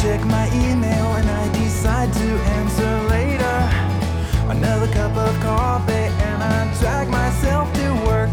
check my email and I decide to answer later. Another cup of coffee and I drag myself to work.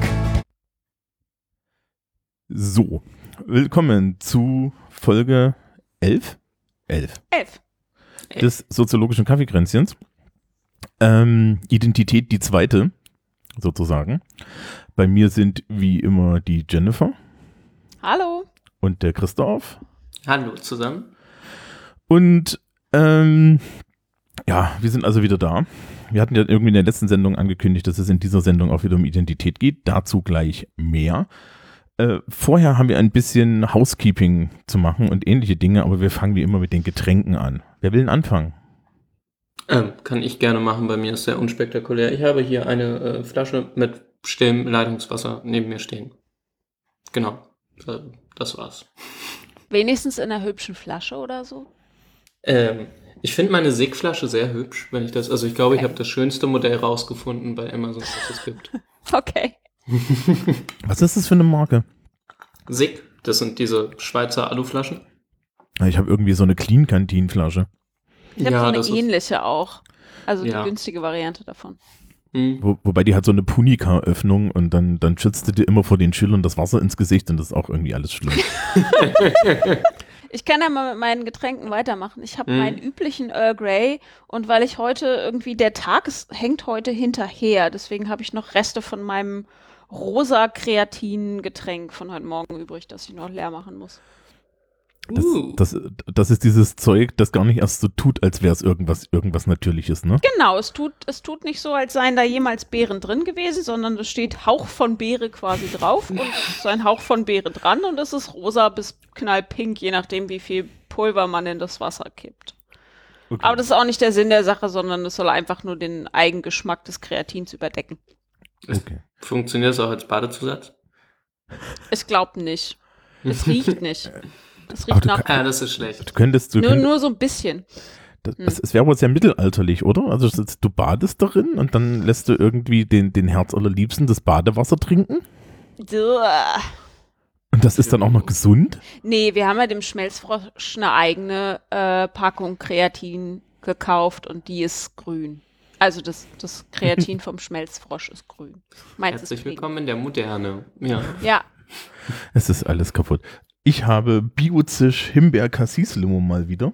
So, willkommen zu Folge 11? 11. Des soziologischen Kaffeekränzchens. Identität die zweite, sozusagen. Bei mir sind wie immer die Jennifer. Hallo. Und der Christoph. Hallo zusammen. Und wir sind also wieder da. Wir hatten ja irgendwie in der letzten Sendung angekündigt, dass es in dieser Sendung auch wieder um Identität geht. Dazu gleich mehr. Vorher haben wir ein bisschen Housekeeping zu machen und ähnliche Dinge, aber wir fangen wie immer mit den Getränken an. Wer will denn anfangen? Kann ich gerne machen, bei mir ist sehr unspektakulär. Ich habe hier eine Flasche mit stillem Leitungswasser neben mir stehen. Genau, das war's. Wenigstens in einer hübschen Flasche oder so? Ich finde meine Sigg-Flasche sehr hübsch, wenn ich das, also ich glaube, ich habe das schönste Modell rausgefunden bei Amazon, was es gibt. Okay. Was ist das für eine Marke? Sigg, das sind diese Schweizer Aluflaschen. Ich habe irgendwie so eine Clean-Kantin-Flasche. Ich habe so eine ähnliche auch. Also die günstige Variante davon. Wobei die hat so eine Punika-Öffnung und dann schützt du dir immer vor den Schülern das Wasser ins Gesicht und das ist auch irgendwie alles schlimm. Ich kann ja mal mit meinen Getränken weitermachen. Ich habe meinen üblichen Earl Grey und weil ich heute irgendwie, der Tag hängt heute hinterher, deswegen habe ich noch Reste von meinem rosa Kreatin-Getränk von heute Morgen übrig, das ich noch leer machen muss. Das ist dieses Zeug, das gar nicht erst so tut, als wäre es irgendwas Natürliches, ne? Genau, es tut nicht so, als seien da jemals Beeren drin gewesen, sondern es steht Hauch von Beere quasi drauf und es ist ein Hauch von Beere dran und es ist rosa bis knallpink, je nachdem, wie viel Pulver man in das Wasser kippt. Okay. Aber das ist auch nicht der Sinn der Sache, sondern es soll einfach nur den Eigengeschmack des Kreatins überdecken. Okay. Funktioniert es auch als Badezusatz? Ich glaube nicht. Es riecht nicht. Das riecht nach. Ja, das ist schlecht. Nur so ein bisschen. Es wäre wohl sehr mittelalterlich, oder? Also du badest darin und dann lässt du irgendwie den Herzallerliebsten das Badewasser trinken? Und das ist dann auch noch gesund? Nee, wir haben ja dem Schmelzfrosch eine eigene Packung Kreatin gekauft und die ist grün. Also das Kreatin vom Schmelzfrosch ist grün. Herzlich willkommen in der Moderne. Ja. Es ist alles kaputt. Ich habe Biozisch Himbeer-Cassis-Limo mal wieder.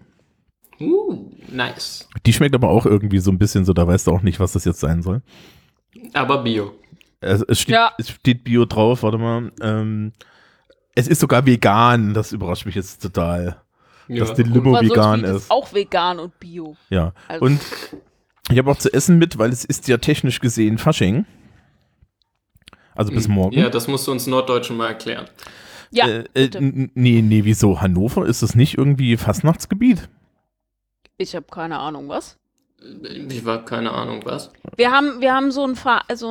Nice. Die schmeckt aber auch irgendwie so ein bisschen so, da weißt du auch nicht, was das jetzt sein soll. Aber Bio. Es steht Bio drauf, warte mal. Es ist sogar vegan, das überrascht mich jetzt total. Ja. Dass die Limo vegan ist. Ist auch vegan und Bio. Ja, also. Und ich habe auch zu essen mit, weil es ist ja technisch gesehen Fasching. Also bis morgen. Ja, das musst du uns Norddeutschen mal erklären. Ja, nee, wieso? Hannover, ist das nicht irgendwie Fastnachtsgebiet? Ich habe keine Ahnung, was? Ich habe keine Ahnung, was? Wir haben so einen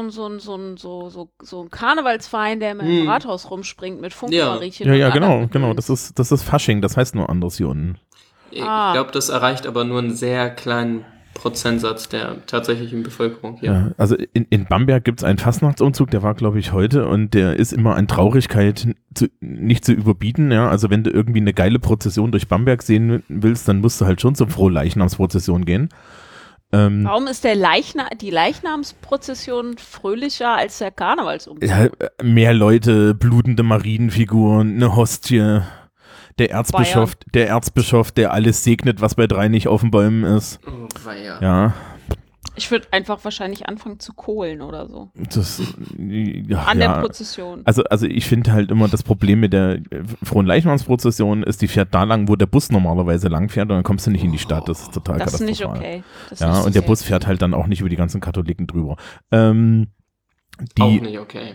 Karnevalsverein, der im Rathaus rumspringt mit Funkenmariechen. Ja, genau. Das ist Fasching, das heißt nur anders hier unten. Ich glaube, das erreicht aber nur einen sehr kleinen Prozentsatz der tatsächlichen Bevölkerung hier. Ja, also in Bamberg gibt es einen Fastnachtsumzug, der war, glaube ich, heute und der ist immer an Traurigkeit nicht zu überbieten. Ja? Also wenn du irgendwie eine geile Prozession durch Bamberg sehen willst, dann musst du halt schon zur Frohleichnamsprozession gehen. Warum ist die Leichnamsprozession fröhlicher als der Karnevalsumzug? Ja, mehr Leute, blutende Marienfiguren, eine Hostie. Der Erzbischof, der alles segnet, was bei 3 nicht auf den Bäumen ist. Oh, weia. Ja. Ich würde einfach wahrscheinlich anfangen zu kohlen oder so. An der Prozession. Also ich finde halt immer, das Problem mit der Fronleichnamsprozession ist, die fährt da lang, wo der Bus normalerweise lang fährt und dann kommst du nicht in die Stadt. Das ist total katastrophal. Das ist nicht okay. Ja, und der Bus fährt halt dann auch nicht über die ganzen Katholiken drüber. Auch nicht okay.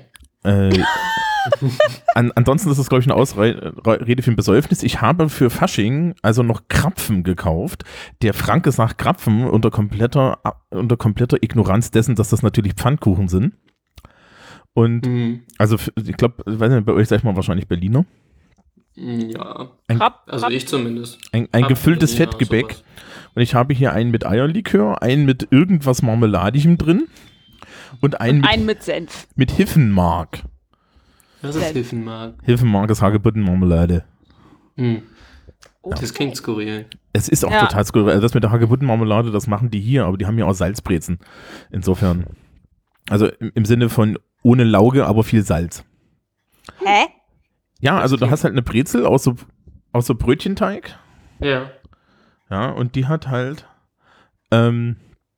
Ansonsten ist das, glaube ich, eine Ausrede für ein Besäufnis. Ich habe für Fasching also noch Krapfen gekauft. Der Franke sagt Krapfen unter kompletter Ignoranz dessen, dass das natürlich Pfannkuchen sind. Und also ich glaube, weiß nicht, bei euch sag ich mal wahrscheinlich Berliner. Ja, ich zumindest. Ein gefülltes Fettgebäck. Sowas. Und ich habe hier einen mit Eierlikör, einen mit irgendwas Marmeladigem drin und einen mit Senf. Mit Hiffenmark. Was ist Hiffenmark? Hiffenmark ist Hagebuttenmarmelade. Das klingt skurril. Es ist auch total skurril. Also das mit der Hagebuttenmarmelade, das machen die hier, aber die haben ja auch Salzbrezen. Insofern. Also im Sinne von ohne Lauge, aber viel Salz. Hä? Ja, also du hast halt eine Brezel aus so Brötchenteig. Ja. Ja, und die hat halt kein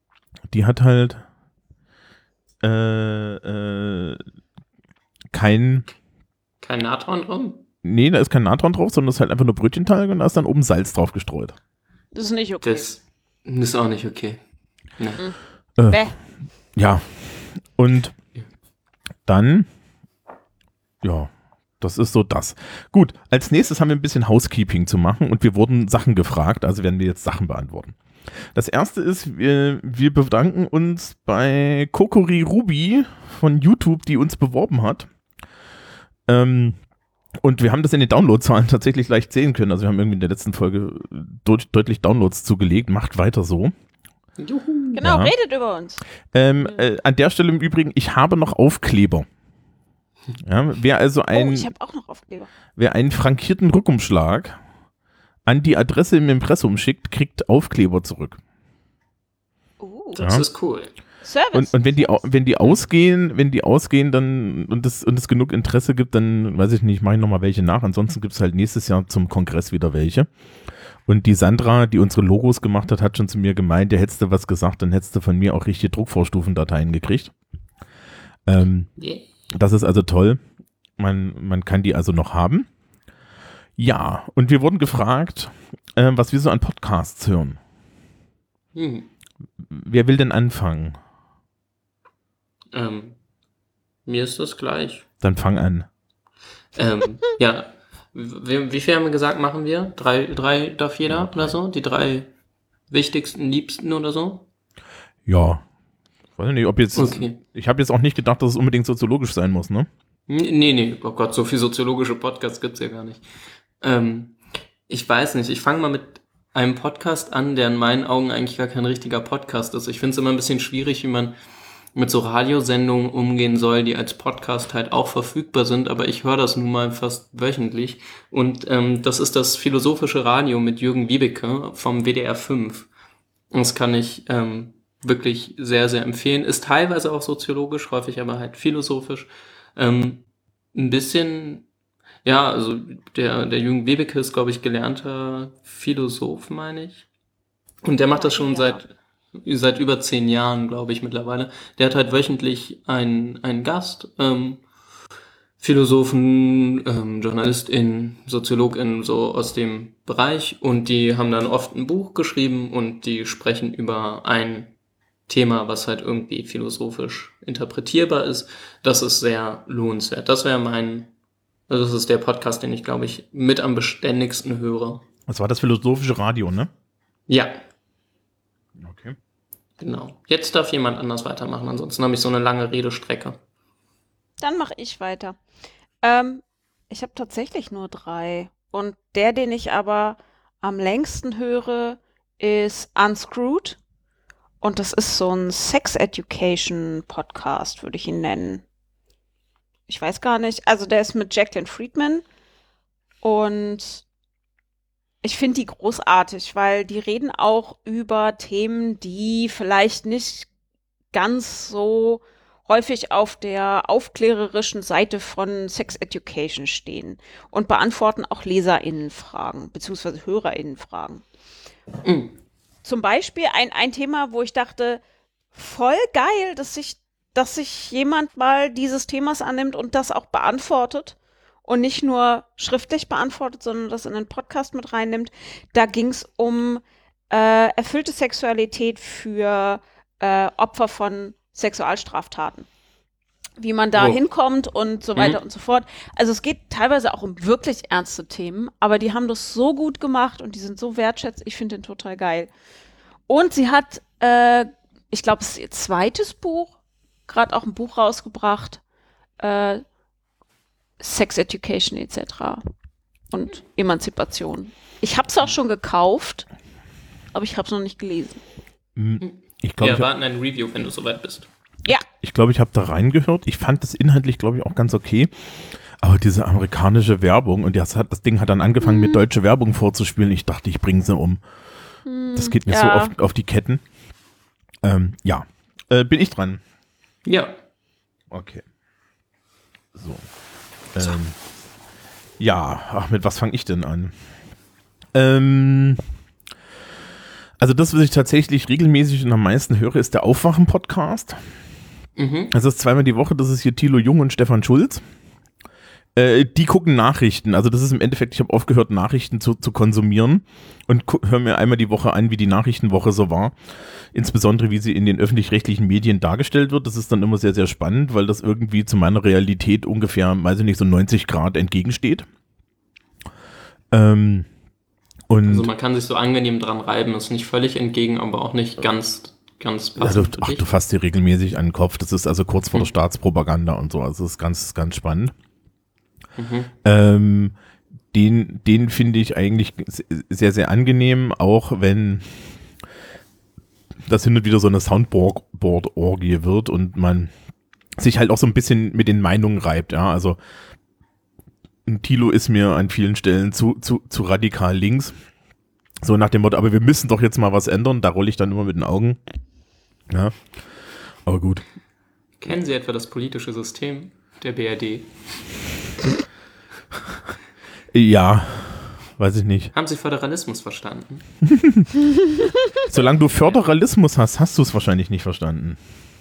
Natron drin? Nee, da ist kein Natron drauf, sondern das ist halt einfach nur Brötchenteig und da ist dann oben Salz drauf gestreut. Das ist nicht okay. Das ist auch nicht okay. Nee. Bäh. Ja, und dann, ja, das ist so das. Gut, als nächstes haben wir ein bisschen Housekeeping zu machen und wir wurden Sachen gefragt, also werden wir jetzt Sachen beantworten. Das erste ist, wir bedanken uns bei Kokori Ruby von YouTube, die uns beworben hat. Und wir haben das in den Downloadzahlen tatsächlich leicht sehen können. Also wir haben irgendwie in der letzten Folge deutlich Downloads zugelegt. Macht weiter so. Juhu. Genau, Ja. redet über uns. An der Stelle im Übrigen, ich habe noch Aufkleber. Ja, wer also Ich habe auch noch Aufkleber. wer einen frankierten Rückumschlag an die Adresse im Impressum schickt, kriegt Aufkleber zurück. Das Ja. ist cool. Service. Und wenn die ausgehen, dann und es genug Interesse gibt, dann weiß ich nicht, mache ich nochmal welche nach. Ansonsten gibt es halt nächstes Jahr zum Kongress wieder welche. Und die Sandra, die unsere Logos gemacht hat, hat schon zu mir gemeint, ja, hättest du was gesagt, dann hättest du von mir auch richtige Druckvorstufendateien gekriegt. Das ist also toll. Man kann die also noch haben. Ja, und wir wurden gefragt, was wir so an Podcasts hören. Wer will denn anfangen? Mir ist das gleich. Dann fang an. Ja, wie viel haben wir gesagt, machen wir? Drei darf jeder oder so? Die 3 wichtigsten, liebsten oder so? Ja. Weiß ich nicht, ob jetzt. Okay. Ich habe jetzt auch nicht gedacht, dass es unbedingt soziologisch sein muss, ne? Nee, oh Gott, so viel soziologische Podcasts gibt's ja gar nicht. Ich weiß nicht, ich fange mal mit einem Podcast an, der in meinen Augen eigentlich gar kein richtiger Podcast ist. Ich finde es immer ein bisschen schwierig, wie man mit so Radiosendungen umgehen soll, die als Podcast halt auch verfügbar sind, aber ich höre das nun mal fast wöchentlich. Und das ist das Philosophische Radio mit Jürgen Wiebeke vom WDR 5. Das kann ich wirklich sehr, sehr empfehlen. Ist teilweise auch soziologisch, häufig aber halt philosophisch. Ein bisschen, ja, also der Jürgen Wiebeke ist, glaube ich, gelernter Philosoph, meine ich. Und der macht das schon seit über 10 Jahren, glaube ich, mittlerweile. Der hat halt wöchentlich einen Gast, Philosophen, JournalistInnen, SoziologInnen, so aus dem Bereich. Und die haben dann oft ein Buch geschrieben und die sprechen über ein Thema, was halt irgendwie philosophisch interpretierbar ist. Das ist sehr lohnenswert. Das ist der Podcast, den ich, glaube ich, mit am beständigsten höre. Das war das Philosophische Radio, ne? Ja, Okay. genau. Jetzt darf jemand anders weitermachen, ansonsten habe ich so eine lange Redestrecke. Dann mache ich weiter. Ich habe tatsächlich nur 3. Und der, den ich aber am längsten höre, ist Unscrewed. Und das ist so ein Sex-Education-Podcast, würde ich ihn nennen. Ich weiß gar nicht. Also der ist mit Jacqueline Friedman. Und ich finde die großartig, weil die reden auch über Themen, die vielleicht nicht ganz so häufig auf der aufklärerischen Seite von Sex Education stehen und beantworten auch LeserInnen-Fragen, beziehungsweise HörerInnen-Fragen. Zum Beispiel ein Thema, wo ich dachte, voll geil, dass sich jemand mal dieses Themas annimmt und das auch beantwortet und nicht nur schriftlich beantwortet, sondern das in den Podcast mit reinnimmt. Da ging es um erfüllte Sexualität für Opfer von Sexualstraftaten. Wie man da hinkommt und so weiter und so fort. Also es geht teilweise auch um wirklich ernste Themen, aber die haben das so gut gemacht und die sind so wertschätzend. Ich finde den total geil. Und sie hat, ich glaube, es ist ihr zweites Buch, gerade auch ein Buch rausgebracht, Sex Education etc. und Emanzipation. Ich habe es auch schon gekauft, aber ich habe es noch nicht gelesen. Ich Wir glaube, erwarten ein Review, wenn du soweit bist. Ja. ich habe da reingehört. Ich fand das inhaltlich, glaube ich, auch ganz okay. Aber diese amerikanische Werbung, und das Ding hat dann angefangen mit deutsche Werbung vorzuspielen. Ich dachte, ich bringe sie um. Das geht mir so auf die Ketten. Bin ich dran? Ja. Okay. So. Mit was fange ich denn an? Also das, was ich tatsächlich regelmäßig und am meisten höre, ist der Aufwachen-Podcast. Das ist zweimal die Woche, das ist hier Thilo Jung und Stefan Schulz. Die gucken Nachrichten, also das ist im Endeffekt, ich habe aufgehört, Nachrichten zu konsumieren und höre mir einmal die Woche an, wie die Nachrichtenwoche so war. Insbesondere, wie sie in den öffentlich-rechtlichen Medien dargestellt wird. Das ist dann immer sehr, sehr spannend, weil das irgendwie zu meiner Realität ungefähr, weiß ich nicht, so 90 Grad entgegensteht. Und Also man kann sich so angenehm dran reiben, ist nicht völlig entgegen, aber auch nicht ganz passend. Also, du fasst dir regelmäßig an den Kopf, das ist also kurz vor der Staatspropaganda und so, also das ist ganz, ganz spannend. Den finde ich eigentlich sehr, sehr angenehm, auch wenn das hin und wieder so eine Soundboard-Orgie wird und man sich halt auch so ein bisschen mit den Meinungen reibt, ja, also Thilo ist mir an vielen Stellen zu radikal links, so nach dem Motto, aber wir müssen doch jetzt mal was ändern, da rolle ich dann immer mit den Augen, ja, aber gut. Kennen Sie etwa das politische System der BRD? Ja, weiß ich nicht. Haben Sie Föderalismus verstanden? Solange du Föderalismus hast du es wahrscheinlich nicht verstanden.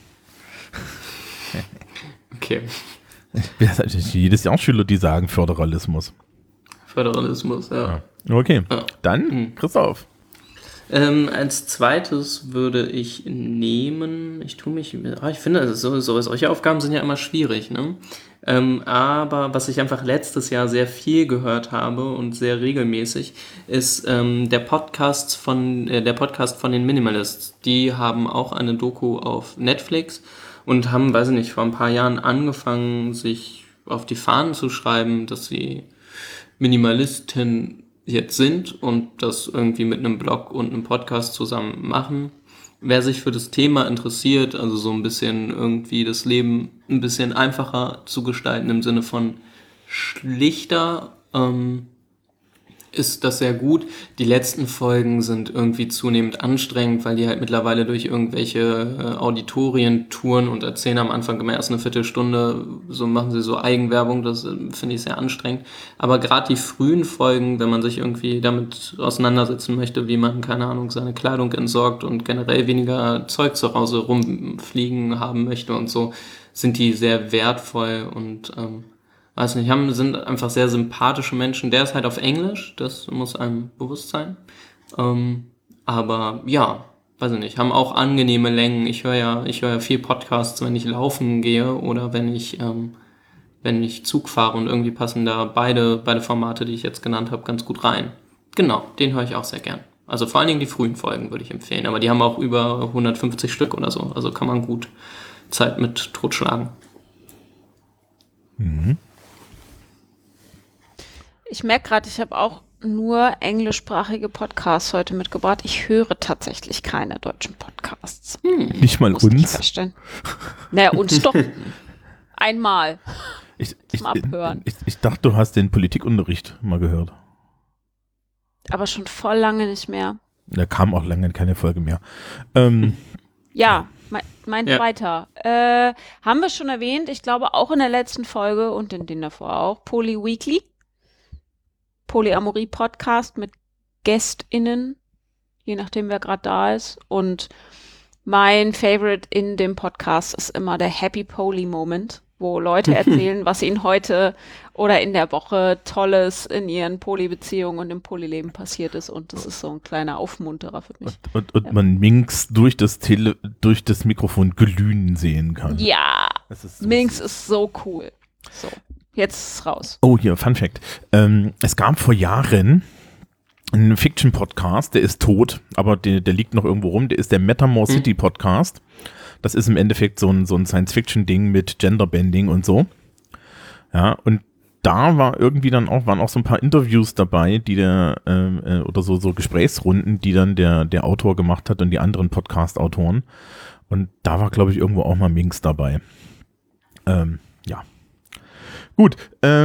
Okay. Jedes Jahr Schüler, die sagen Föderalismus. Föderalismus, ja. Okay, Ja. Dann Christoph. Als zweites würde ich nehmen, ich finde, also solche Aufgaben sind ja immer schwierig, ne? Aber was ich einfach letztes Jahr sehr viel gehört habe und sehr regelmäßig, ist der Podcast von den Minimalists. Die haben auch eine Doku auf Netflix und haben, weiß ich nicht, vor ein paar Jahren angefangen, sich auf die Fahnen zu schreiben, dass sie Minimalisten jetzt sind und das irgendwie mit einem Blog und einem Podcast zusammen machen. Wer sich für das Thema interessiert, also so ein bisschen irgendwie das Leben ein bisschen einfacher zu gestalten im Sinne von schlichter, ist das sehr gut. Die letzten Folgen sind irgendwie zunehmend anstrengend, weil die halt mittlerweile durch irgendwelche Auditorien touren und erzählen am Anfang immer erst eine Viertelstunde, so machen sie so Eigenwerbung, das finde ich sehr anstrengend. Aber gerade die frühen Folgen, wenn man sich irgendwie damit auseinandersetzen möchte, wie man, keine Ahnung, seine Kleidung entsorgt und generell weniger Zeug zu Hause rumfliegen haben möchte und so, sind die sehr wertvoll und weiß nicht, sind einfach sehr sympathische Menschen. Der ist halt auf Englisch, das muss einem bewusst sein. Aber ja, weiß ich nicht, haben auch angenehme Längen. Ich höre ja viel Podcasts, wenn ich laufen gehe oder wenn ich Zug fahre und irgendwie passen da beide Formate, die ich jetzt genannt habe, ganz gut rein. Genau, den höre ich auch sehr gern. Also vor allen Dingen die frühen Folgen würde ich empfehlen, aber die haben auch über 150 Stück oder so, also kann man gut Zeit mit totschlagen. Mhm. Ich merke gerade, ich habe auch nur englischsprachige Podcasts heute mitgebracht. Ich höre tatsächlich keine deutschen Podcasts. Nicht mal Musste ich uns. feststellen. Naja, uns doch. Einmal. Ich Abhören. dachte, du hast den Politikunterricht mal gehört. Aber schon voll lange nicht mehr. Da kam auch lange keine Folge mehr. Ja, mein Ja. zweiter. Haben wir schon erwähnt, ich glaube auch in der letzten Folge und in den davor auch, Poly Weekly. Polyamorie-Podcast mit GästInnen, je nachdem, wer gerade da ist. Und mein Favorite in dem Podcast ist immer der Happy Poly Moment, wo Leute erzählen, was ihnen heute oder in der Woche Tolles in ihren Poly-Beziehungen und im Polyleben passiert ist. Und das ist so ein kleiner Aufmunterer für mich. Und man Minx durch das Mikrofon glühen sehen kann. Ja, Das ist so Minx ist so cool. So, jetzt ist es raus. Oh, hier, Fun Fact. Es gab vor Jahren einen Fiction-Podcast, der ist tot, aber der liegt noch irgendwo rum, der ist der Metamore City Podcast. Das ist im Endeffekt so ein Science-Fiction-Ding mit Genderbending und so. Ja, und da waren auch so ein paar Interviews dabei, die oder so Gesprächsrunden, die dann der Autor gemacht hat und die anderen Podcast-Autoren. Und da war, glaube ich, irgendwo auch mal Minx dabei. Ja. Gut,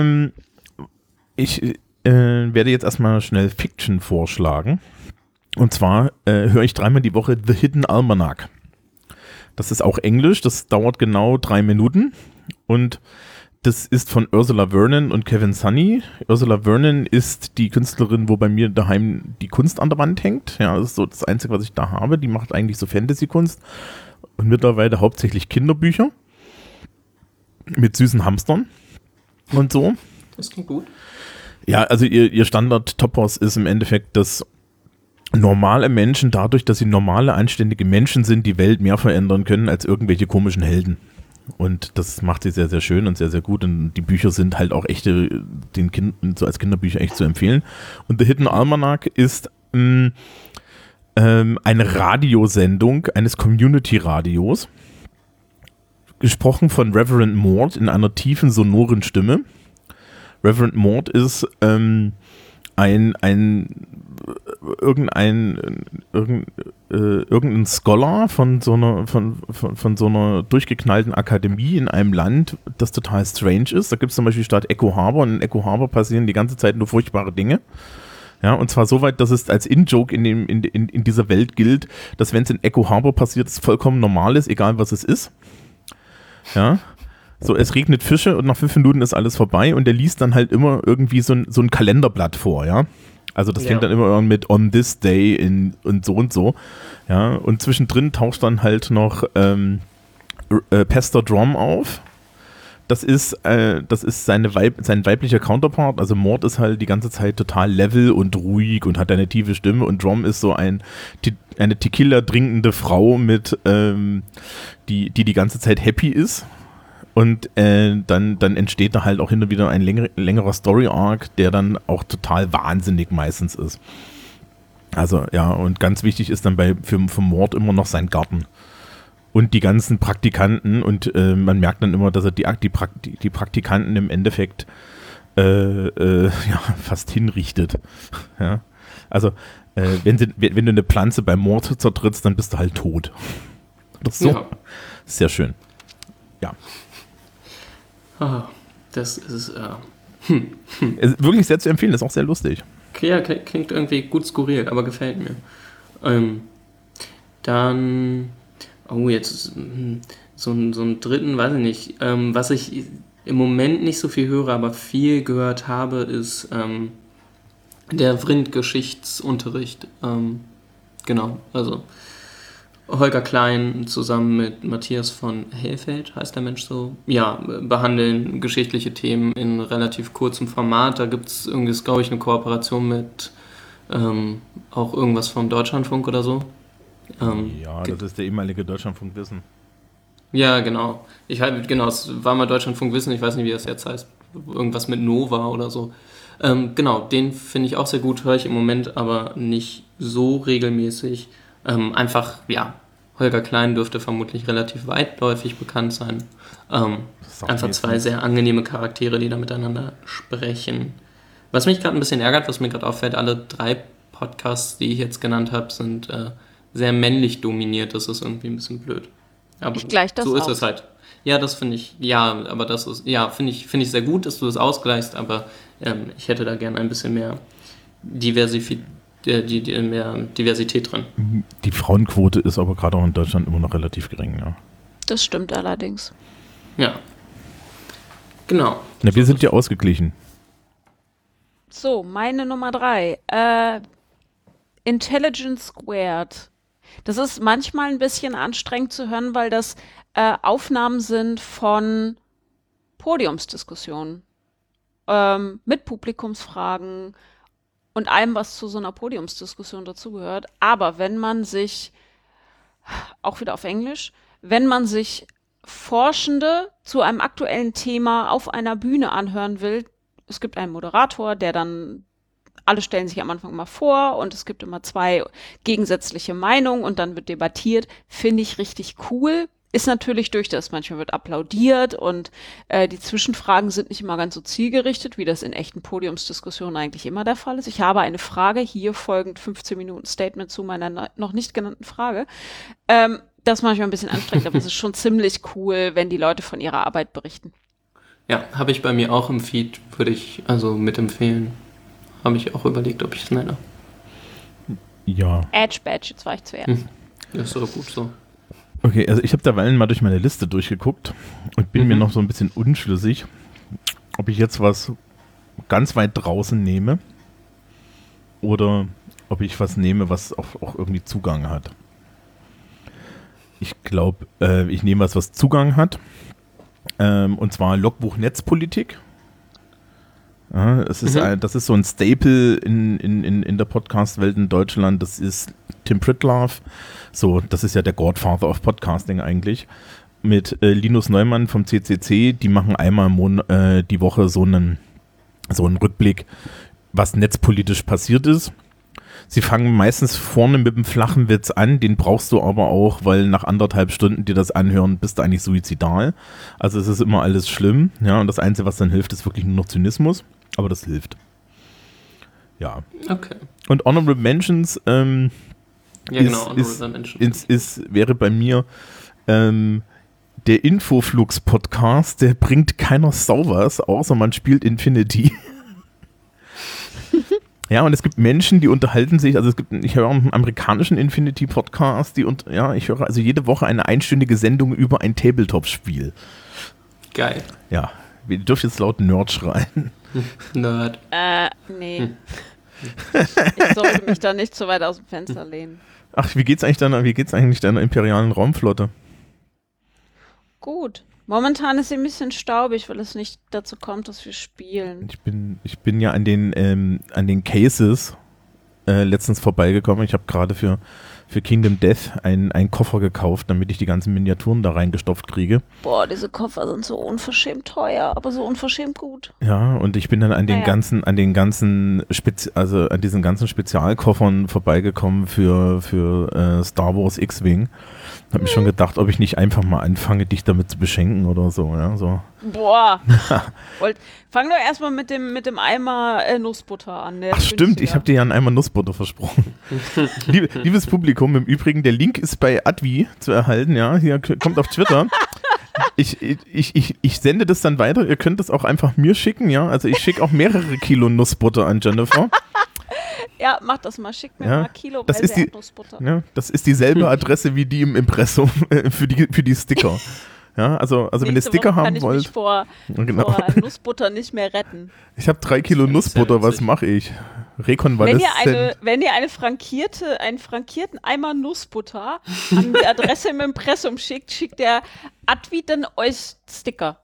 ich werde jetzt erstmal schnell Fiction vorschlagen. Und zwar höre ich 3-mal die Woche The Hidden Almanac. Das ist auch Englisch, das dauert genau 3 Minuten und das ist von Ursula Vernon und Kevin Sonney. Ursula Vernon ist die Künstlerin, wo bei mir daheim die Kunst an der Wand hängt. Ja, das ist so das Einzige, was ich da habe. Die macht eigentlich so Fantasy-Kunst und mittlerweile hauptsächlich Kinderbücher mit süßen Hamstern und so. Das klingt gut. Ja, also ihr Standard-Topos ist im Endeffekt, dass normale Menschen dadurch, dass sie normale, anständige Menschen sind, die Welt mehr verändern können als irgendwelche komischen Helden. Und das macht sie sehr, sehr schön und sehr, sehr gut. Und die Bücher sind halt auch echte, den Kindern so als Kinderbücher echt zu empfehlen. Und The Hidden Almanac ist eine Radiosendung eines Community-Radios, gesprochen von Reverend Mort in einer tiefen, sonoren Stimme. Reverend Mort ist irgendein Scholar von so einer durchgeknallten Akademie in einem Land, das total strange ist. Da gibt es zum Beispiel die Stadt Echo Harbor und in Echo Harbor passieren die ganze Zeit nur furchtbare Dinge. Ja, und zwar so weit, dass es als In-Joke in dieser Welt gilt, dass wenn es in Echo Harbor passiert, es vollkommen normal ist, egal was es ist. Ja. So, es regnet Fische und nach 5 Minuten ist alles vorbei und der liest dann halt immer irgendwie so ein Kalenderblatt vor, ja. Also das fängt dann immer mit On This Day und so. Ja, und zwischendrin taucht dann halt noch Pastor Drum auf. Das ist sein weiblicher Counterpart. Also Mort ist halt die ganze Zeit total level und ruhig und hat eine tiefe Stimme und Drum ist so eine Tequila trinkende Frau mit die ganze Zeit happy ist. Und dann entsteht da halt auch hin und wieder ein längerer Story-Arc, der dann auch total wahnsinnig meistens ist. Also ja, und ganz wichtig ist dann für Mord immer noch sein Garten. Und die ganzen Praktikanten und man merkt dann immer, dass er die Praktikanten im Endeffekt fast hinrichtet. Ja? Also wenn du eine Pflanze beim Mord zertrittst, dann bist du halt tot. Das ist so. Ja. Sehr schön. Ja. Oh, das ist ist wirklich sehr zu empfehlen, ist auch sehr lustig. Ja, klingt irgendwie gut skurril, aber gefällt mir. Dann, jetzt so einen dritten, weiß ich nicht. Was ich im Moment nicht so viel höre, aber viel gehört habe, ist der Vrind-Geschichtsunterricht. Genau, also Holger Klein zusammen mit Matthias von Hellfeld, heißt der Mensch so, ja, behandeln geschichtliche Themen in relativ kurzem Format. Da gibt es irgendwie, glaube ich, eine Kooperation mit auch irgendwas vom Deutschlandfunk oder so. Das ist der ehemalige Deutschlandfunk Wissen. Ja, genau. Es war mal Deutschlandfunk Wissen, ich weiß nicht, wie das jetzt heißt. Irgendwas mit Nova oder so. Genau, den finde ich auch sehr gut, höre ich im Moment aber nicht so regelmäßig. Einfach, ja, Holger Klein dürfte vermutlich relativ weitläufig bekannt sein. Einfach 2 sehr angenehme Charaktere, die da miteinander sprechen. Was mich gerade ein bisschen ärgert, was mir gerade auffällt, alle 3 Podcasts, die ich jetzt genannt habe, sind sehr männlich dominiert. Das ist irgendwie ein bisschen blöd. Aber ich gleich das so aus. ist es halt. Ja, das finde ich, aber das ist, finde ich sehr gut, dass du das ausgleichst, aber ich hätte da gerne ein bisschen mehr Diversität drin. Die Frauenquote ist aber gerade auch in Deutschland immer noch relativ gering, ja. Das stimmt allerdings. Ja. Genau. Na, wir sind ja ausgeglichen. So, meine Nummer 3. Intelligence Squared. Das ist manchmal ein bisschen anstrengend zu hören, weil das Aufnahmen sind von Podiumsdiskussionen. Mit Publikumsfragen und allem, was zu so einer Podiumsdiskussion dazugehört. Aber wenn man sich, auch wieder auf Englisch, wenn man sich Forschende zu einem aktuellen Thema auf einer Bühne anhören will, es gibt einen Moderator, der dann, alle stellen sich am Anfang mal vor und es gibt immer 2 gegensätzliche Meinungen und dann wird debattiert, finde ich richtig cool. Ist natürlich durch das, manchmal wird applaudiert und die Zwischenfragen sind nicht immer ganz so zielgerichtet, wie das in echten Podiumsdiskussionen eigentlich immer der Fall ist. Ich habe eine Frage, hier folgend 15 Minuten Statement zu meiner noch nicht genannten Frage. Das ist manchmal ein bisschen anstrengend, aber es ist schon ziemlich cool, wenn die Leute von ihrer Arbeit berichten. Ja, habe ich bei mir auch im Feed, würde ich also mitempfehlen. Habe ich auch überlegt, ob ich es nenne. Ja. Edge Badge, jetzt war ich zuerst. Das ist doch gut so. Okay, also ich habe derweilen mal durch meine Liste durchgeguckt und bin mir noch so ein bisschen unschlüssig, ob ich jetzt was ganz weit draußen nehme oder ob ich was nehme, was auch irgendwie Zugang hat. Ich glaube, ich nehme was Zugang hat. Und zwar Logbuch Netzpolitik. Ja, das ist so ein Staple in der Podcast-Welt in Deutschland. Das ist Tim Pritlove. So, das ist ja der Godfather of Podcasting eigentlich. Mit Linus Neumann vom CCC. Die machen einmal die Woche so einen Rückblick, was netzpolitisch passiert ist. Sie fangen meistens vorne mit einem flachen Witz an, den brauchst du aber auch, weil nach 1,5 Stunden dir das anhören, bist du eigentlich suizidal. Also es ist immer alles schlimm, ja, und das Einzige, was dann hilft, ist wirklich nur noch Zynismus, aber das hilft. Ja. Okay. Und Honorable Mentions, Honorable Mentions. wäre bei mir der Infoflux-Podcast, der bringt keiner Sau was, außer man spielt Infinity. Ja, und es gibt Menschen, die unterhalten sich, also ich höre einen amerikanischen Infinity-Podcast, ich höre also jede Woche eine einstündige Sendung über ein Tabletop-Spiel. Geil. Ja, ihr dürft jetzt laut Nerd schreien. Nerd. Nee. Ich sollte mich da nicht so weit aus dem Fenster lehnen. Ach, wie geht's eigentlich deiner imperialen Raumflotte? Gut. Momentan ist sie ein bisschen staubig, weil es nicht dazu kommt, dass wir spielen. Ich bin ja an den Cases letztens vorbeigekommen. Ich habe gerade für Kingdom Death einen Koffer gekauft, damit ich die ganzen Miniaturen da reingestopft kriege. Boah, diese Koffer sind so unverschämt teuer, aber so unverschämt gut. Ja, und ich bin dann an diesen ganzen Spezialkoffern vorbeigekommen für Star Wars X-Wing. Hab mich schon gedacht, ob ich nicht einfach mal anfange, dich damit zu beschenken oder so, ja, so. Boah. Fang doch erstmal mit dem Eimer Nussbutter an. Ach stimmt, ich habe dir ja einen Eimer Nussbutter versprochen. Liebes Publikum, im Übrigen, der Link ist bei Advi zu erhalten, ja, hier kommt auf Twitter. Ich sende das dann weiter, ihr könnt das auch einfach mir schicken, ja, also ich schicke auch mehrere Kilo Nussbutter an Jennifer. Ja, mach das mal. Schick mir mal kiloweise Erdnussbutter. Ja, das ist dieselbe Adresse wie die im Impressum für die Sticker. Ja, also wenn ihr Sticker haben wollt. Ich vor Nussbutter nicht mehr retten. Ich habe 3 Kilo Nussbutter, was mache ich? Rekonvaleszent. Wenn ihr einen frankierten Eimer Nussbutter an die Adresse im Impressum schickt der Advi dann euch Sticker.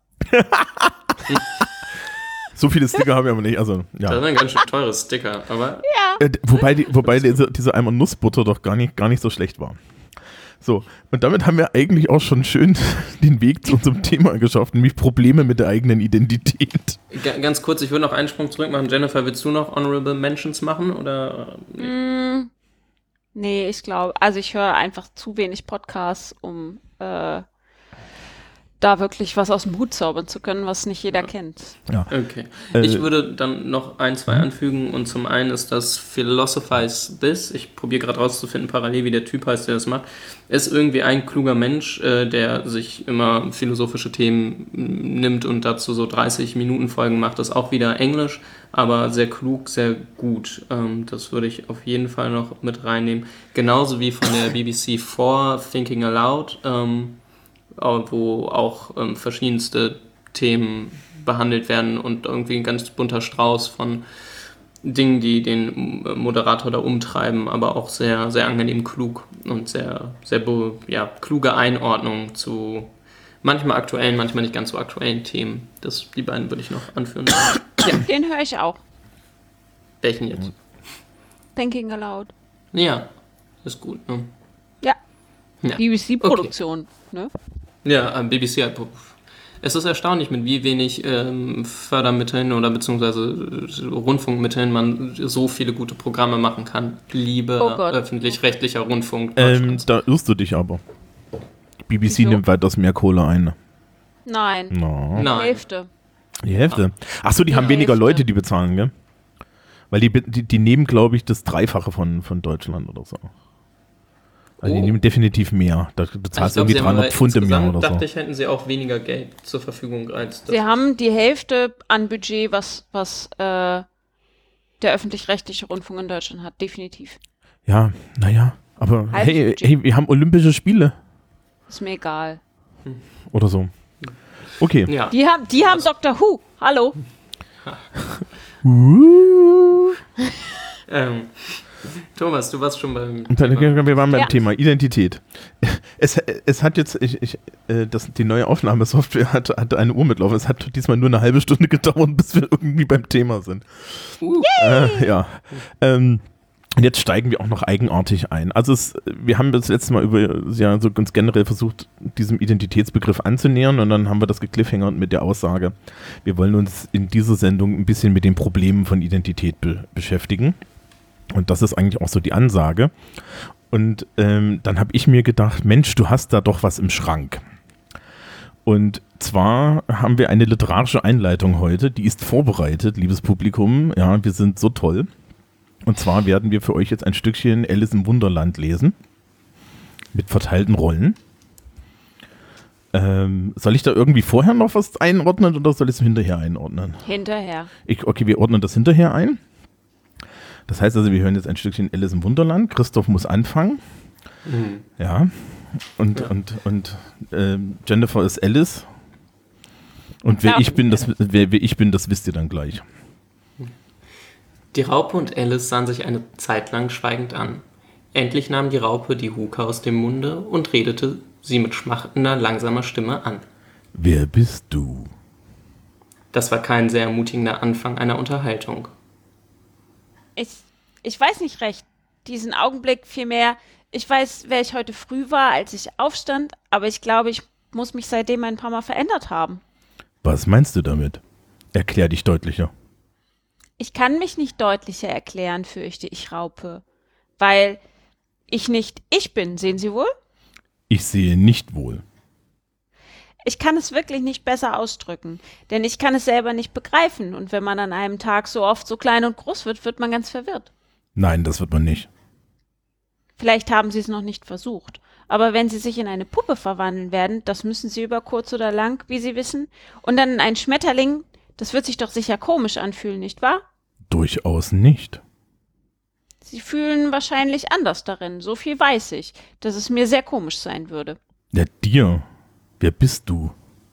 So viele Sticker haben wir aber nicht. Also, ja. Das ist ein ganz schön teures Sticker, aber. Ja. Wobei diese Eimer Nussbutter doch gar nicht so schlecht war. So, und damit haben wir eigentlich auch schon schön den Weg zu unserem Thema geschafft, nämlich Probleme mit der eigenen Identität. Ganz kurz, ich würde noch einen Sprung zurück machen. Jennifer, willst du noch Honorable Mentions machen? Oder? Nee, ich glaube, also ich höre einfach zu wenig Podcasts, um da wirklich was aus dem Hut zaubern zu können, was nicht jeder kennt. Ja. Okay. Ich würde dann noch 1, 2 anfügen und zum einen ist das Philosophize This. Ich probiere gerade rauszufinden, parallel wie der Typ heißt, der das macht. Ist irgendwie ein kluger Mensch, der sich immer philosophische Themen nimmt und dazu so 30-Minuten-Folgen macht. Das ist auch wieder Englisch, aber sehr klug, sehr gut. Das würde ich auf jeden Fall noch mit reinnehmen. Genauso wie von der BBC 4 Thinking Aloud, wo auch verschiedenste Themen behandelt werden und irgendwie ein ganz bunter Strauß von Dingen, die den Moderator da umtreiben, aber auch sehr, sehr angenehm klug und sehr, sehr kluge Einordnung zu manchmal aktuellen, manchmal nicht ganz so aktuellen Themen. Die beiden würde ich noch anführen. Ja, den höre ich auch. Welchen jetzt? Thinking Aloud. Ja, ist gut, ne? Ja. Ja. BBC-Produktion, ne? Ja, BBC. Es ist erstaunlich, mit wie wenig Fördermitteln oder beziehungsweise Rundfunkmitteln man so viele gute Programme machen kann. Liebe öffentlich-rechtlicher Rundfunk. Da irrst du dich aber. BBC nimmt weitaus mehr Kohle ein. Nein. No. Die Hälfte. Die Hälfte? Achso, die haben weniger Leute, die bezahlen, gell? Weil die nehmen, glaube ich, das Dreifache von Deutschland oder so. Also die nehmen definitiv mehr. Du zahlst glaub, irgendwie 300 Pfund im Jahr insgesamt oder so. dachte ich, hätten sie auch weniger Geld zur Verfügung als das. Sie haben die Hälfte an Budget, was der öffentlich-rechtliche Rundfunk in Deutschland hat, definitiv. Ja, naja. Aber Halbes hey, Budget. wir haben Olympische Spiele. Ist mir egal. Oder so. Okay. Ja. Die haben Dr. Who. Hallo. Thomas, du warst schon beim Wir waren beim Ja. Thema Identität. Es hat jetzt, die neue Aufnahmesoftware hatte eine Uhr mitlaufen. Es hat diesmal nur eine halbe Stunde gedauert, bis wir irgendwie beim Thema sind. Ja. Jetzt steigen wir auch noch eigenartig ein. Also wir haben das letzte Mal so ganz generell versucht, diesem Identitätsbegriff anzunähern und dann haben wir das gekliffhängert mit der Aussage, wir wollen uns in dieser Sendung ein bisschen mit den Problemen von Identität beschäftigen. Und das ist eigentlich auch so die Ansage. Und dann habe ich mir gedacht, Mensch, du hast da doch was im Schrank. Und zwar haben wir eine literarische Einleitung heute, die ist vorbereitet, liebes Publikum. Ja, wir sind so toll. Und zwar werden wir für euch jetzt ein Stückchen Alice im Wunderland lesen. Mit verteilten Rollen. Soll ich da irgendwie vorher noch was einordnen oder soll ich es hinterher einordnen? Hinterher. Okay, wir ordnen das hinterher ein. Das heißt also, wir hören jetzt ein Stückchen Alice im Wunderland. Christoph muss anfangen. Ja. Und Jennifer ist Alice. Und wer Ja, ich bin, das wisst ihr dann gleich. Die Raupe und Alice sahen sich eine Zeit lang schweigend an. Endlich nahm die Raupe die Huke aus dem Munde und redete sie mit schmachtender, langsamer Stimme an. Wer bist du? Das war kein sehr ermutigender Anfang einer Unterhaltung. Ich weiß nicht recht. Diesen Augenblick vielmehr. Ich weiß, wer ich heute früh war, als ich aufstand, aber ich glaube, ich muss mich seitdem ein paar Mal verändert haben. Was meinst du damit? Erklär dich deutlicher. Ich kann mich nicht deutlicher erklären, fürchte ich, Raupe. Weil ich nicht ich bin, sehen Sie wohl? Ich sehe nicht wohl. Ich kann es wirklich nicht besser ausdrücken, denn ich kann es selber nicht begreifen. Und wenn man an einem Tag so oft so klein und groß wird, wird man ganz verwirrt. Nein, das wird man nicht. Vielleicht haben Sie es noch nicht versucht. Aber wenn Sie sich in eine Puppe verwandeln werden, das müssen Sie über kurz oder lang, wie Sie wissen, und dann in einen Schmetterling, das wird sich doch sicher komisch anfühlen, nicht wahr? Durchaus nicht. Sie fühlen wahrscheinlich anders darin, so viel weiß ich, dass es mir sehr komisch sein würde. Ja, dir. Wer bist du?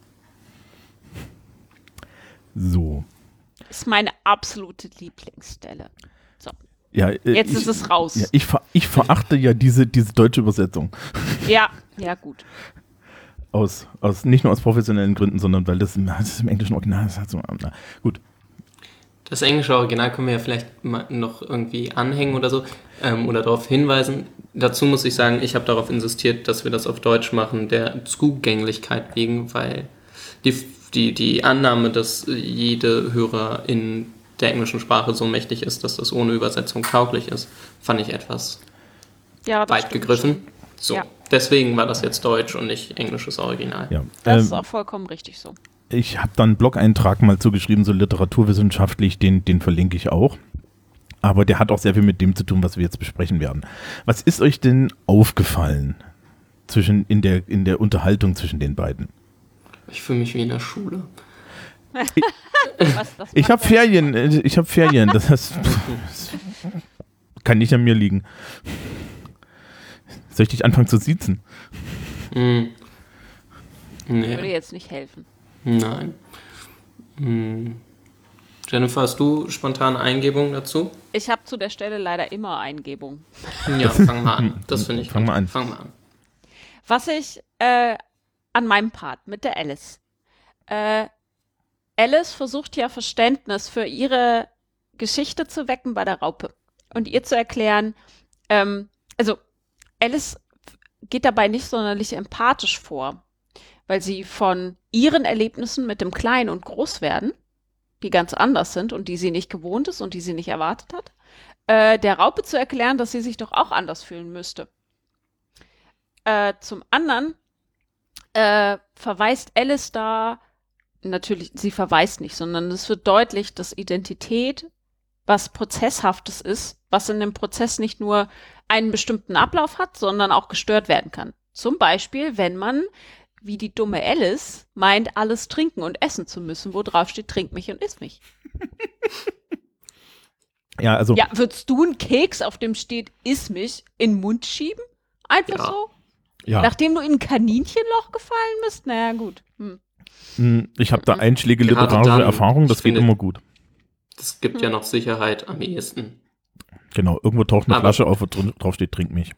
So. Ist meine absolute Lieblingsstelle. So, Ja, jetzt ist es raus. Ja, ich verachte ja diese deutsche Übersetzung. Ja, gut. Nicht nur aus professionellen Gründen, sondern weil das im englischen Original ist. Halt so, na, gut. Das englische Original können wir ja vielleicht mal noch irgendwie anhängen oder so oder darauf hinweisen. Dazu muss ich sagen, ich habe darauf insistiert, dass wir das auf Deutsch machen, der Zugänglichkeit wegen, weil die Annahme, dass jede Hörer in der englischen Sprache so mächtig ist, dass das ohne Übersetzung tauglich ist, fand ich etwas Ja, das weit stimmt gegriffen. schon. So, Ja. Deswegen war das jetzt Deutsch und nicht englisches Original. Ja. Das ist auch vollkommen richtig so. Ich habe da einen Blog-Eintrag mal zugeschrieben, so literaturwissenschaftlich, den verlinke ich auch. Aber der hat auch sehr viel mit dem zu tun, was wir jetzt besprechen werden. Was ist euch denn aufgefallen in der Unterhaltung zwischen den beiden? Ich fühle mich wie in der Schule. Ich habe Ferien. Das heißt, kann nicht an mir liegen. Soll ich dich anfangen zu siezen? Nee. Würde jetzt nicht helfen. Nein. Jennifer, hast du spontane Eingebungen dazu? Ich habe zu der Stelle leider immer Eingebung. Ja, fang mal an. Das finde ich. Fang mal an. Fang mal an. Was ich an meinem Part mit der Alice. Alice versucht ja Verständnis für ihre Geschichte zu wecken bei der Raupe und ihr zu erklären, also Alice geht dabei nicht sonderlich empathisch vor, weil sie von ihren Erlebnissen mit dem Klein- und Großwerden, die ganz anders sind und die sie nicht gewohnt ist und die sie nicht erwartet hat, der Raupe zu erklären, dass sie sich doch auch anders fühlen müsste. Zum anderen verweist Alice da, natürlich, sie verweist nicht, sondern es wird deutlich, dass Identität was Prozesshaftes ist, was in dem Prozess nicht nur einen bestimmten Ablauf hat, sondern auch gestört werden kann. Zum Beispiel, wenn man, wie die dumme Alice, meint, alles trinken und essen zu müssen, wo drauf steht, trink mich und iss mich. Ja, also. Ja, würdest du einen Keks, auf dem steht, iss mich, in den Mund schieben? Einfach Ja. so? Ja. Nachdem du in ein Kaninchenloch gefallen bist? Naja, gut. Ich habe da einschlägige Gerade literarische dann, Erfahrung, das ich geht finde- immer gut. Das gibt ja noch Sicherheit am ehesten. Genau, irgendwo taucht eine Aber- Flasche auf, wo drauf steht, trink mich.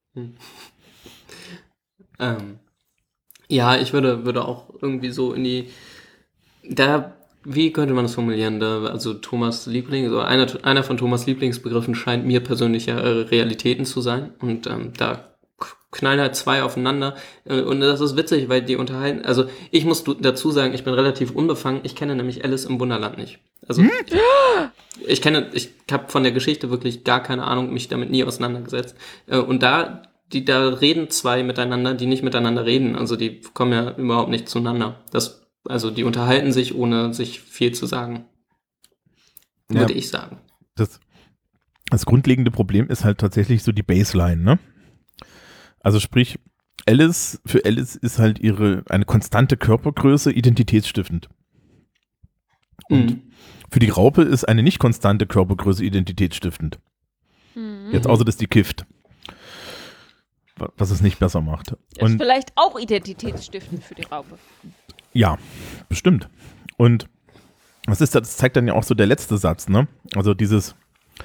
Ja, ich würde auch irgendwie so in die, wie könnte man das formulieren? Also Thomas Liebling, so einer von Thomas Lieblingsbegriffen scheint mir persönlich ja Realitäten zu sein. Und da knallen halt zwei aufeinander. Und das ist witzig, weil die unterhalten, also ich muss dazu sagen, ich bin relativ unbefangen. Ich kenne nämlich Alice im Wunderland nicht. Also ich habe von der Geschichte wirklich gar keine Ahnung, mich damit nie auseinandergesetzt. Und da reden zwei miteinander, die nicht miteinander reden. Also die kommen ja überhaupt nicht zueinander. Also die unterhalten sich, ohne sich viel zu sagen. Würde ich sagen. Das grundlegende Problem ist halt tatsächlich so die Baseline, ne? Also sprich, für Alice ist halt eine konstante Körpergröße identitätsstiftend. Und für die Raupe ist eine nicht konstante Körpergröße identitätsstiftend. Jetzt außer, dass die kifft. Was es nicht besser macht. Ist vielleicht auch identitätsstiftend für die Raupe. Ja, bestimmt. Und das zeigt dann ja auch so der letzte Satz, ne? Also dieses,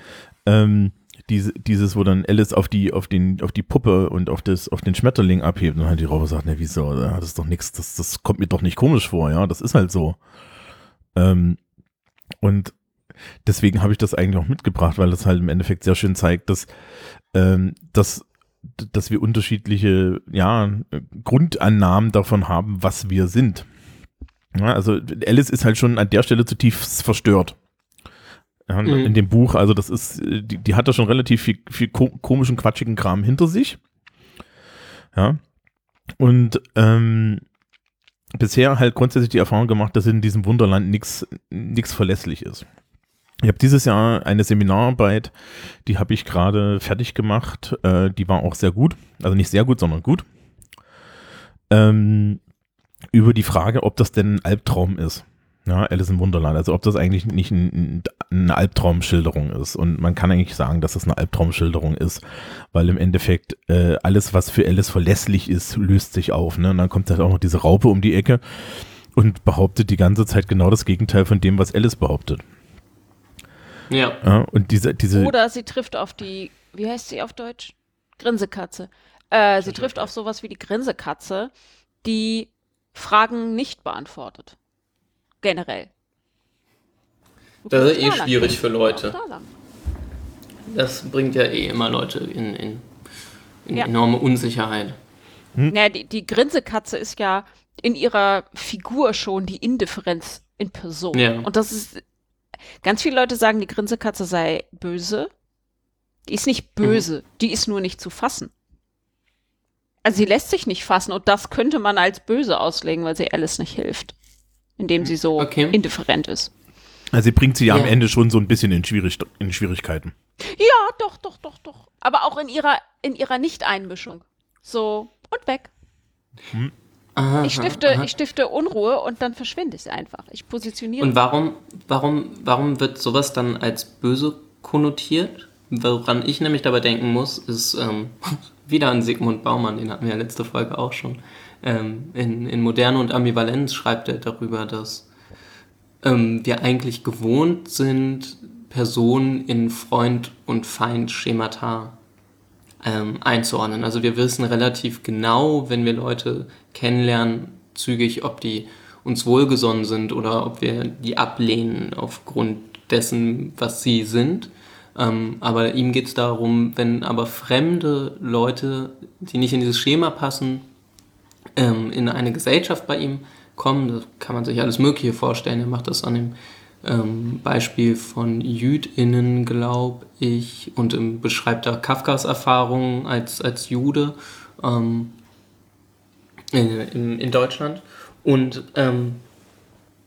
wo dann Alice auf die Puppe und auf den Schmetterling abhebt und halt die Raupe sagt, ne, wieso, das ist doch nichts, das kommt mir doch nicht komisch vor, ja, das ist halt so. Und deswegen habe ich das eigentlich auch mitgebracht, weil das halt im Endeffekt sehr schön zeigt, dass wir unterschiedliche, Grundannahmen davon haben, was wir sind. Ja, also Alice ist halt schon an der Stelle zutiefst verstört. Ja, in dem Buch, also das ist, die hat da schon relativ viel komischen, quatschigen Kram hinter sich. Ja. Und bisher halt grundsätzlich die Erfahrung gemacht, dass in diesem Wunderland nichts verlässlich ist. Ich habe dieses Jahr eine Seminararbeit, die habe ich gerade fertig gemacht. Die war auch sehr gut. Also nicht sehr gut, sondern gut. Über die Frage, ob das denn ein Albtraum ist. Ja, Alice im Wunderland. Also ob das eigentlich nicht eine Albtraumschilderung ist. Und man kann eigentlich sagen, dass das eine Albtraumschilderung ist. Weil im Endeffekt alles, was für Alice verlässlich ist, löst sich auf. Ne? Und dann kommt halt auch noch diese Raupe um die Ecke und behauptet die ganze Zeit genau das Gegenteil von dem, was Alice behauptet. Ja, und diese Oder sie trifft auf die, wie heißt sie auf Deutsch? Grinsekatze. Sie trifft auf sowas wie die Grinsekatze, die Fragen nicht beantwortet. Generell. Das ist schwierig für Leute. Das bringt ja immer Leute in enorme Unsicherheit. Naja, die Grinsekatze ist ja in ihrer Figur schon die Indifferenz in Person. Ja. Und das ist, ganz viele Leute sagen, die Grinsekatze sei böse. Die ist nicht böse, die ist nur nicht zu fassen. Also sie lässt sich nicht fassen und das könnte man als böse auslegen, weil sie Alice nicht hilft. Indem sie so indifferent ist. Also sie bringt sie ja am Ende schon so ein bisschen in Schwierigkeiten. Ja, doch. Aber auch in ihrer Nicht-Einmischung. So, und weg. Ich stifte Unruhe und dann verschwinde ich einfach. Ich positioniere. Und warum wird sowas dann als böse konnotiert? Woran ich nämlich dabei denken muss, ist wieder an Sigmund Baumann, den hatten wir ja letzte Folge auch schon. In Moderne und Ambivalenz schreibt er darüber, dass wir eigentlich gewohnt sind, Personen in Freund- und Feind-Schemata einzuordnen. Also wir wissen relativ genau, wenn wir Leute kennenlernen, zügig, ob die uns wohlgesonnen sind oder ob wir die ablehnen aufgrund dessen, was sie sind. Aber ihm geht es darum, wenn aber fremde Leute, die nicht in dieses Schema passen, in eine Gesellschaft bei ihm kommen, da kann man sich alles Mögliche vorstellen. Er macht das an dem Beispiel von JüdInnen, glaube ich, und beschreibt da Kafkas Erfahrungen als Jude in Deutschland. Und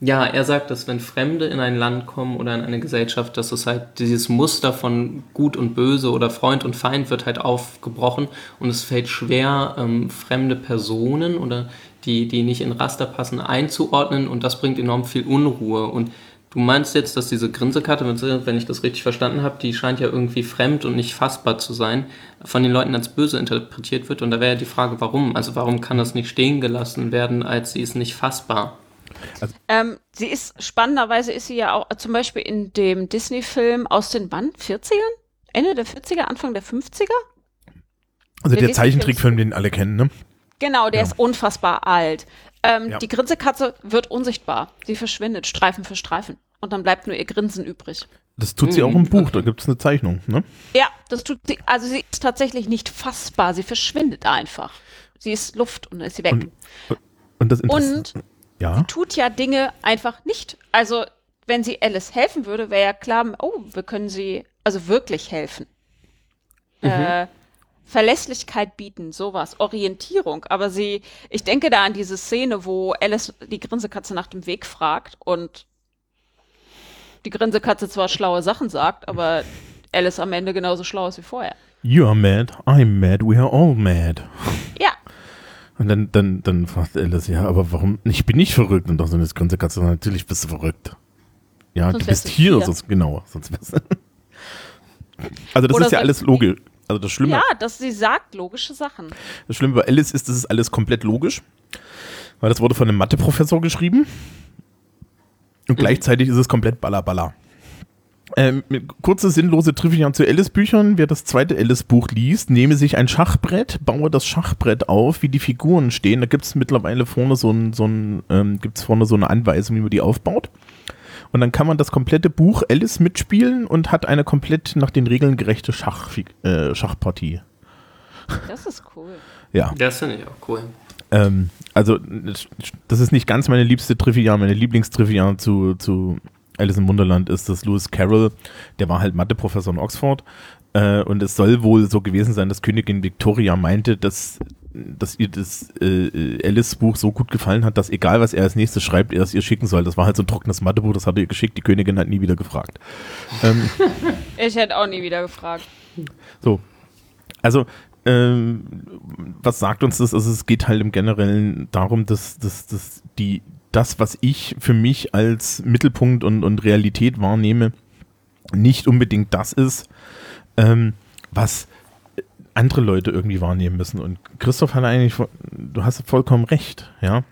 Ja, er sagt, dass wenn Fremde in ein Land kommen oder in eine Gesellschaft, dass es halt dieses Muster von Gut und Böse oder Freund und Feind wird halt aufgebrochen und es fällt schwer, fremde Personen oder die nicht in Raster passen, einzuordnen und das bringt enorm viel Unruhe. Und du meinst jetzt, dass diese Grinsekarte, wenn ich das richtig verstanden habe, die scheint ja irgendwie fremd und nicht fassbar zu sein, von den Leuten als böse interpretiert wird und da wäre ja die Frage, warum? Also warum kann das nicht stehen gelassen werden, als sie ist nicht fassbar? Sie ist, spannenderweise ist sie ja auch zum Beispiel in dem Disney-Film aus den wann? 40ern? Ende der 40er, Anfang der 50er? Also der Disney-Film, Zeichentrickfilm, den alle kennen, ne? Genau, der Ja. ist unfassbar alt. Ja. Die Grinsekatze wird unsichtbar. Sie verschwindet Streifen für Streifen. Und dann bleibt nur ihr Grinsen übrig. Das tut sie auch im Buch, da gibt es eine Zeichnung, ne? Ja, das tut sie. Also sie ist tatsächlich nicht fassbar. Sie verschwindet einfach. Sie ist Luft und dann ist sie weg. Und das Und ja. tut ja Dinge einfach nicht. Also, wenn sie Alice helfen würde, wäre ja klar, oh, wir können sie also wirklich helfen. Verlässlichkeit bieten, sowas, Orientierung. Aber ich denke da an diese Szene, wo Alice die Grinsekatze nach dem Weg fragt und die Grinsekatze zwar schlaue Sachen sagt, aber Alice am Ende genauso schlau ist wie vorher. You are mad, I'm mad, we are all mad. Ja. Und dann fragt Alice, ja, aber warum? Ich bin nicht verrückt. Und doch so eine Grinsekatze, natürlich bist du verrückt. Ja, Sonst du bist wärst du hier, hier. sonst wärst du. Also das Oder ist ja so alles logisch. Also das Schlimme, Ja, dass sie sagt logische Sachen. das Schlimme bei Alice ist, das ist alles komplett logisch. Weil das wurde von einem Mathe-Professor geschrieben. Und gleichzeitig ist es komplett Balla. Kurze, sinnlose Trivia zu Alice-Büchern. Wer das zweite Alice-Buch liest, nehme sich ein Schachbrett, baue das Schachbrett auf, wie die Figuren stehen. Da gibt es mittlerweile vorne so eine Anweisung, wie man die aufbaut. Und dann kann man das komplette Buch Alice mitspielen und hat eine komplett nach den Regeln gerechte Schachpartie. Das ist cool. Ja. Das finde ich auch cool. Also, das ist nicht ganz meine liebste Trivia. Meine Lieblingstrivia zu Alice im Wunderland ist das Lewis Carroll. Der war halt Mathe-Professor in Oxford. Und es soll wohl so gewesen sein, dass Königin Victoria meinte, dass ihr das Alice-Buch so gut gefallen hat, dass egal, was er als nächstes schreibt, er es ihr schicken soll. Das war halt so ein trockenes Mathebuch, das hat er ihr geschickt. Die Königin hat nie wieder gefragt. Ich hätte auch nie wieder gefragt. So, also was sagt uns das? Also es geht halt im Generellen darum, dass das, was ich für mich als Mittelpunkt und Realität wahrnehme, nicht unbedingt das ist, was andere Leute irgendwie wahrnehmen müssen. Und Christoph hat eigentlich, du hast vollkommen recht, ja.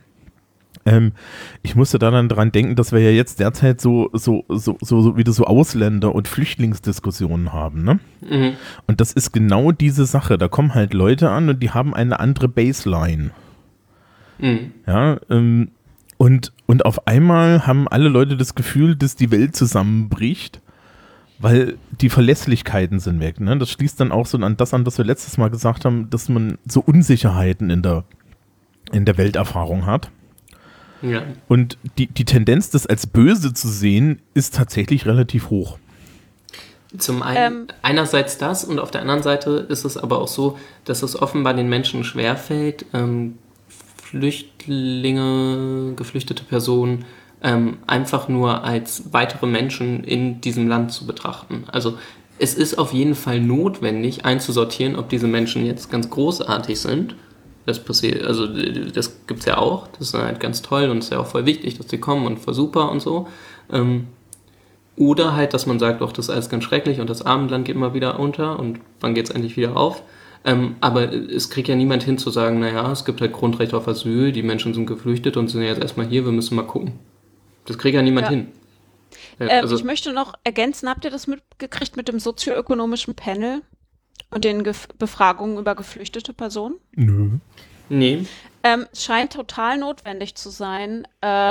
Ich musste da dann dran denken, dass wir ja jetzt derzeit so wieder so Ausländer- und Flüchtlingsdiskussionen haben, ne? Mhm. Und das ist genau diese Sache. Da kommen halt Leute an und die haben eine andere Baseline. Mhm. Ja, und auf einmal haben alle Leute das Gefühl, dass die Welt zusammenbricht, weil die Verlässlichkeiten sind weg. Ne? Das schließt dann auch so an das wir letztes Mal gesagt haben, dass man so Unsicherheiten in der Welterfahrung hat. Ja. Und die Tendenz, das als böse zu sehen, ist tatsächlich relativ hoch. Zum einen, einerseits das und auf der anderen Seite ist es aber auch so, dass es offenbar den Menschen schwerfällt, Flüchtlinge, geflüchtete Personen einfach nur als weitere Menschen in diesem Land zu betrachten. Also es ist auf jeden Fall notwendig, einzusortieren, ob diese Menschen jetzt ganz großartig sind. Das passiert, also das gibt's ja auch, das ist halt ganz toll und ist ja auch voll wichtig, dass die kommen und voll super und so. Oder halt, dass man sagt, doch, das ist alles ganz schrecklich und das Abendland geht immer wieder unter und wann geht's endlich wieder auf? Aber es kriegt ja niemand hin zu sagen, naja, es gibt halt Grundrecht auf Asyl, die Menschen sind geflüchtet und sind jetzt erstmal hier, wir müssen mal gucken. Das kriegt ja niemand hin. Also, Ich möchte noch ergänzen, habt ihr das mitgekriegt mit dem sozioökonomischen Panel und den Befragungen über geflüchtete Personen? Nö. nee. Es scheint total notwendig zu sein,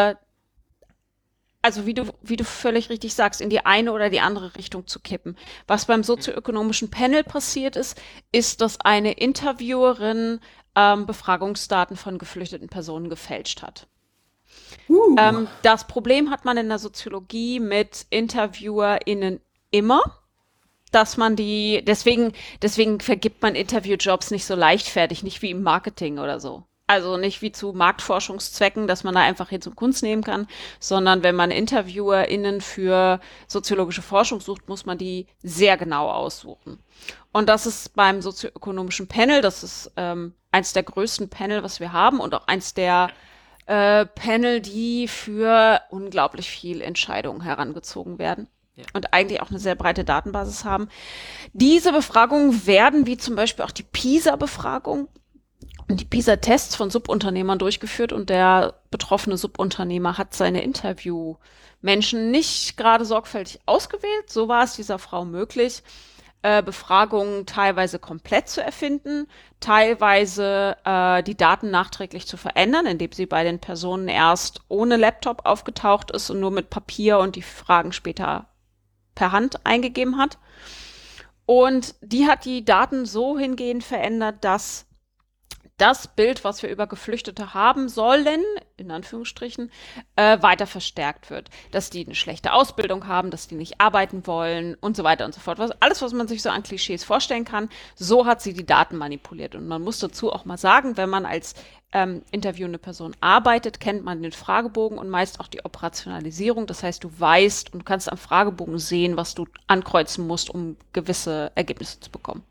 also wie du völlig richtig sagst, in die eine oder die andere Richtung zu kippen. Was beim sozioökonomischen Panel passiert ist, dass eine Interviewerin Befragungsdaten von geflüchteten Personen gefälscht hat. Das Problem hat man in der Soziologie mit InterviewerInnen immer, dass man deswegen vergibt man Interviewjobs nicht so leichtfertig, nicht wie im Marketing oder so. Also nicht wie zu Marktforschungszwecken, dass man da einfach Hinz und Kunst nehmen kann, sondern wenn man InterviewerInnen für soziologische Forschung sucht, muss man die sehr genau aussuchen. Und das ist beim sozioökonomischen Panel, das ist eins der größten Panel, was wir haben und auch eins der Panel, die für unglaublich viel Entscheidungen herangezogen werden. Ja. Und eigentlich auch eine sehr breite Datenbasis haben. Diese Befragungen werden, wie zum Beispiel auch die PISA-Befragung, und die PISA-Tests von Subunternehmern durchgeführt und der betroffene Subunternehmer hat seine Interviewmenschen nicht gerade sorgfältig ausgewählt. So war es dieser Frau möglich, Befragungen teilweise komplett zu erfinden, teilweise die Daten nachträglich zu verändern, indem sie bei den Personen erst ohne Laptop aufgetaucht ist und nur mit Papier und die Fragen später per Hand eingegeben hat. Und die hat die Daten so hingehend verändert, dass das Bild, was wir über Geflüchtete haben sollen, in Anführungsstrichen, weiter verstärkt wird. Dass die eine schlechte Ausbildung haben, dass die nicht arbeiten wollen und so weiter und so fort. Alles, was man sich so an Klischees vorstellen kann, so hat sie die Daten manipuliert. Und man muss dazu auch mal sagen, wenn man als interviewende Person arbeitet, kennt man den Fragebogen und meist auch die Operationalisierung. Das heißt, du weißt und du kannst am Fragebogen sehen, was du ankreuzen musst, um gewisse Ergebnisse zu bekommen.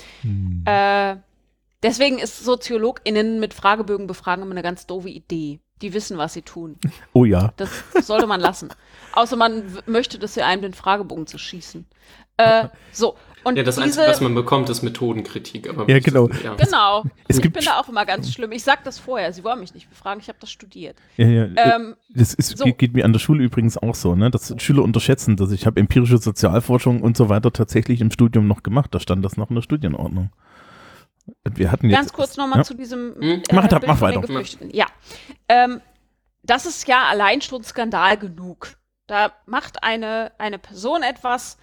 Deswegen ist SoziologInnen mit Fragebögen befragen immer eine ganz doofe Idee. Die wissen, was sie tun. Oh ja. Das sollte man lassen. Außer man möchte, dass sie einem den Fragebogen zu schießen. So. Und ja, das Einzige, was man bekommt, ist Methodenkritik. Aber ja, genau. Genau. Ich bin da auch immer ganz schlimm. Ich sag das vorher. Sie wollen mich nicht befragen. Ich habe das studiert. Ja. Geht mir an der Schule übrigens auch so, ne? Dass Schüler unterschätzen, dass ich habe empirische Sozialforschung und so weiter tatsächlich im Studium noch gemacht. Da stand das noch in der Studienordnung. Wir hatten jetzt ganz kurz nochmal zu diesem mach weiter. Geflüchteten. Ja. Das ist ja allein schon Skandal genug. Da macht eine Person etwas,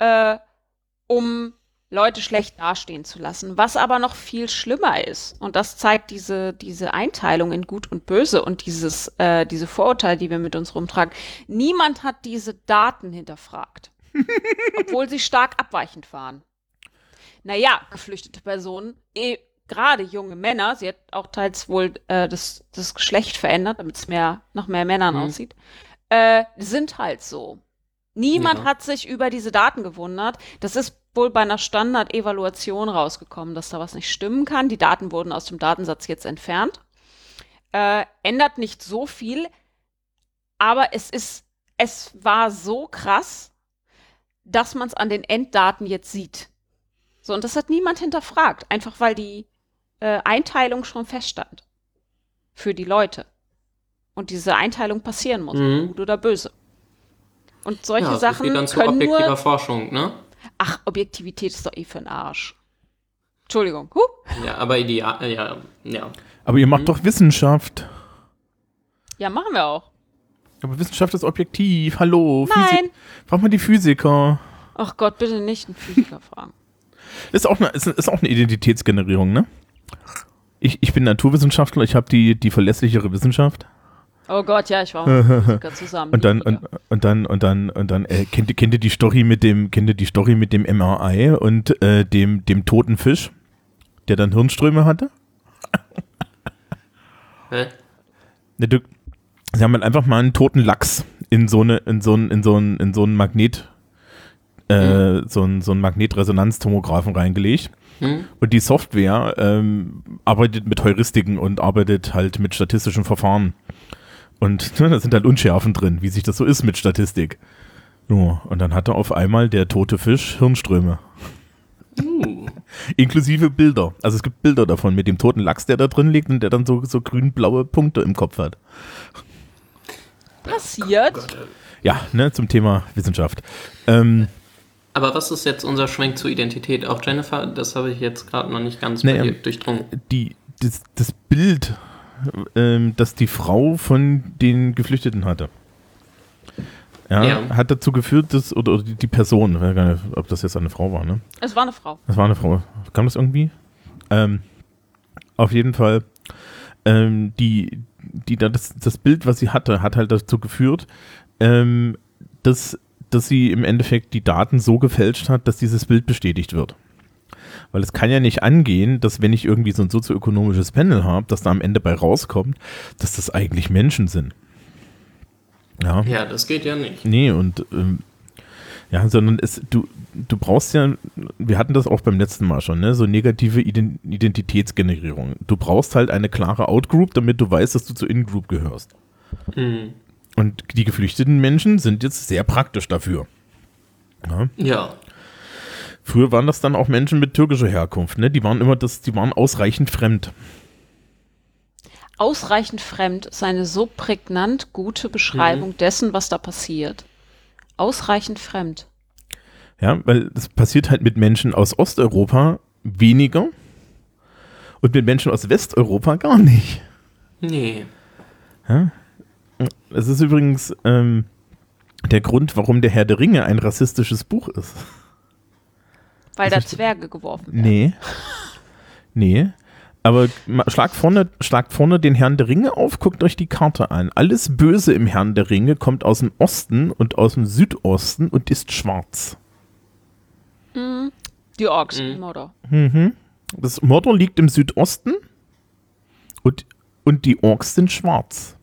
um Leute schlecht dastehen zu lassen. Was aber noch viel schlimmer ist, und das zeigt diese Einteilung in Gut und Böse und diese Vorurteile, die wir mit uns rumtragen. Niemand hat diese Daten hinterfragt, obwohl sie stark abweichend waren. Naja, geflüchtete Personen, gerade junge Männer, sie hat auch teils wohl das Geschlecht verändert, damit es nach mehr Männern aussieht, sind halt so. Niemand hat sich über diese Daten gewundert. Das ist wohl bei einer Standard-Evaluation rausgekommen, dass da was nicht stimmen kann. Die Daten wurden aus dem Datensatz jetzt entfernt. Ändert nicht so viel, aber es war so krass, dass man es an den Enddaten jetzt sieht. So, und das hat niemand hinterfragt, einfach weil die Einteilung schon feststand für die Leute. Und diese Einteilung passieren muss, gut oder böse. Und solche Sachen dann zu objektiver Forschung, ne? Ach, Objektivität ist doch für den Arsch. Entschuldigung. Ja, aber ideal, ja. Aber ihr macht doch Wissenschaft. Ja, machen wir auch. Aber Wissenschaft ist objektiv. Hallo. Nein. Frag mal die Physiker. Ach Gott, bitte nicht einen Physiker fragen. Ist auch eine Identitätsgenerierung, ne? Ich bin Naturwissenschaftler, ich habe die verlässlichere Wissenschaft. Oh Gott, ja, ich war mit Physiker zusammen. Und dann kennt ihr die Story mit dem MRI und dem toten Fisch, der dann Hirnströme hatte? Hä? Sie haben halt einfach mal einen toten Lachs in so einen Magnet so einen Magnetresonanztomographen reingelegt. Und die Software arbeitet mit Heuristiken und arbeitet halt mit statistischen Verfahren. Und da sind halt Unschärfen drin, wie sich das so ist mit Statistik. Ja, und dann hatte auf einmal der tote Fisch Hirnströme. Inklusive Bilder. Also es gibt Bilder davon mit dem toten Lachs, der da drin liegt und der dann so grün-blaue Punkte im Kopf hat. Passiert. Ja, ne, zum Thema Wissenschaft. Aber was ist jetzt unser Schwenk zur Identität? Auch Jennifer, das habe ich jetzt gerade noch nicht ganz bei dir durchdrungen. Das Bild, das die Frau von den Geflüchteten hatte, hat dazu geführt, dass, oder die Person, ich weiß gar nicht, ob das jetzt eine Frau war, ne? Es war eine Frau. Es war eine Frau. Kam das irgendwie? Auf jeden Fall, das Bild, was sie hatte, hat halt dazu geführt, dass sie im Endeffekt die Daten so gefälscht hat, dass dieses Bild bestätigt wird. Weil es kann ja nicht angehen, dass wenn ich irgendwie so ein sozioökonomisches Panel habe, dass da am Ende bei rauskommt, dass das eigentlich Menschen sind. Ja, Ja, das geht ja nicht. nee, und ja, sondern du brauchst ja, wir hatten das auch beim letzten Mal schon, ne, so negative Identitätsgenerierung. Du brauchst halt eine klare Outgroup, damit du weißt, dass du zur Ingroup gehörst. Mhm. Und die geflüchteten Menschen sind jetzt sehr praktisch dafür. Ja. Ja. Früher waren das dann auch Menschen mit türkischer Herkunft, ne? Die waren ausreichend fremd. Ausreichend fremd ist eine so prägnant gute Beschreibung dessen, was da passiert. Ausreichend fremd. Ja, weil das passiert halt mit Menschen aus Osteuropa weniger und mit Menschen aus Westeuropa gar nicht. Nee. Ja? Es ist übrigens der Grund, warum der Herr der Ringe ein rassistisches Buch ist. Weil da Zwerge geworfen werden. Nee. Nee. Aber schlag vorne den Herrn der Ringe auf, guckt euch die Karte an. Alles Böse im Herrn der Ringe kommt aus dem Osten und aus dem Südosten und ist schwarz. Die Orks, Mordor. Das Mordor liegt im Südosten und die Orks sind schwarz.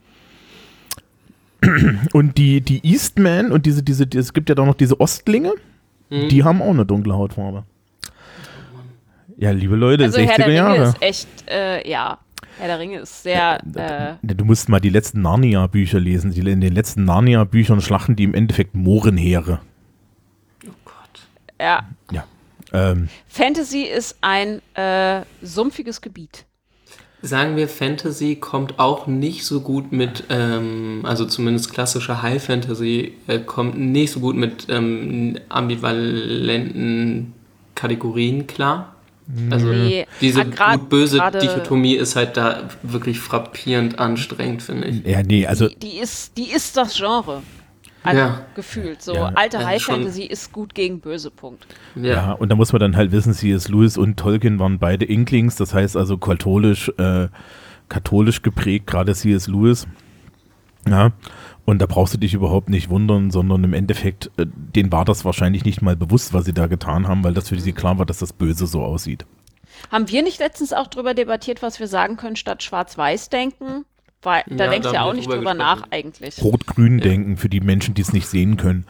Und die Eastmen und es gibt ja doch noch diese Ostlinge, die haben auch eine dunkle Hautfarbe. Ja, liebe Leute, Also 60er Herr der Ringe Jahre. ist echt, ja, Herr der Ringe ist sehr, Du musst mal die letzten Narnia-Bücher lesen. In den letzten Narnia-Büchern schlachten die im Endeffekt Mohrenheere. Oh Gott. ja. Ja. Fantasy ist ein sumpfiges Gebiet. Sagen wir, Fantasy kommt auch nicht so gut mit, also zumindest klassische High Fantasy, kommt nicht so gut mit ambivalenten Kategorien klar. Also Nee, diese grad- gut-böse gerade- Dichotomie ist halt da wirklich frappierend anstrengend, finde ich. Ja, nee, also Die ist das Genre. Also Ja. gefühlt. So Ja. alte Ja, High schon. Fantasy ist gut gegen böse, Punkt. ja, und da muss man dann halt wissen, C.S. Lewis und Tolkien waren beide Inklings, das heißt also katholisch geprägt, gerade C.S. Lewis. Ja, und da brauchst du dich überhaupt nicht wundern, sondern im Endeffekt, denen war das wahrscheinlich nicht mal bewusst, was sie da getan haben, weil das für sie klar war, dass das Böse so aussieht. Haben wir nicht letztens auch drüber debattiert, was wir sagen können, statt schwarz-weiß denken? Weil da Ja, denkst da du ja haben auch wir nicht drüber drüber gesprochen. nach eigentlich. Rot-Grün denken für die Menschen, die es nicht sehen können.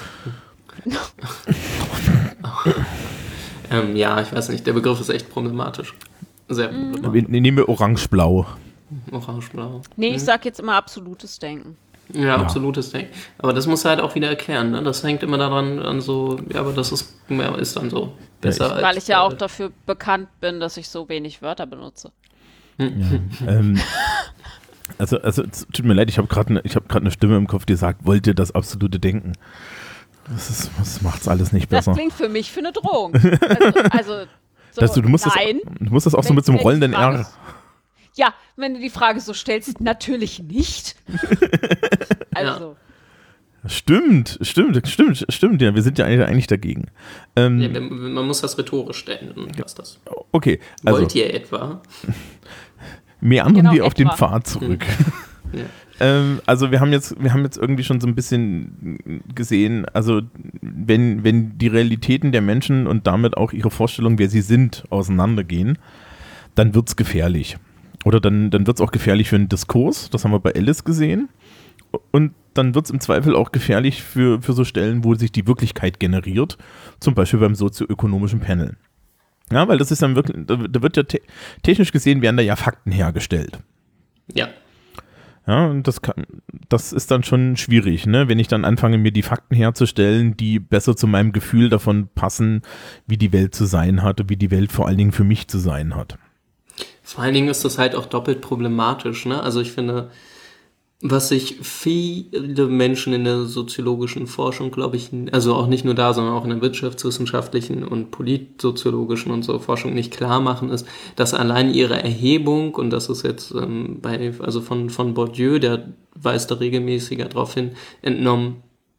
Ja, ich weiß nicht, der Begriff ist echt problematisch. Sehr problematisch. Nehmen wir Orange-Blau. Orange-blau. Nee, ich sag jetzt immer absolutes Denken. Ja, absolutes Ding. Aber das muss halt auch wieder erklären, ne? Das hängt immer daran an so, ja, aber das ist dann so besser als... Weil ich ja auch dafür bekannt bin, dass ich so wenig Wörter benutze. Also es tut mir leid, ich habe gerade eine Stimme im Kopf, die sagt, wollt ihr das absolute Denken? Das macht's alles nicht Das besser. klingt für mich für eine Drohung. Also so, Du musst nein. du musst das auch so mit so einem Wenn die rollenden Frage R. ist- Ja, wenn du die Frage so stellst, natürlich nicht. Also, Stimmt, ja, wir sind ja eigentlich dagegen. Ja, man muss das rhetorisch stellen. Dann passt das. Okay, also Wollt ihr etwa? meandern Genau, wir auf den etwa. Pfad zurück. Ja. Also wir haben jetzt irgendwie schon so ein bisschen gesehen, also wenn die Realitäten der Menschen und damit auch ihre Vorstellung, wer sie sind, auseinandergehen, dann wird's gefährlich. Oder dann wird's auch gefährlich für einen Diskurs, das haben wir bei Alice gesehen. Und dann wird's im Zweifel auch gefährlich für so Stellen, wo sich die Wirklichkeit generiert, zum Beispiel beim sozioökonomischen Panel. Ja, weil das ist dann wirklich, da wird ja technisch gesehen, werden da ja Fakten hergestellt. Ja. Ja, und das ist dann schon schwierig, ne? Wenn ich dann anfange, mir die Fakten herzustellen, die besser zu meinem Gefühl davon passen, wie die Welt zu sein hat und wie die Welt vor allen Dingen für mich zu sein hat. Vor allen Dingen ist das halt auch doppelt problematisch, ne? Also ich finde, was sich viele Menschen in der soziologischen Forschung, glaube ich, also auch nicht nur da, sondern auch in der wirtschaftswissenschaftlichen und politsoziologischen und so Forschung nicht klar machen, ist, dass allein ihre Erhebung, und das ist jetzt von Bourdieu, der weist da regelmäßiger darauf hin, entnommen,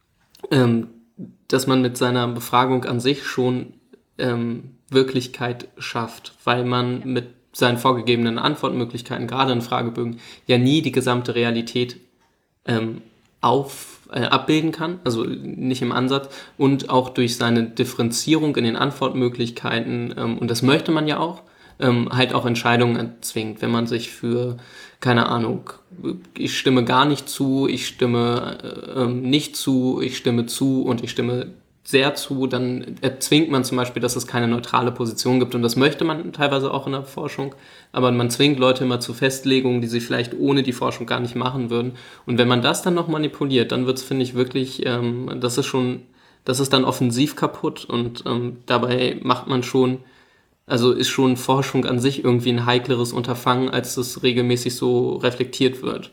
dass man mit seiner Befragung an sich schon Wirklichkeit schafft, weil man mit seinen vorgegebenen Antwortmöglichkeiten, gerade in Fragebögen, ja nie die gesamte Realität abbilden kann, also nicht im Ansatz, und auch durch seine Differenzierung in den Antwortmöglichkeiten, und das möchte man ja auch, halt auch Entscheidungen erzwingt. Wenn man sich für, keine Ahnung, ich stimme gar nicht zu, ich stimme nicht zu, ich stimme zu und ich stimme sehr zu, dann erzwingt man zum Beispiel, dass es keine neutrale Position gibt, und das möchte man teilweise auch in der Forschung, aber man zwingt Leute immer zu Festlegungen, die sie vielleicht ohne die Forschung gar nicht machen würden, und wenn man das dann noch manipuliert, dann wird es, finde ich, wirklich, das ist dann offensiv kaputt, und dabei macht man schon, also ist schon Forschung an sich irgendwie ein heikleres Unterfangen, als das regelmäßig so reflektiert wird.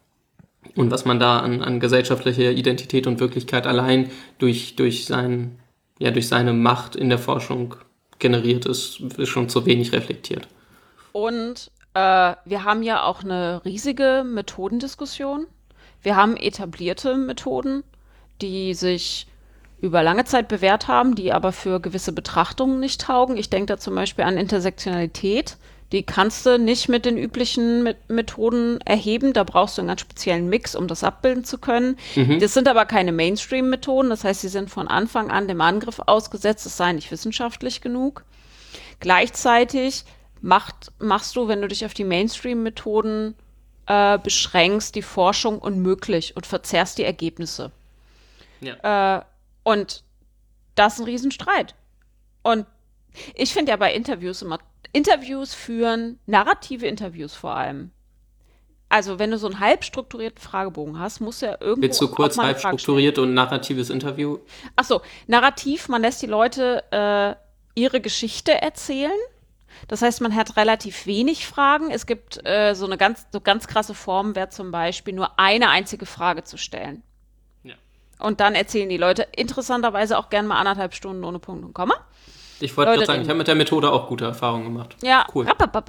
Und was man da an gesellschaftlicher Identität und Wirklichkeit allein durch seine Macht in der Forschung generiert ist schon zu wenig reflektiert. Und wir haben ja auch eine riesige Methodendiskussion. Wir haben etablierte Methoden, die sich über lange Zeit bewährt haben, die aber für gewisse Betrachtungen nicht taugen. Ich denke da zum Beispiel an Intersektionalität. Die kannst du nicht mit den üblichen Methoden erheben. Da brauchst du einen ganz speziellen Mix, um das abbilden zu können. Das sind aber keine Mainstream-Methoden. Das heißt, sie sind von Anfang an dem Angriff ausgesetzt, es sei nicht wissenschaftlich genug. Gleichzeitig machst du, wenn du dich auf die Mainstream-Methoden beschränkst, die Forschung unmöglich und verzerrst die Ergebnisse. Ja. Und das ist ein Riesenstreit. Und ich finde ja bei Interviews führen, narrative Interviews vor allem. Also wenn du so einen halb strukturierten Fragebogen hast, musst du ja irgendwo Willst du kurz auch mal eine halb Frage strukturiert und narratives Interview? Achso, narrativ, man lässt die Leute ihre Geschichte erzählen. Das heißt, man hat relativ wenig Fragen. Es gibt so ganz krasse Formen, wäre zum Beispiel nur eine einzige Frage zu stellen. Ja. Und dann erzählen die Leute interessanterweise auch gerne mal 1,5 Stunden ohne Punkt und Komma. Ich wollte gerade sagen, ich habe mit der Methode auch gute Erfahrungen gemacht. Ja, cool.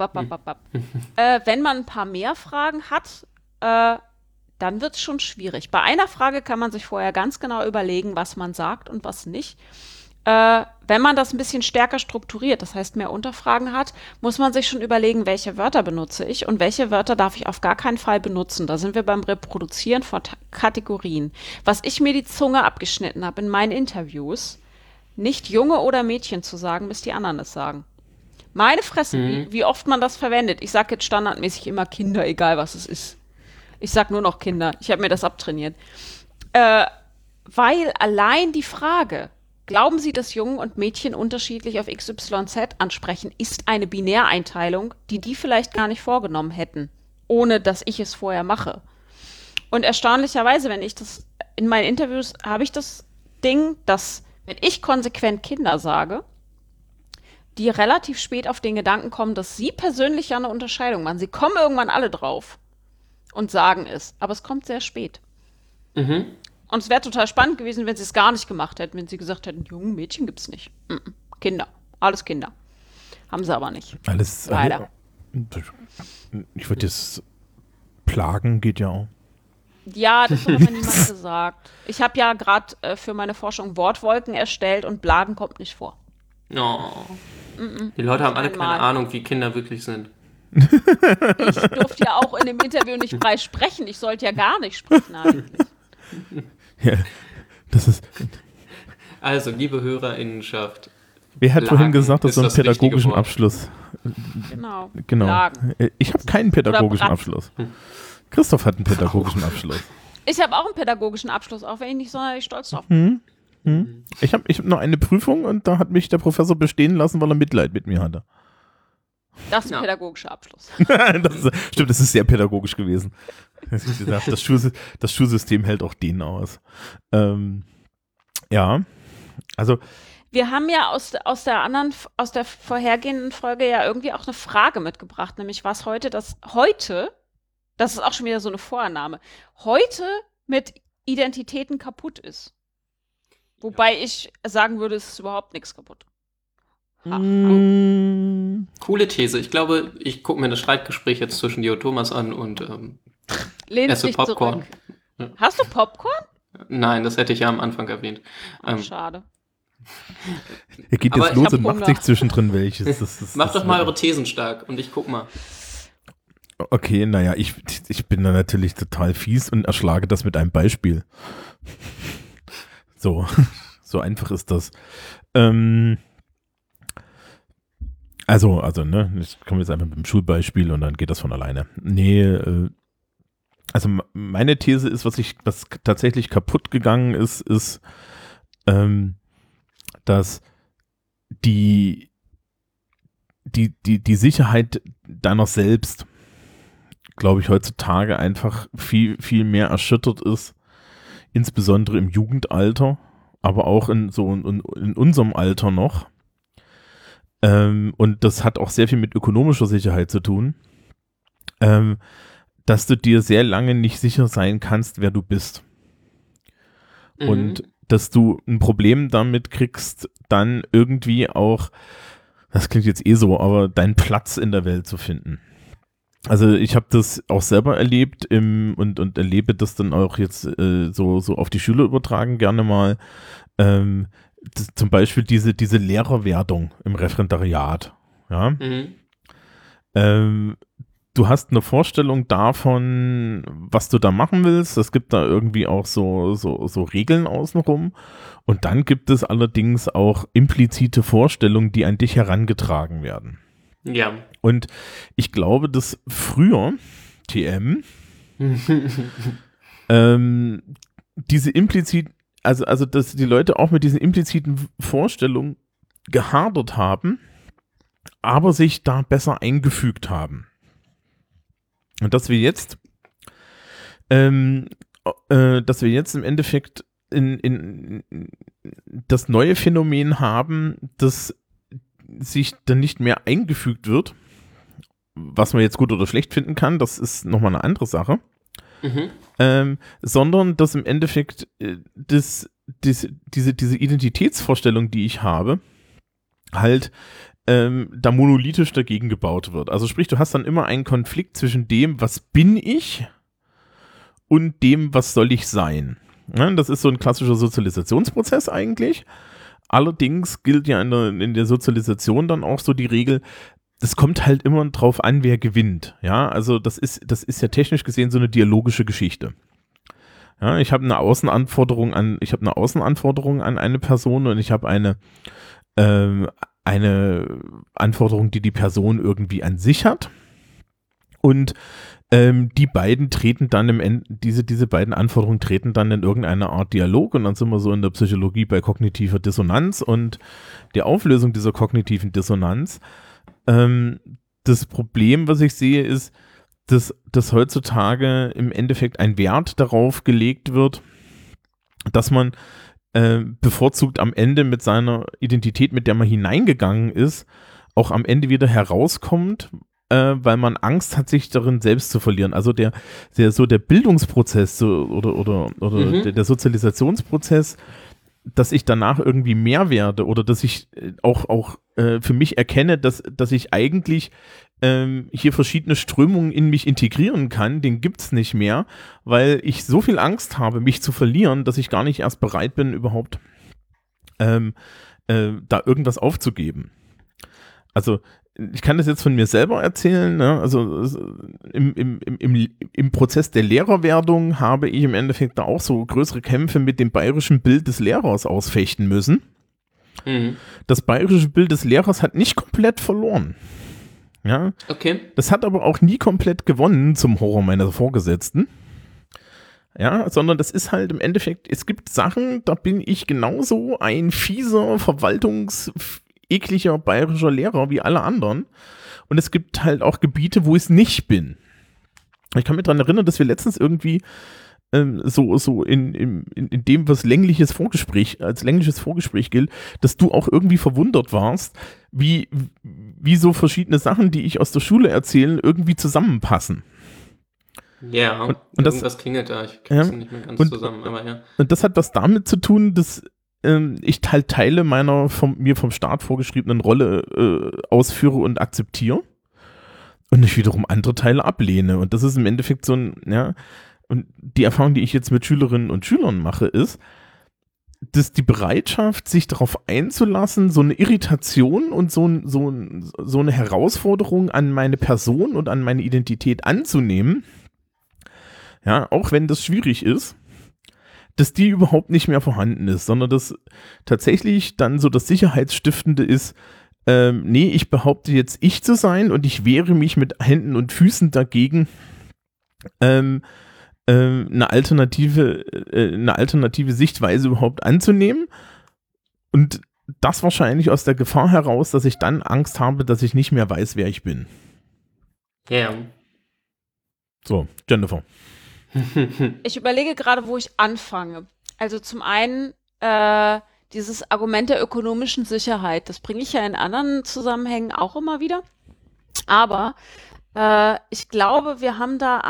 Wenn man ein paar mehr Fragen hat, dann wird es schon schwierig. Bei einer Frage kann man sich vorher ganz genau überlegen, was man sagt und was nicht. Wenn man das ein bisschen stärker strukturiert, das heißt mehr Unterfragen hat, muss man sich schon überlegen, welche Wörter benutze ich und welche Wörter darf ich auf gar keinen Fall benutzen. Da sind wir beim Reproduzieren von Kategorien. Was ich mir die Zunge abgeschnitten habe in meinen Interviews, nicht Junge oder Mädchen zu sagen, bis die anderen es sagen. Meine Fresse, wie oft man das verwendet. Ich sage jetzt standardmäßig immer Kinder, egal was es ist. Ich sage nur noch Kinder. Ich habe mir das abtrainiert. Weil allein die Frage, glauben Sie, dass Jungen und Mädchen unterschiedlich auf XYZ ansprechen, ist eine Binäreinteilung, die vielleicht gar nicht vorgenommen hätten, ohne dass ich es vorher mache. Und erstaunlicherweise, wenn ich das in meinen Interviews habe ich das Ding, dass wenn ich konsequent Kinder sage, die relativ spät auf den Gedanken kommen, dass sie persönlich ja eine Unterscheidung machen. Sie kommen irgendwann alle drauf und sagen es, aber es kommt sehr spät. Und es wäre total spannend gewesen, wenn sie es gar nicht gemacht hätten, wenn sie gesagt hätten, Jungen, Mädchen gibt's nicht. Kinder, alles Kinder. Haben sie aber nicht. Alles. Leider. Ich würde jetzt plagen, geht ja auch. Ja, das hat aber niemand gesagt. Ich habe ja gerade für meine Forschung Wortwolken erstellt und Blagen kommt nicht vor. Oh. Die Leute haben alle Einmal. keine Ahnung, wie Kinder wirklich sind. Ich durfte ja auch in dem Interview nicht frei sprechen. Ich sollte ja gar nicht sprechen eigentlich. Ja, das ist. Also, liebe HörerInnenschaft. Wer hat Blagen vorhin gesagt, dass ist so einen das richtige pädagogischen Wort. Abschluss? Genau. Genau. Ich habe keinen pädagogischen Oder Abschluss. Christoph hat einen pädagogischen Abschluss. Ich habe auch einen pädagogischen Abschluss, auch wenn ich nicht sonderlich stolz drauf Hm? Ich hab noch eine Prüfung und da hat mich der Professor bestehen lassen, weil er Mitleid mit mir hatte. Das ist ein Ja. pädagogischer Abschluss. Stimmt, das ist sehr pädagogisch gewesen. Das Schulsystem hält auch den aus. Ja, also Wir haben ja aus der vorhergehenden Folge ja irgendwie auch eine Frage mitgebracht, nämlich was heute, das ist auch schon wieder so eine Vorannahme, heute mit Identitäten kaputt ist. Wobei ich sagen würde, es ist überhaupt nichts kaputt. Coole These. Ich glaube, ich gucke mir das Streitgespräch jetzt zwischen dir und Thomas an und Lehnst esse dich Popcorn. zurück. Hast du Popcorn? Nein, das hätte ich ja am Anfang erwähnt. Schade. er geht Aber jetzt ich los hab und macht Hunger. sich zwischendrin welches. Macht doch mal eure Thesen stark und ich guck mal. Okay, naja, ich bin da natürlich total fies und erschlage das mit einem Beispiel. So einfach ist das. Also, ne, ich komme jetzt einfach mit dem Schulbeispiel und dann geht das von alleine. Nee, also meine These ist, was tatsächlich kaputt gegangen ist, dass die Sicherheit deiner selbst, glaube ich, heutzutage einfach viel, viel mehr erschüttert ist, insbesondere im Jugendalter, aber auch in unserem Alter noch. Und das hat auch sehr viel mit ökonomischer Sicherheit zu tun, dass du dir sehr lange nicht sicher sein kannst, wer du bist. Und dass du ein Problem damit kriegst, dann irgendwie auch, das klingt jetzt so, aber deinen Platz in der Welt zu finden. Also ich habe das auch selber erlebt und erlebe das dann auch jetzt so auf die Schüler übertragen gerne mal. Zum Beispiel diese Lehrerwerdung im Referendariat. Ja? Du hast eine Vorstellung davon, was du da machen willst. Es gibt da irgendwie auch so Regeln außenrum. Und dann gibt es allerdings auch implizite Vorstellungen, die an dich herangetragen werden. Ja. Und ich glaube, dass früher, TM, diese also dass die Leute auch mit diesen impliziten Vorstellungen gehadert haben, aber sich da besser eingefügt haben. Und dass wir jetzt im Endeffekt in das neue Phänomen haben, dass sich dann nicht mehr eingefügt wird, was man jetzt gut oder schlecht finden kann, das ist nochmal eine andere Sache, sondern dass im Endeffekt diese Identitätsvorstellung, die ich habe, halt da monolithisch dagegen gebaut wird. Also sprich, du hast dann immer einen Konflikt zwischen dem, was bin ich und dem, was soll ich sein. Ja, das ist so ein klassischer Sozialisationsprozess eigentlich. Allerdings gilt ja in der Sozialisation dann auch so die Regel, es kommt halt immer drauf an, wer gewinnt. Ja, also das ist ja technisch gesehen so eine dialogische Geschichte. Ja, ich habe eine Außenanforderung an eine Person und ich habe eine Anforderung, die Person irgendwie an sich hat. Und die beiden treten dann diese beiden Anforderungen treten dann in irgendeine Art Dialog und dann sind wir so in der Psychologie bei kognitiver Dissonanz und der Auflösung dieser kognitiven Dissonanz. Das Problem, was ich sehe, ist, dass heutzutage im Endeffekt ein Wert darauf gelegt wird, dass man bevorzugt am Ende mit seiner Identität, mit der man hineingegangen ist, auch am Ende wieder herauskommt, weil man Angst hat, sich darin selbst zu verlieren. Also der Bildungsprozess oder der Sozialisationsprozess, dass ich danach irgendwie mehr werde oder dass ich auch für mich erkenne, dass ich eigentlich hier verschiedene Strömungen in mich integrieren kann, den gibt's nicht mehr, weil ich so viel Angst habe, mich zu verlieren, dass ich gar nicht erst bereit bin, überhaupt da irgendwas aufzugeben. Also ich kann das jetzt von mir selber erzählen, ne? Also im Prozess der Lehrerwerdung habe ich im Endeffekt da auch so größere Kämpfe mit dem bayerischen Bild des Lehrers ausfechten müssen. Das bayerische Bild des Lehrers hat nicht komplett verloren. Ja? Okay. Das hat aber auch nie komplett gewonnen zum Horror meiner Vorgesetzten. Ja, sondern das ist halt im Endeffekt, es gibt Sachen, da bin ich genauso ein fieser, ekliger bayerischer Lehrer wie alle anderen. Und es gibt halt auch Gebiete, wo ich es nicht bin. Ich kann mich daran erinnern, dass wir letztens irgendwie so in dem, was als längliches Vorgespräch gilt, dass du auch irgendwie verwundert warst, wie so verschiedene Sachen, die ich aus der Schule erzähle, irgendwie zusammenpassen. Ja, und irgendwas klingelt da, ich krieg's nicht mehr ganz zusammen, aber ja. Und das hat was damit zu tun, dass ich halt Teile meiner mir vom Staat vorgeschriebenen Rolle ausführe und akzeptiere und ich wiederum andere Teile ablehne. Und das ist im Endeffekt so ein, ja, und die Erfahrung, die ich jetzt mit Schülerinnen und Schülern mache, ist, dass die Bereitschaft, sich darauf einzulassen, so eine Irritation und so eine Herausforderung an meine Person und an meine Identität anzunehmen, ja, auch wenn das schwierig ist, dass die überhaupt nicht mehr vorhanden ist, sondern dass tatsächlich dann so das Sicherheitsstiftende ist, nee, ich behaupte jetzt ich zu sein und ich wehre mich mit Händen und Füßen dagegen, eine alternative Sichtweise überhaupt anzunehmen und das wahrscheinlich aus der Gefahr heraus, dass ich dann Angst habe, dass ich nicht mehr weiß, wer ich bin. Ja. So, Jennifer. Ich überlege gerade, wo ich anfange. Also zum einen dieses Argument der ökonomischen Sicherheit, das bringe ich ja in anderen Zusammenhängen auch immer wieder. Aber ich glaube, wir haben da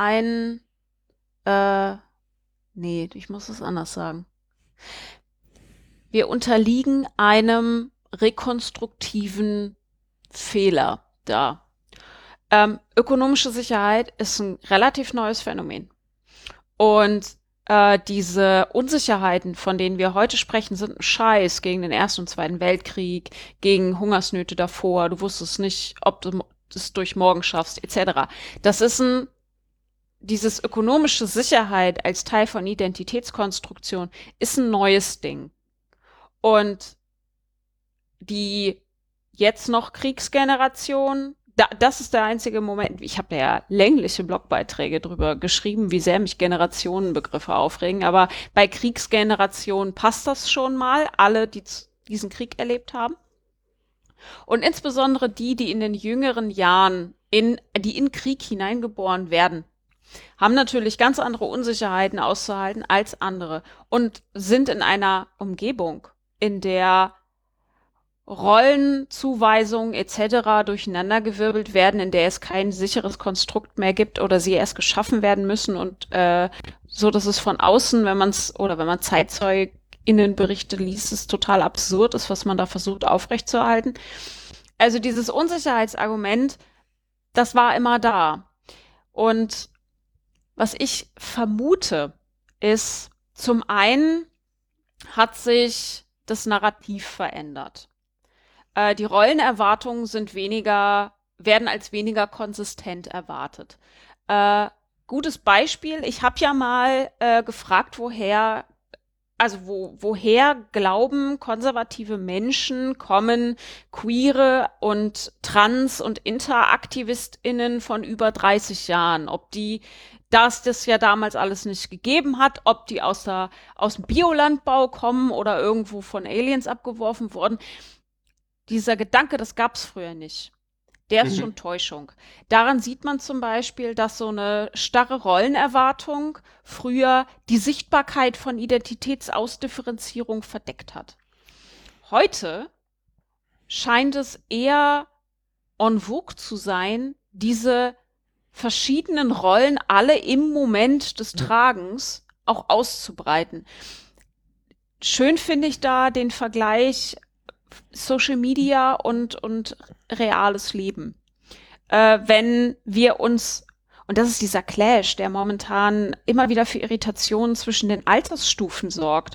nee, ich muss es anders sagen. Wir unterliegen einem rekonstruktiven Fehler da. Ökonomische Sicherheit ist ein relativ neues Phänomen. Und diese Unsicherheiten, von denen wir heute sprechen, sind ein Scheiß gegen den Ersten und Zweiten Weltkrieg, gegen Hungersnöte davor. Du wusstest nicht, ob du es durch morgen schaffst, etc. Das ist dieses ökonomische Sicherheit als Teil von Identitätskonstruktion ist ein neues Ding. Und die jetzt noch Kriegsgeneration, das ist der einzige Moment, ich habe ja längliche Blogbeiträge drüber geschrieben, wie sehr mich Generationenbegriffe aufregen, aber bei Kriegsgenerationen passt das schon mal, alle, die diesen Krieg erlebt haben. Und insbesondere die in den jüngeren Jahren, die in Krieg hineingeboren werden, haben natürlich ganz andere Unsicherheiten auszuhalten als andere und sind in einer Umgebung, in der Rollenzuweisungen etc. durcheinandergewirbelt werden, in der es kein sicheres Konstrukt mehr gibt oder sie erst geschaffen werden müssen und so, dass es von außen, wenn man ZeitzeugInnenberichte liest, es total absurd ist, was man da versucht aufrechtzuerhalten. Also dieses Unsicherheitsargument, das war immer da. Und was ich vermute, ist, zum einen hat sich das Narrativ verändert. Die Rollenerwartungen werden als weniger konsistent erwartet. Gutes Beispiel, ich habe ja mal gefragt, woher glauben konservative Menschen kommen queere und trans- und InteraktivistInnen von über 30 Jahren, dass das ja damals alles nicht gegeben hat, ob die aus dem Biolandbau kommen oder irgendwo von Aliens abgeworfen wurden. Dieser Gedanke, das gab's früher nicht. Der ist schon Täuschung. Daran sieht man zum Beispiel, dass so eine starre Rollenerwartung früher die Sichtbarkeit von Identitätsausdifferenzierung verdeckt hat. Heute scheint es eher en vogue zu sein, diese verschiedenen Rollen alle im Moment des Tragens auch auszubreiten. Schön finde ich da den Vergleich Social Media und reales Leben. Wenn wir uns, und das ist dieser Clash, der momentan immer wieder für Irritationen zwischen den Altersstufen sorgt,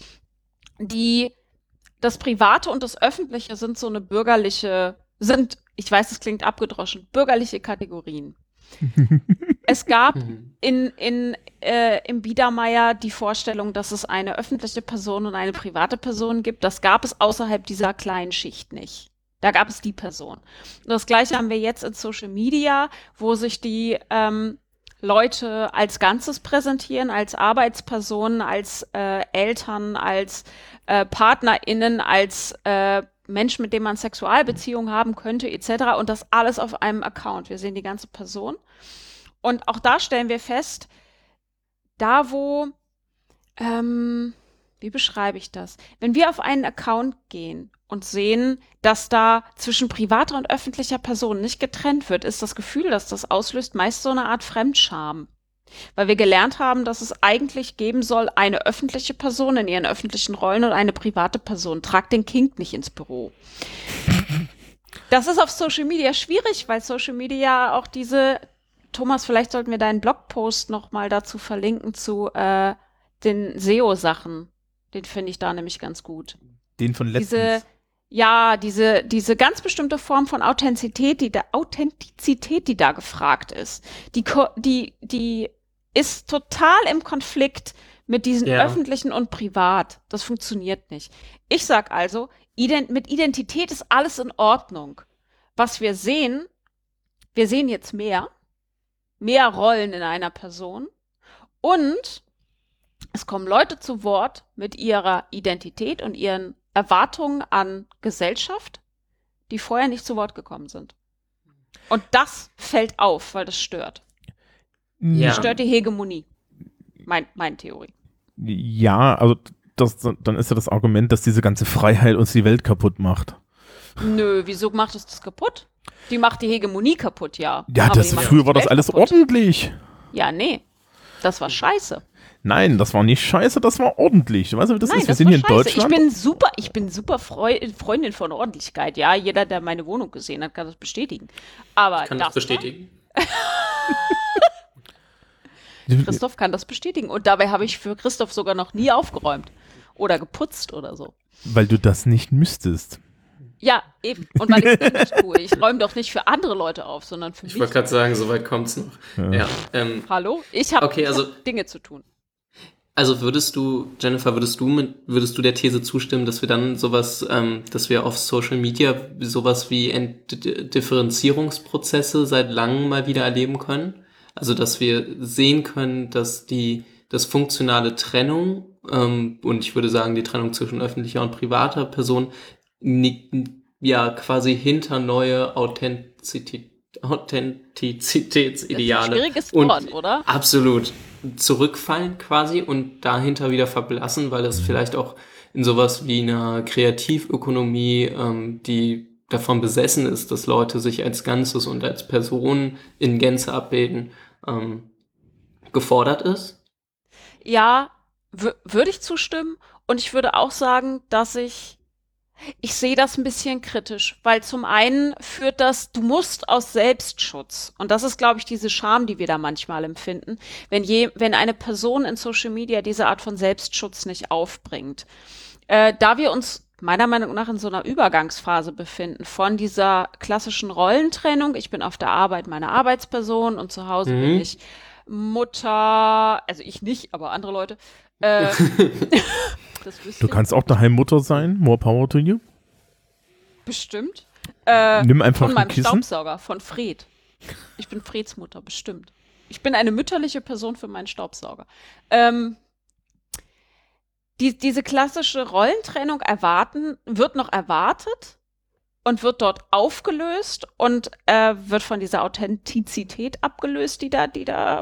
das Private und das Öffentliche sind so eine ich weiß, es klingt abgedroschen, bürgerliche Kategorien. Es gab im Biedermeier die Vorstellung, dass es eine öffentliche Person und eine private Person gibt. Das gab es außerhalb dieser kleinen Schicht nicht. Da gab es die Person. Und das Gleiche haben wir jetzt in Social Media, wo sich die Leute als Ganzes präsentieren, als Arbeitspersonen, als Eltern, als PartnerInnen, als Menschen, mit denen man Sexualbeziehungen haben könnte, etc. Und das alles auf einem Account. Wir sehen die ganze Person. Und auch da stellen wir fest, wie beschreibe ich das? Wenn wir auf einen Account gehen und sehen, dass da zwischen privater und öffentlicher Person nicht getrennt wird, ist das Gefühl, das das auslöst, meist so eine Art Fremdscham. Weil wir gelernt haben, dass es eigentlich geben soll, eine öffentliche Person in ihren öffentlichen Rollen und eine private Person. Tragt den Kink nicht ins Büro. Das ist auf Social Media schwierig, weil Social Media auch Thomas, vielleicht sollten wir deinen Blogpost noch mal dazu verlinken, zu den SEO-Sachen. Den finde ich da nämlich ganz gut. Den von letztens. Diese ganz bestimmte Form von Authentizität, die da gefragt ist, die ist total im Konflikt mit diesen öffentlichen und privat. Das funktioniert nicht. Ich sag also, mit Identität ist alles in Ordnung. Was wir sehen jetzt mehr Rollen in einer Person und es kommen Leute zu Wort mit ihrer Identität und ihren Erwartungen an Gesellschaft, die vorher nicht zu Wort gekommen sind. Und das fällt auf, weil das stört. Ja. Das stört die Hegemonie. Meine Theorie. Ja, also dann ist ja das Argument, dass diese ganze Freiheit uns die Welt kaputt macht. Nö, wieso macht es das kaputt? Die macht die Hegemonie kaputt, ja. Ja, Aber die macht früher die war das Welt alles kaputt. ordentlich. Ja, nee. Das war scheiße. Nein, das war nicht scheiße, das war ordentlich. Weißt du, wie das Nein, ist? Wir das sind war hier in scheiße. Deutschland. Ich bin super Freundin von Ordentlichkeit. Ja, jeder, der meine Wohnung gesehen hat, kann das bestätigen. Aber Kann das bestätigen. Christoph kann das bestätigen. Und dabei habe ich für Christoph sogar noch nie aufgeräumt. Oder geputzt oder so. Weil du das nicht müsstest. Ja, eben. Und weil ich es nicht tue. Ich räume doch nicht für andere Leute auf, sondern für Ich mich. wollte gerade sagen, soweit kommt's noch. Ja. Hallo? Ich habe Okay, also- Dinge zu tun. Also Jennifer, würdest du der These zustimmen, dass wir dann dass wir auf Social Media sowas wie Differenzierungsprozesse seit langem mal wieder erleben können? Also, dass wir sehen können, dass das funktionale Trennung, und ich würde sagen, die Trennung zwischen öffentlicher und privater Person, quasi hinter neue Authentizitätsideale Schwieriges Wort, oder? Absolut zurückfallen quasi und dahinter wieder verblassen, weil es vielleicht auch in sowas wie einer Kreativökonomie, die davon besessen ist, dass Leute sich als Ganzes und als Person in Gänze abbilden, gefordert ist? Ja, würde ich zustimmen. Und ich würde auch sagen, dass ich sehe das ein bisschen kritisch, weil zum einen führt das, du musst aus Selbstschutz, und das ist, glaube ich, diese Scham, die wir da manchmal empfinden, wenn eine Person in Social Media diese Art von Selbstschutz nicht aufbringt. Da wir uns meiner Meinung nach in so einer Übergangsphase befinden von dieser klassischen Rollentrennung, ich bin auf der Arbeit meine Arbeitsperson und zu Hause bin ich Mutter, also ich nicht, aber andere Leute. Das wüsste Du ich. kannst auch daheim Mutter sein. More power to you. Bestimmt. Nimm einfach Von ein meinem Kissen. Staubsauger, von Fred. Ich bin Freds Mutter, bestimmt. Ich bin eine mütterliche Person für meinen Staubsauger. Diese klassische Rollentrennung wird noch erwartet und wird dort aufgelöst und wird von dieser Authentizität abgelöst, die da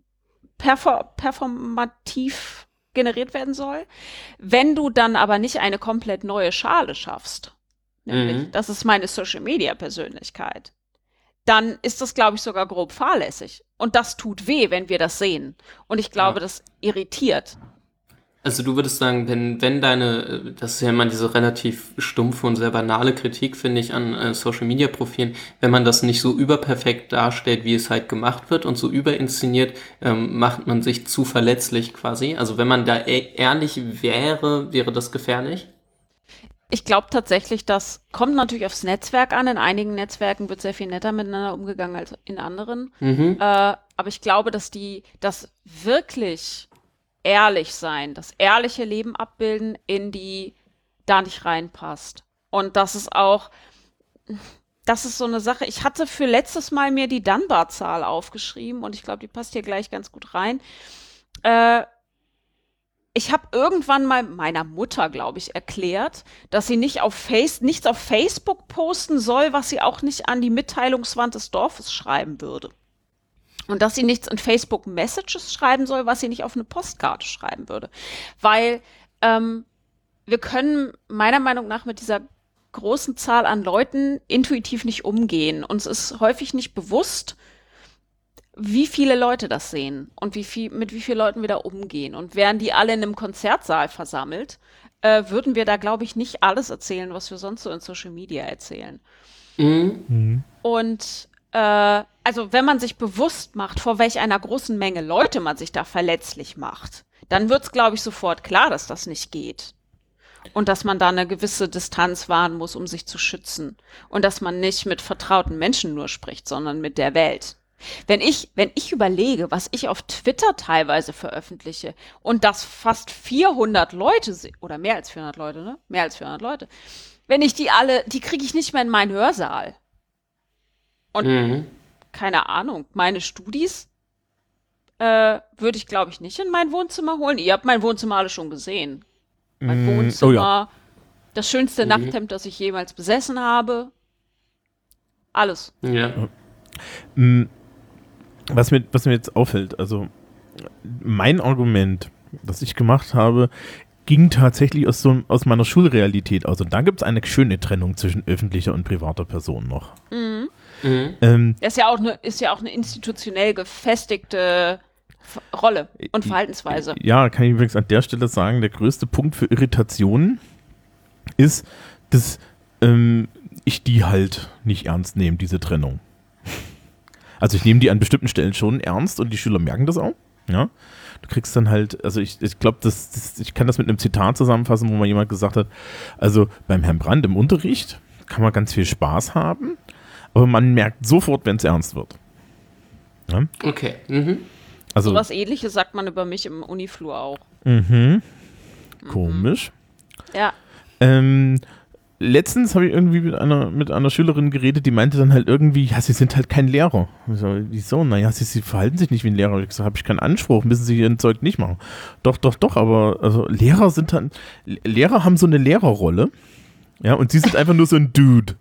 performativ generiert werden soll. Wenn du dann aber nicht eine komplett neue Schale schaffst, nämlich, das ist meine Social-Media-Persönlichkeit, dann ist das, glaube ich, sogar grob fahrlässig. Und das tut weh, wenn wir das sehen. Und ich glaube, das irritiert. Also du würdest sagen, wenn das ist ja immer diese relativ stumpfe und sehr banale Kritik, finde ich, an Social-Media-Profilen, wenn man das nicht so überperfekt darstellt, wie es halt gemacht wird und so überinszeniert, macht man sich zu verletzlich quasi. Also wenn man da ehrlich wäre das gefährlich? Ich glaube tatsächlich, das kommt natürlich aufs Netzwerk an. In einigen Netzwerken wird sehr viel netter miteinander umgegangen als in anderen. Aber ich glaube, dass das wirklich ehrlich sein, das ehrliche Leben abbilden, in die da nicht reinpasst. Und das ist so eine Sache. Ich hatte für letztes Mal mir die Dunbar-Zahl aufgeschrieben und ich glaube, die passt hier gleich ganz gut rein. Ich habe irgendwann mal meiner Mutter, glaube ich, erklärt, dass sie nichts auf Facebook posten soll, was sie auch nicht an die Mitteilungswand des Dorfes schreiben würde. Und dass sie nichts in Facebook Messages schreiben soll, was sie nicht auf eine Postkarte schreiben würde. Weil wir können meiner Meinung nach mit dieser großen Zahl an Leuten intuitiv nicht umgehen. Uns ist häufig nicht bewusst, wie viele Leute das sehen und mit wie vielen Leuten wir da umgehen. Und wären die alle in einem Konzertsaal versammelt, würden wir da, glaube ich, nicht alles erzählen, was wir sonst so in Social Media erzählen. Und also wenn man sich bewusst macht, vor welch einer großen Menge Leute man sich da verletzlich macht, dann wird's, glaube ich, sofort klar, dass das nicht geht. Und dass man da eine gewisse Distanz wahren muss, um sich zu schützen. Und dass man nicht mit vertrauten Menschen nur spricht, sondern mit der Welt. Wenn ich überlege, was ich auf Twitter teilweise veröffentliche und das fast 400 Leute oder mehr als 400 Leute, ne? Mehr als 400 Leute. Wenn ich die kriege ich nicht mehr in meinen Hörsaal. Und keine Ahnung, meine Studis würde ich, glaube ich, nicht in mein Wohnzimmer holen. Ihr habt mein Wohnzimmer alle schon gesehen. Mein Wohnzimmer, das schönste Nachthemd, das ich jemals besessen habe. Alles. Ja. Was mir jetzt auffällt, also mein Argument, das ich gemacht habe, ging tatsächlich aus meiner Schulrealität aus. Und da gibt es eine schöne Trennung zwischen öffentlicher und privater Person noch. Ist ja auch eine institutionell gefestigte Rolle und Verhaltensweise. Ja, kann ich übrigens an der Stelle sagen, der größte Punkt für Irritationen ist, dass ich die halt nicht ernst nehme, diese Trennung. Also ich nehme die an bestimmten Stellen schon ernst und die Schüler merken das auch. Ja? Du kriegst dann halt, also ich glaube, ich kann das mit einem Zitat zusammenfassen, wo mal jemand gesagt hat, also beim Herrn Brandt im Unterricht kann man ganz viel Spaß haben, aber man merkt sofort, wenn es ernst wird. Ja? Okay. Also, so was Ähnliches sagt man über mich im Uniflur auch. Komisch. Ja. Letztens habe ich irgendwie mit einer Schülerin geredet, die meinte dann halt irgendwie, ja, sie sind halt kein Lehrer. Ich so, wieso? Naja, sie verhalten sich nicht wie ein Lehrer. Ich so, habe ich keinen Anspruch, müssen sie ihren Zeug nicht machen. Doch, aber also Lehrer haben so eine Lehrerrolle. Ja, und sie sind einfach nur so ein Dude.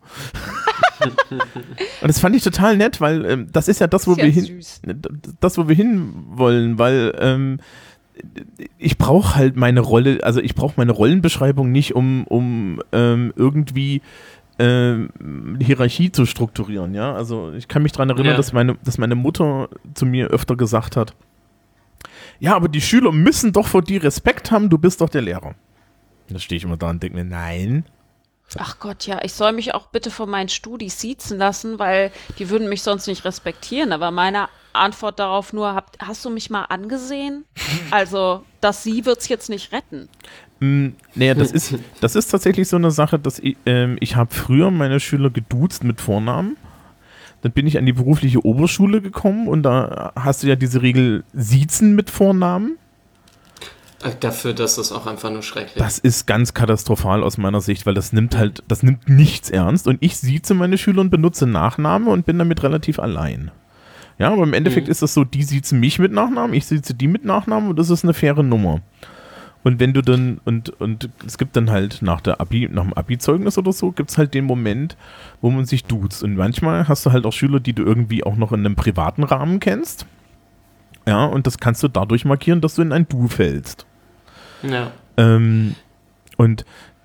Und das fand ich total nett, weil das ist ja das, wo wir hin wollen, weil ich brauche halt meine Rolle, also ich brauche meine Rollenbeschreibung nicht, um irgendwie Hierarchie zu strukturieren, ja. Also ich kann mich daran erinnern, dass meine Mutter zu mir öfter gesagt hat, ja, aber die Schüler müssen doch vor dir Respekt haben, du bist doch der Lehrer. Da stehe ich immer da und denke mir, nein. Ach Gott, ja, ich soll mich auch bitte von meinen Studis siezen lassen, weil die würden mich sonst nicht respektieren. Aber meine Antwort darauf nur, hast du mich mal angesehen? Also, das Sie wird's jetzt nicht retten. Naja, das ist tatsächlich so eine Sache, dass ich habe früher meine Schüler geduzt mit Vornamen. Dann bin ich an die berufliche Oberschule gekommen und da hast du ja diese Regel Siezen mit Vornamen. Dafür, dass das auch einfach nur schrecklich. Das ist ganz katastrophal aus meiner Sicht, weil das nimmt nichts ernst und ich sieze meine Schüler und benutze Nachname und bin damit relativ allein. Ja, aber im Endeffekt ist das so, die siezen mich mit Nachnamen, ich sieze die mit Nachnamen und das ist eine faire Nummer. Und wenn du dann, und es gibt dann halt nach dem Abi-Zeugnis oder so, gibt es halt den Moment, wo man sich duzt. Und manchmal hast du halt auch Schüler, die du irgendwie auch noch in einem privaten Rahmen kennst. Ja, und das kannst du dadurch markieren, dass du in ein Du fällst. Ja. Und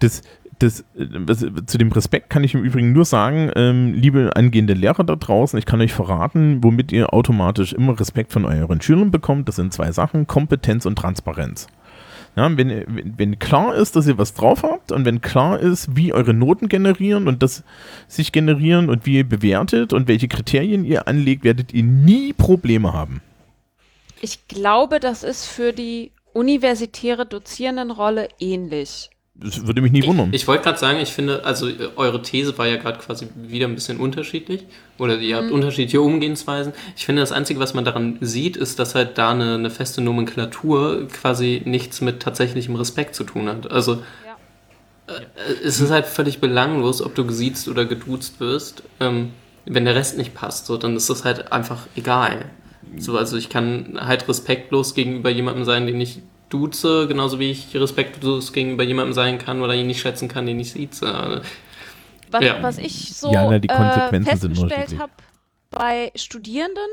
zu dem Respekt kann ich im Übrigen nur sagen, liebe angehende Lehrer da draußen, ich kann euch verraten, womit ihr automatisch immer Respekt von euren Schülern bekommt. Das sind 2 Sachen, Kompetenz und Transparenz. Ja, wenn klar ist, dass ihr was drauf habt und wenn klar ist, wie eure Noten generieren und das sich generieren und wie ihr bewertet und welche Kriterien ihr anlegt, werdet ihr nie Probleme haben. Ich glaube, das ist für die universitäre Dozierendenrolle ähnlich. Das würde mich nie wundern. Ich wollte gerade sagen, ich finde, also eure These war ja gerade quasi wieder ein bisschen unterschiedlich oder ihr habt unterschiedliche Umgehensweisen. Ich finde, das Einzige, was man daran sieht, ist, dass halt da eine feste Nomenklatur quasi nichts mit tatsächlichem Respekt zu tun hat. Also es ist halt völlig belanglos, ob du gesiezt oder geduzt wirst. Wenn der Rest nicht passt, so, dann ist das halt einfach egal. So, also ich kann halt respektlos gegenüber jemandem sein, den ich duze, genauso wie ich respektlos gegenüber jemandem sein kann oder ihn nicht schätzen kann, den ich sieze. Was ich so die Konsequenzen sind festgestellt habe bei Studierenden,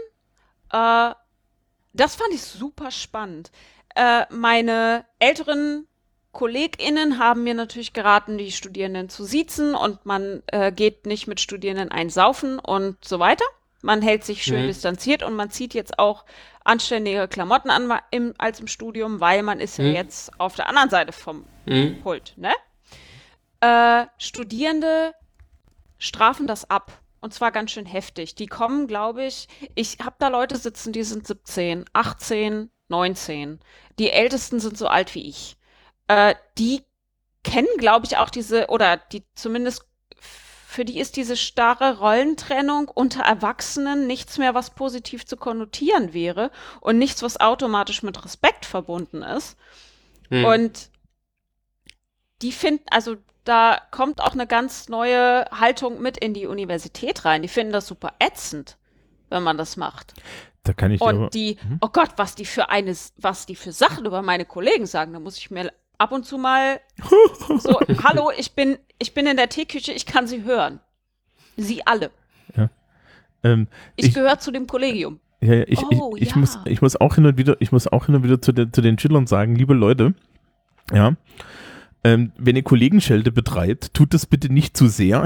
das fand ich super spannend. Meine älteren KollegInnen haben mir natürlich geraten, die Studierenden zu siezen und man geht nicht mit Studierenden einsaufen und so weiter. Man hält sich schön distanziert und man zieht jetzt auch anständige Klamotten an als im Studium, weil man ist ja jetzt auf der anderen Seite vom Pult, ne? Studierende strafen das ab. Und zwar ganz schön heftig. Die kommen, glaube ich habe da Leute sitzen, die sind 17, 18, 19. Die Ältesten sind so alt wie ich. Die kennen, glaube ich, auch oder die zumindest für die ist diese starre Rollentrennung unter Erwachsenen nichts mehr, was positiv zu konnotieren wäre und nichts, was automatisch mit Respekt verbunden ist. Und die finden, also da kommt auch eine ganz neue Haltung mit in die Universität rein. Die finden das super ätzend, wenn man das macht. Da kann ich Und oh Gott, was die für Sachen über meine Kollegen sagen, da muss ich mir ab und zu mal so, hallo, ich bin in der Teeküche, ich kann sie hören. Sie alle. Ja. Ich gehöre zu dem Kollegium. Ja, ich muss auch hin und wieder zu den Schülern sagen, liebe Leute, ja, wenn ihr Kollegenschelte betreibt, tut das bitte nicht zu sehr.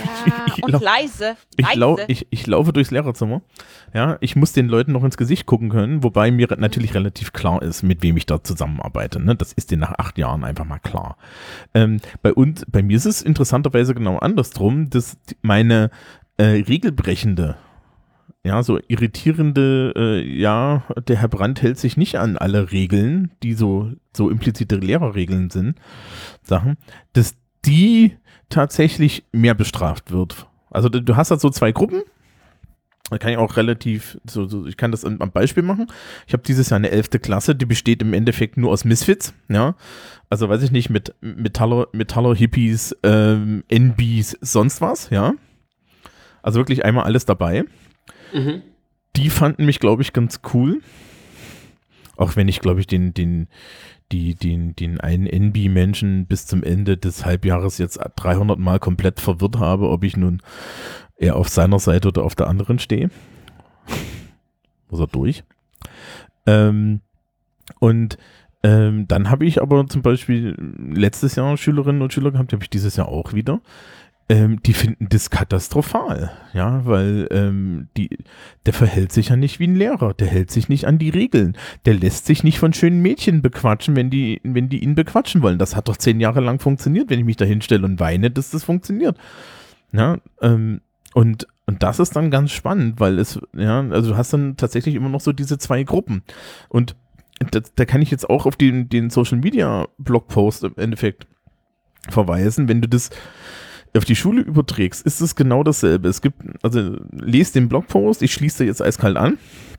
Leise. Ich laufe durchs Lehrerzimmer. Ja, ich muss den Leuten noch ins Gesicht gucken können, wobei mir natürlich relativ klar ist, mit wem ich da zusammenarbeite. Ne? Das ist denen nach 8 Jahren einfach mal klar. Bei mir ist es interessanterweise genau andersrum, dass meine regelbrechende, ja, so irritierende, der Herr Brandt hält sich nicht an alle Regeln, die so implizite Lehrerregeln sind, Sachen, dass die tatsächlich mehr bestraft wird. Also du hast halt so 2 Gruppen, da kann ich auch relativ, ich kann das am Beispiel machen. Ich habe dieses Jahr eine 11. Klasse, die besteht im Endeffekt nur aus Misfits, ja, also weiß ich nicht, mit Metaller, Hippies, NBs, sonst was, ja, also wirklich einmal alles dabei. Die fanden mich, glaube ich, ganz cool. Auch wenn ich, glaube ich, den einen NB-Menschen bis zum Ende des Halbjahres jetzt 300 Mal komplett verwirrt habe, ob ich nun eher auf seiner Seite oder auf der anderen stehe. Muss er durch. Dann habe ich aber zum Beispiel letztes Jahr Schülerinnen und Schüler gehabt, die habe ich dieses Jahr auch wieder. Die finden das katastrophal, ja, weil der verhält sich ja nicht wie ein Lehrer, der hält sich nicht an die Regeln, der lässt sich nicht von schönen Mädchen bequatschen, wenn die ihn bequatschen wollen. Das hat doch 10 Jahre lang funktioniert, wenn ich mich da hinstelle und weine, dass das funktioniert. Ja, und das ist dann ganz spannend, weil also du hast dann tatsächlich immer noch so diese 2 Gruppen. Und da kann ich jetzt auch auf den Social Media Blogpost im Endeffekt verweisen, wenn du das auf die Schule überträgst, ist es genau dasselbe. Lest den Blogpost, ich schließe da jetzt eiskalt an.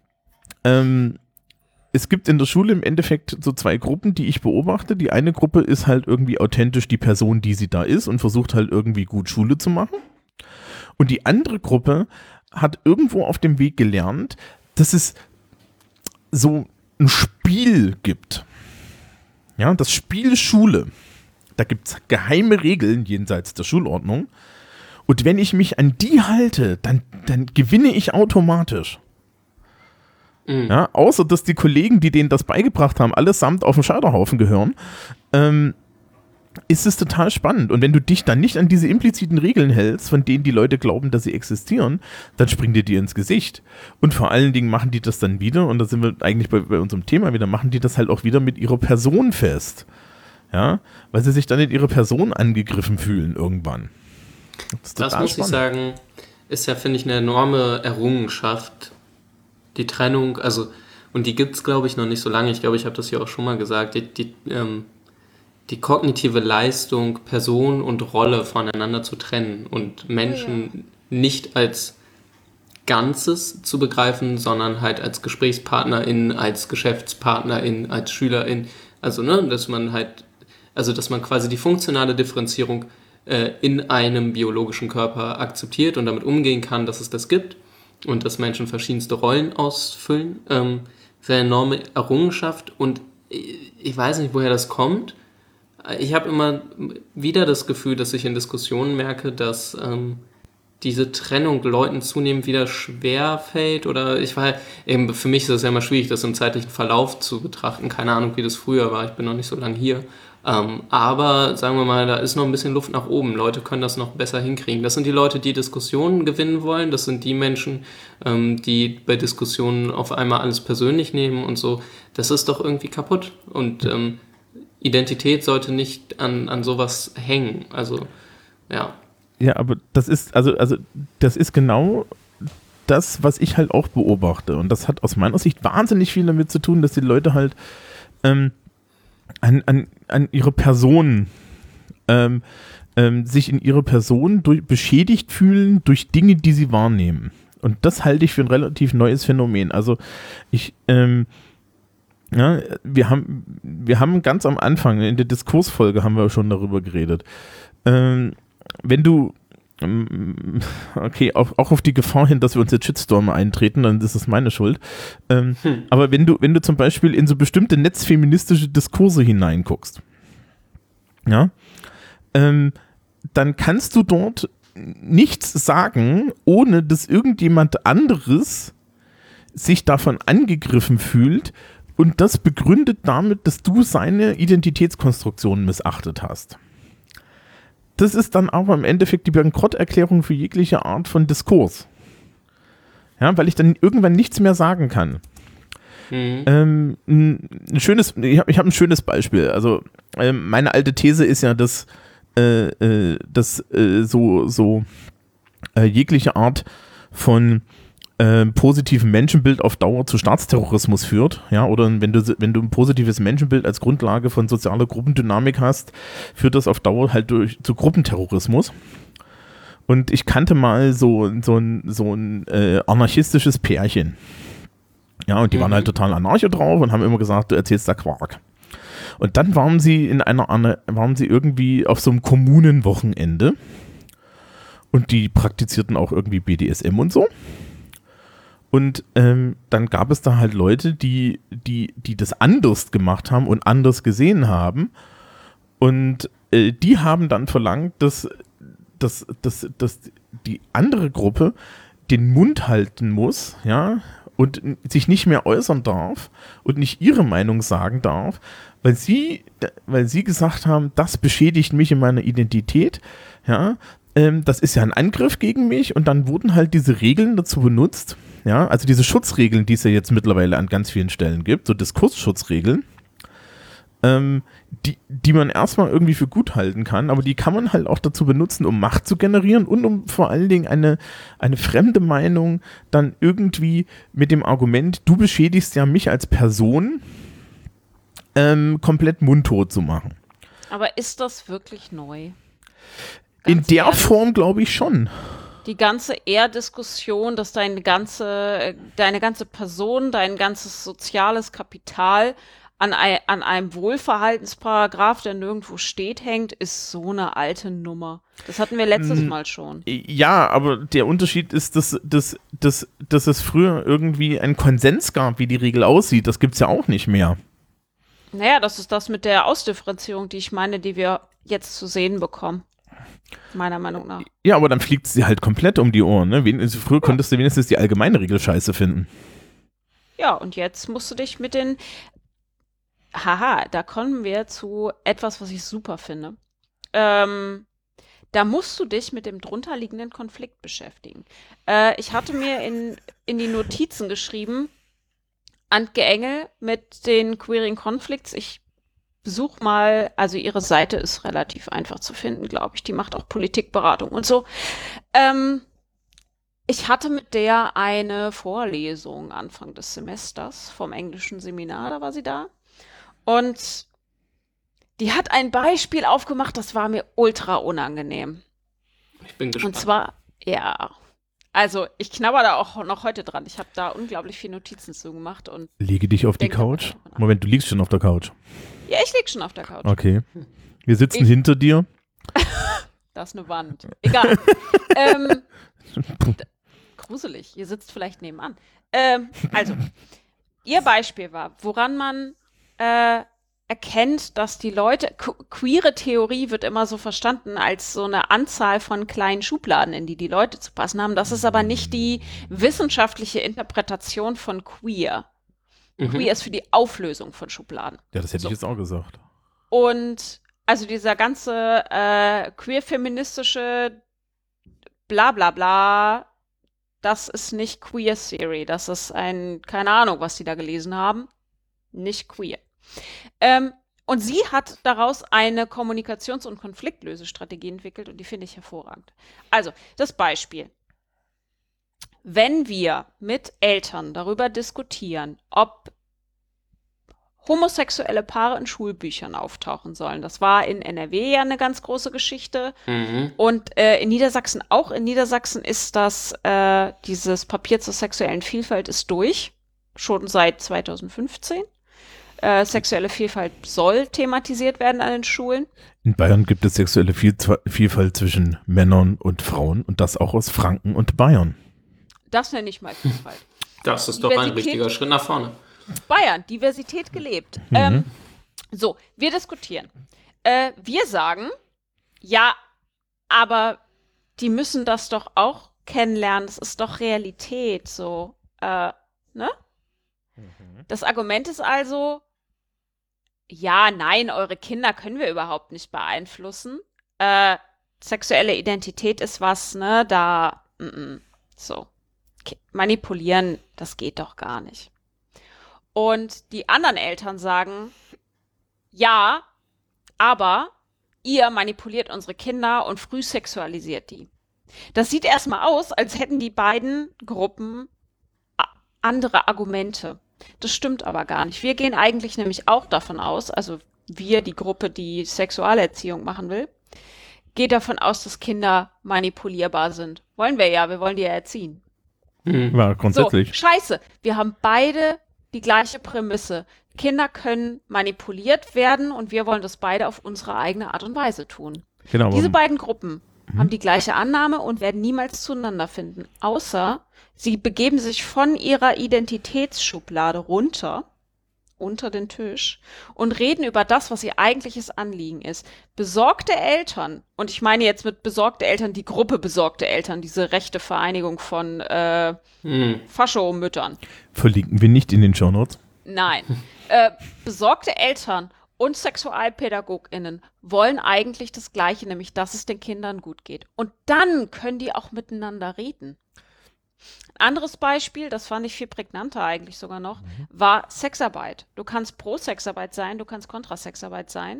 Es gibt in der Schule im Endeffekt so 2 Gruppen, die ich beobachte. Die eine Gruppe ist halt irgendwie authentisch die Person, die sie da ist und versucht halt irgendwie gut Schule zu machen. Und die andere Gruppe hat irgendwo auf dem Weg gelernt, dass es so ein Spiel gibt. Ja, das Spiel Schule. Da gibt es geheime Regeln jenseits der Schulordnung. Und wenn ich mich an die halte, dann gewinne ich automatisch. Ja, außer, dass die Kollegen, die denen das beigebracht haben, allesamt auf den Scheiterhaufen gehören, ist es total spannend. Und wenn du dich dann nicht an diese impliziten Regeln hältst, von denen die Leute glauben, dass sie existieren, dann springen dir ins Gesicht. Und vor allen Dingen machen die das dann wieder, und da sind wir eigentlich bei unserem Thema wieder, machen die das halt auch wieder mit ihrer Person fest. Ja, weil sie sich dann in ihre Person angegriffen fühlen irgendwann. Das muss spannend. Ich sagen, ist ja, finde ich, eine enorme Errungenschaft. Die Trennung, und die gibt es, glaube ich, noch nicht so lange. Ich glaube, ich habe das hier auch schon mal gesagt. Die kognitive Leistung, Person und Rolle voneinander zu trennen und Menschen nicht als Ganzes zu begreifen, sondern halt als GesprächspartnerInnen, als GeschäftspartnerInnen, als SchülerInnen. Dass man quasi die funktionale Differenzierung in einem biologischen Körper akzeptiert und damit umgehen kann, dass es das gibt und dass Menschen verschiedenste Rollen ausfüllen. Das ist eine enorme Errungenschaft und ich weiß nicht, woher das kommt. Ich habe immer wieder das Gefühl, dass ich in Diskussionen merke, dass diese Trennung Leuten zunehmend wieder schwer fällt oder für mich ist es ja immer schwierig, das im zeitlichen Verlauf zu betrachten. Keine Ahnung, wie das früher war. Ich bin noch nicht so lange hier. Aber sagen wir mal, da ist noch ein bisschen Luft nach oben. Leute können das noch besser hinkriegen. Das sind die Leute, die Diskussionen gewinnen wollen. Das sind die Menschen, die bei Diskussionen auf einmal alles persönlich nehmen und so. Das ist doch irgendwie kaputt. Und Identität sollte nicht an sowas hängen. Also, ja. Ja, aber das ist, das ist genau das, was ich halt auch beobachte. Und das hat aus meiner Sicht wahnsinnig viel damit zu tun, dass die Leute halt an ihre Person sich in ihre Person beschädigt fühlen durch Dinge, die sie wahrnehmen. Und das halte ich für ein relativ neues Phänomen. Also ja, wir haben ganz am Anfang, in der Diskursfolge haben wir schon darüber geredet. Wenn du okay, auch auf die Gefahr hin, dass wir uns jetzt Shitstorme eintreten, dann ist es meine Schuld. Aber wenn du zum Beispiel in so bestimmte netzfeministische Diskurse hineinguckst, ja, dann kannst du dort nichts sagen, ohne dass irgendjemand anderes sich davon angegriffen fühlt und das begründet damit, dass du seine Identitätskonstruktion missachtet hast. Das ist dann aber im Endeffekt die Bankrotterklärung für jegliche Art von Diskurs. Ja, weil ich dann irgendwann nichts mehr sagen kann. Ich habe ein schönes Beispiel. Also meine alte These ist ja, dass jegliche Art von positiven Menschenbild auf Dauer zu Staatsterrorismus führt, ja, oder wenn du ein positives Menschenbild als Grundlage von sozialer Gruppendynamik hast, führt das auf Dauer halt zu Gruppenterrorismus. Und ich kannte mal so ein anarchistisches Pärchen. Ja, und die waren halt total anarcho drauf und haben immer gesagt, du erzählst da Quark. Und dann waren sie irgendwie auf so einem Kommunenwochenende und die praktizierten auch irgendwie BDSM und so. Und dann gab es da halt Leute, die das anders gemacht haben und anders gesehen haben. Und die haben dann verlangt, dass die andere Gruppe den Mund halten muss, ja, und sich nicht mehr äußern darf und nicht ihre Meinung sagen darf, weil sie gesagt haben, das beschädigt mich in meiner Identität, ja, das ist ja ein Angriff gegen mich und dann wurden halt diese Regeln dazu benutzt, ja, also diese Schutzregeln, die es ja jetzt mittlerweile an ganz vielen Stellen gibt, so Diskursschutzregeln, die man erstmal irgendwie für gut halten kann, aber die kann man halt auch dazu benutzen, um Macht zu generieren und um vor allen Dingen eine fremde Meinung dann irgendwie mit dem Argument, du beschädigst ja mich als Person, komplett mundtot zu machen. Aber ist das wirklich neu? In der Form glaube ich schon. Die ganze Diskussion, dass deine ganze Person, dein ganzes soziales Kapital an einem Wohlverhaltensparagraph, der nirgendwo steht, hängt, ist so eine alte Nummer. Das hatten wir letztes Mal schon. Ja, aber der Unterschied ist, dass es früher irgendwie einen Konsens gab, wie die Regel aussieht. Das gibt es ja auch nicht mehr. Naja, das ist das mit der Ausdifferenzierung, die ich meine, die wir jetzt zu sehen bekommen. Meiner Meinung nach. Ja, aber dann fliegt sie halt komplett um die Ohren. Ne? Früher konntest du wenigstens die allgemeine Regel scheiße finden. Ja, und jetzt musst du dich mit den da kommen wir zu etwas, was ich super finde. Da musst du dich mit dem drunterliegenden Konflikt beschäftigen. Ich hatte mir in die Notizen geschrieben, Antje Engel mit den Queering Conflicts. Ich besuche mal, also ihre Seite ist relativ einfach zu finden, glaube ich. Die macht auch Politikberatung und so. Ich hatte mit der eine Vorlesung Anfang des Semesters vom englischen Seminar, da war sie da. Und die hat ein Beispiel aufgemacht, das war mir ultra unangenehm. Ich bin gespannt. Und zwar, ja, also ich knabber da auch noch heute dran. Ich habe da unglaublich viele Notizen zu gemacht. Und lege dich auf die Couch? Moment, du liegst schon auf der Couch. Ja, ich lieg schon auf der Couch. Okay. Wir sitzen hinter dir. Das ist eine Wand. Egal. Gruselig. Ihr sitzt vielleicht nebenan. Also, ihr Beispiel war, woran man erkennt, dass die Leute, queere Theorie wird immer so verstanden als so eine Anzahl von kleinen Schubladen, in die Leute zu passen haben. Das ist aber nicht die wissenschaftliche Interpretation von queer. Queer ist für die Auflösung von Schubladen. Ja, das hätte ich jetzt auch gesagt. Und also dieser ganze queer-feministische Blablabla, das ist nicht Queer Theory. Das ist keine Ahnung, was die da gelesen haben. Nicht queer. Und sie hat daraus eine Kommunikations- und Konfliktlösestrategie entwickelt und die finde ich hervorragend. Also, das Beispiel. Wenn wir mit Eltern darüber diskutieren, ob homosexuelle Paare in Schulbüchern auftauchen sollen. Das war in NRW ja eine ganz große Geschichte. Und in Niedersachsen auch. In Niedersachsen ist dieses Papier zur sexuellen Vielfalt ist durch. Schon seit 2015. Sexuelle Vielfalt soll thematisiert werden an den Schulen. In Bayern gibt es sexuelle Vielfalt zwischen Männern und Frauen und das auch aus Franken und Bayern. Das nenne ich mal Vielfalt. Das ist doch ein richtiger Schritt nach vorne. Bayern, Diversität gelebt. So, wir diskutieren. Wir sagen, ja, aber die müssen das doch auch kennenlernen. Das ist doch Realität, so, ne? Das Argument ist also, ja, nein, eure Kinder können wir überhaupt nicht beeinflussen. Sexuelle Identität ist was, ne, so. Manipulieren, das geht doch gar nicht. Und die anderen Eltern sagen, ja, aber ihr manipuliert unsere Kinder und früh sexualisiert die. Das sieht erstmal aus, als hätten die beiden Gruppen andere Argumente. Das stimmt aber gar nicht. Wir gehen eigentlich nämlich auch davon aus, also wir, die Gruppe, die Sexualerziehung machen will, geht davon aus, dass Kinder manipulierbar sind. Wollen wir ja, wir wollen die ja erziehen. Ja, grundsätzlich. So, scheiße, wir haben beide die gleiche Prämisse. Kinder können manipuliert werden und wir wollen das beide auf unsere eigene Art und Weise tun. Genau. Diese beiden Gruppen haben die gleiche Annahme und werden niemals zueinander finden, außer sie begeben sich von ihrer Identitätsschublade runter, unter den Tisch und reden über das, was ihr eigentliches Anliegen ist. Besorgte Eltern, und ich meine jetzt mit besorgte Eltern die Gruppe besorgte Eltern, diese rechte Vereinigung von Faschomüttern. Verlinken wir nicht in den Shownotes. Nein. Besorgte Eltern und SexualpädagogInnen wollen eigentlich das Gleiche, nämlich dass es den Kindern gut geht. Und dann können die auch miteinander reden. Ein anderes Beispiel, das fand ich viel prägnanter eigentlich sogar noch, war Sexarbeit. Du kannst pro Sexarbeit sein, du kannst kontra Sexarbeit sein.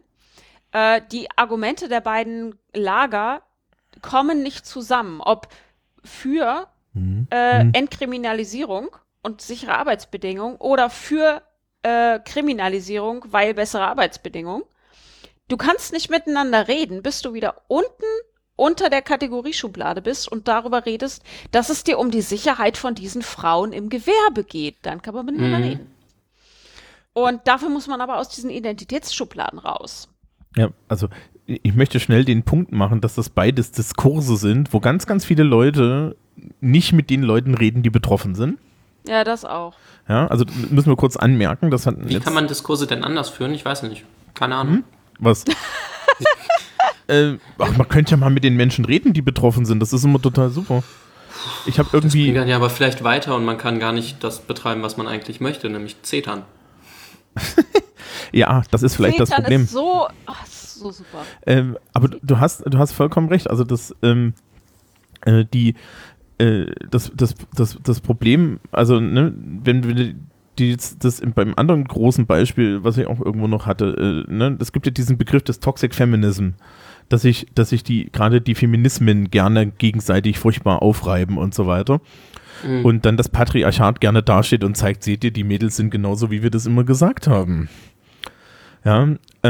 Die Argumente der beiden Lager kommen nicht zusammen, ob für Entkriminalisierung und sichere Arbeitsbedingungen oder für Kriminalisierung, weil bessere Arbeitsbedingungen. Du kannst nicht miteinander reden, bis du wieder unter der Kategorieschublade bist und darüber redest, dass es dir um die Sicherheit von diesen Frauen im Gewerbe geht. Dann kann man miteinander reden. Und dafür muss man aber aus diesen Identitätsschubladen raus. Ja, also ich möchte schnell den Punkt machen, dass das beides Diskurse sind, wo ganz, ganz viele Leute nicht mit den Leuten reden, die betroffen sind. Ja, das auch. Ja, also müssen wir kurz anmerken, das hat Wie kann man Diskurse denn anders führen? Ich weiß nicht. Keine Ahnung. Was? Man könnte ja mal mit den Menschen reden, die betroffen sind. Das ist immer total super. Ich habe irgendwie. Das bringt dann ja aber vielleicht weiter und man kann gar nicht das betreiben, was man eigentlich möchte, nämlich zetern. Ja, das ist vielleicht das Problem. Ist so super. Aber du hast vollkommen recht. Also das Problem, also ne, wenn beim anderen großen Beispiel, was ich auch irgendwo noch hatte, es gibt ja diesen Begriff des Toxic Feminism, dass sich gerade die Feminismen gerne gegenseitig furchtbar aufreiben und so weiter. Und dann das Patriarchat gerne dasteht und zeigt, seht ihr, die Mädels sind genauso, wie wir das immer gesagt haben. Ja,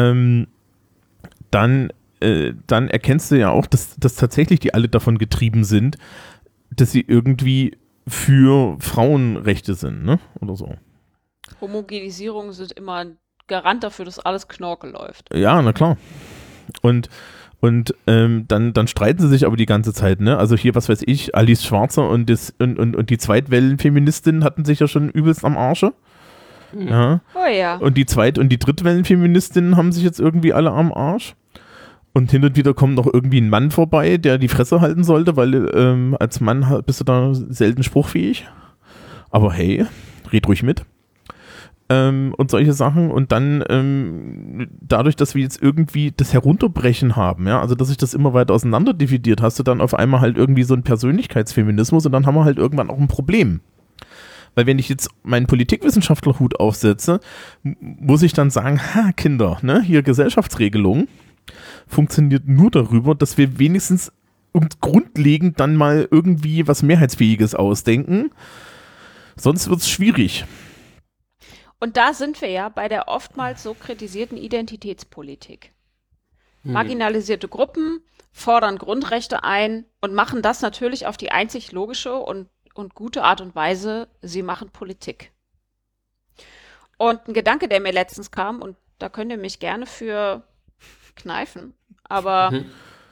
dann erkennst du ja auch, dass tatsächlich die alle davon getrieben sind, dass sie irgendwie für Frauenrechte sind, ne? Oder so. Homogenisierungen sind immer ein Garant dafür, dass alles Knorke läuft. Ja, na klar. Und dann streiten sie sich aber die ganze Zeit, ne? Also hier, was weiß ich, Alice Schwarzer und die Zweitwellenfeministin hatten sich ja schon übelst am Arsche. Ja. Oh ja. Und die Zweit- und die Drittwellenfeministinnen haben sich jetzt irgendwie alle am Arsch. Und hin und wieder kommt noch irgendwie ein Mann vorbei, der die Fresse halten sollte, weil als Mann bist du da selten spruchfähig. Aber hey, red ruhig mit. Und solche Sachen. Und dann dadurch, dass wir jetzt irgendwie das Herunterbrechen haben, ja, also dass sich das immer weiter auseinander dividiert, hast du dann auf einmal halt irgendwie so einen Persönlichkeitsfeminismus und dann haben wir halt irgendwann auch ein Problem. Weil wenn ich jetzt meinen Politikwissenschaftlerhut aufsetze, muss ich dann sagen, Kinder, ne, hier Gesellschaftsregelung funktioniert nur darüber, dass wir wenigstens grundlegend dann mal irgendwie was Mehrheitsfähiges ausdenken. Sonst wird es schwierig. Und da sind wir ja bei der oftmals so kritisierten Identitätspolitik. Marginalisierte Gruppen fordern Grundrechte ein und machen das natürlich auf die einzig logische und gute Art und Weise, sie machen Politik. Und ein Gedanke, der mir letztens kam, und da könnt ihr mich gerne für kneifen, aber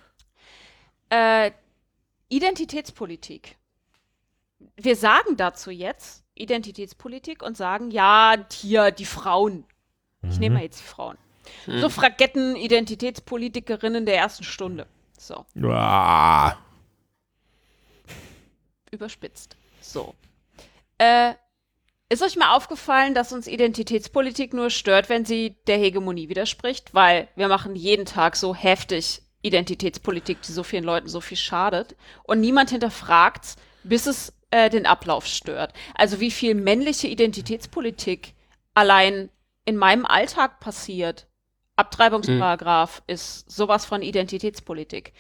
Identitätspolitik. Wir sagen dazu jetzt Identitätspolitik und sagen, ja, hier die Frauen. Ich nehme mal jetzt die Frauen. Suffragetten, Identitätspolitikerinnen der ersten Stunde. So. Ah. Überspitzt. So. Ist euch mal aufgefallen, dass uns Identitätspolitik nur stört, wenn sie der Hegemonie widerspricht? Weil wir machen jeden Tag so heftig Identitätspolitik, die so vielen Leuten so viel schadet. Und niemand hinterfragt's, bis es den Ablauf stört. Also wie viel männliche Identitätspolitik allein in meinem Alltag passiert. Abtreibungsparagraf ist sowas von Identitätspolitik.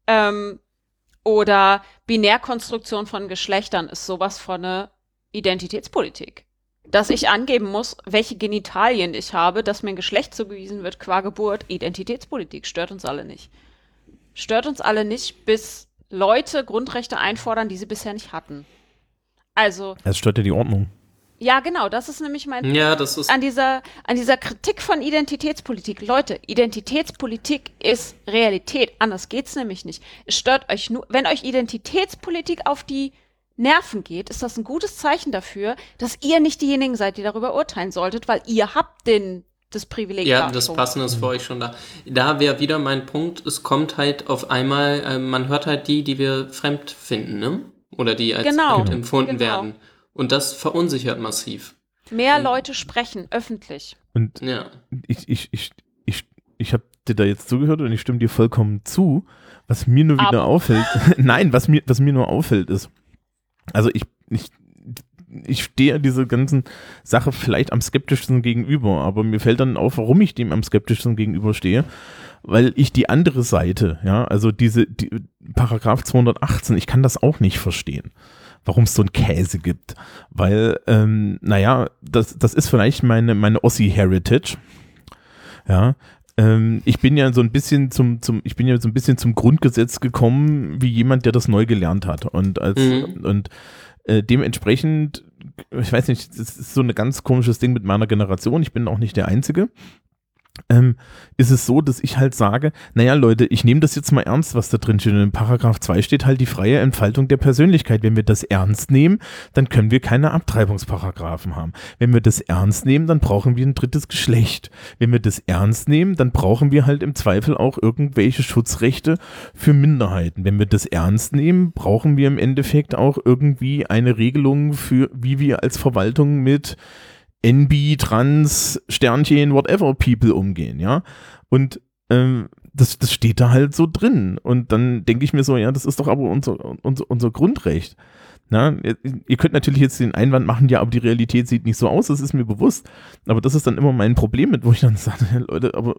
Oder Binärkonstruktion von Geschlechtern ist sowas von eine Identitätspolitik. Dass ich angeben muss, welche Genitalien ich habe, dass mir ein Geschlecht zugewiesen wird qua Geburt, Identitätspolitik, stört uns alle nicht. Stört uns alle nicht, bis Leute Grundrechte einfordern, die sie bisher nicht hatten. Also. Es stört ja die Ordnung. Ja, genau, das ist nämlich mein Ja, das ist an dieser Kritik von Identitätspolitik. Leute, Identitätspolitik ist Realität, anders geht's nämlich nicht. Es stört euch nur, wenn euch Identitätspolitik auf die Nerven geht, ist das ein gutes Zeichen dafür, dass ihr nicht diejenigen seid, die darüber urteilen solltet, weil ihr habt das Privileg. Ja, das Passende ist für euch schon da. Da wäre wieder mein Punkt, es kommt halt auf einmal, man hört halt die wir fremd finden, ne? Oder die als fremd empfunden werden. Und das verunsichert massiv. Mehr Leute sprechen öffentlich. Und ja. Ich habe dir da jetzt zugehört und ich stimme dir vollkommen zu. Was mir nur wieder auffällt, nein, was mir nur auffällt ist, also ich stehe dieser ganzen Sache vielleicht am skeptischsten gegenüber, aber mir fällt dann auf, warum ich dem am skeptischsten gegenüberstehe, weil ich die andere Seite, ja, also die Paragraph 218, ich kann das auch nicht verstehen, warum es so einen Käse gibt, weil, das ist vielleicht meine Ossi-Heritage, ja. Ich bin ja so ein bisschen zum Grundgesetz gekommen, wie jemand, der das neu gelernt hat. Und dementsprechend, ich weiß nicht, das ist so ein ganz komisches Ding mit meiner Generation, ich bin auch nicht der Einzige. Ist es so, dass ich halt sage, naja Leute, ich nehme das jetzt mal ernst, was da drin steht. Und in Paragraph 2 steht halt die freie Entfaltung der Persönlichkeit. Wenn wir das ernst nehmen, dann können wir keine Abtreibungsparagraphen haben. Wenn wir das ernst nehmen, dann brauchen wir ein drittes Geschlecht. Wenn wir das ernst nehmen, dann brauchen wir halt im Zweifel auch irgendwelche Schutzrechte für Minderheiten. Wenn wir das ernst nehmen, brauchen wir im Endeffekt auch irgendwie eine Regelung für, wie wir als Verwaltung mit NB, Trans, Sternchen, whatever people umgehen, ja. Und das steht da halt so drin. Und dann denke ich mir so, ja, das ist doch aber unser Grundrecht. Na, ihr könnt natürlich jetzt den Einwand machen, ja, aber die Realität sieht nicht so aus, das ist mir bewusst. Aber das ist dann immer mein Problem mit, wo ich dann sage, ja, Leute, aber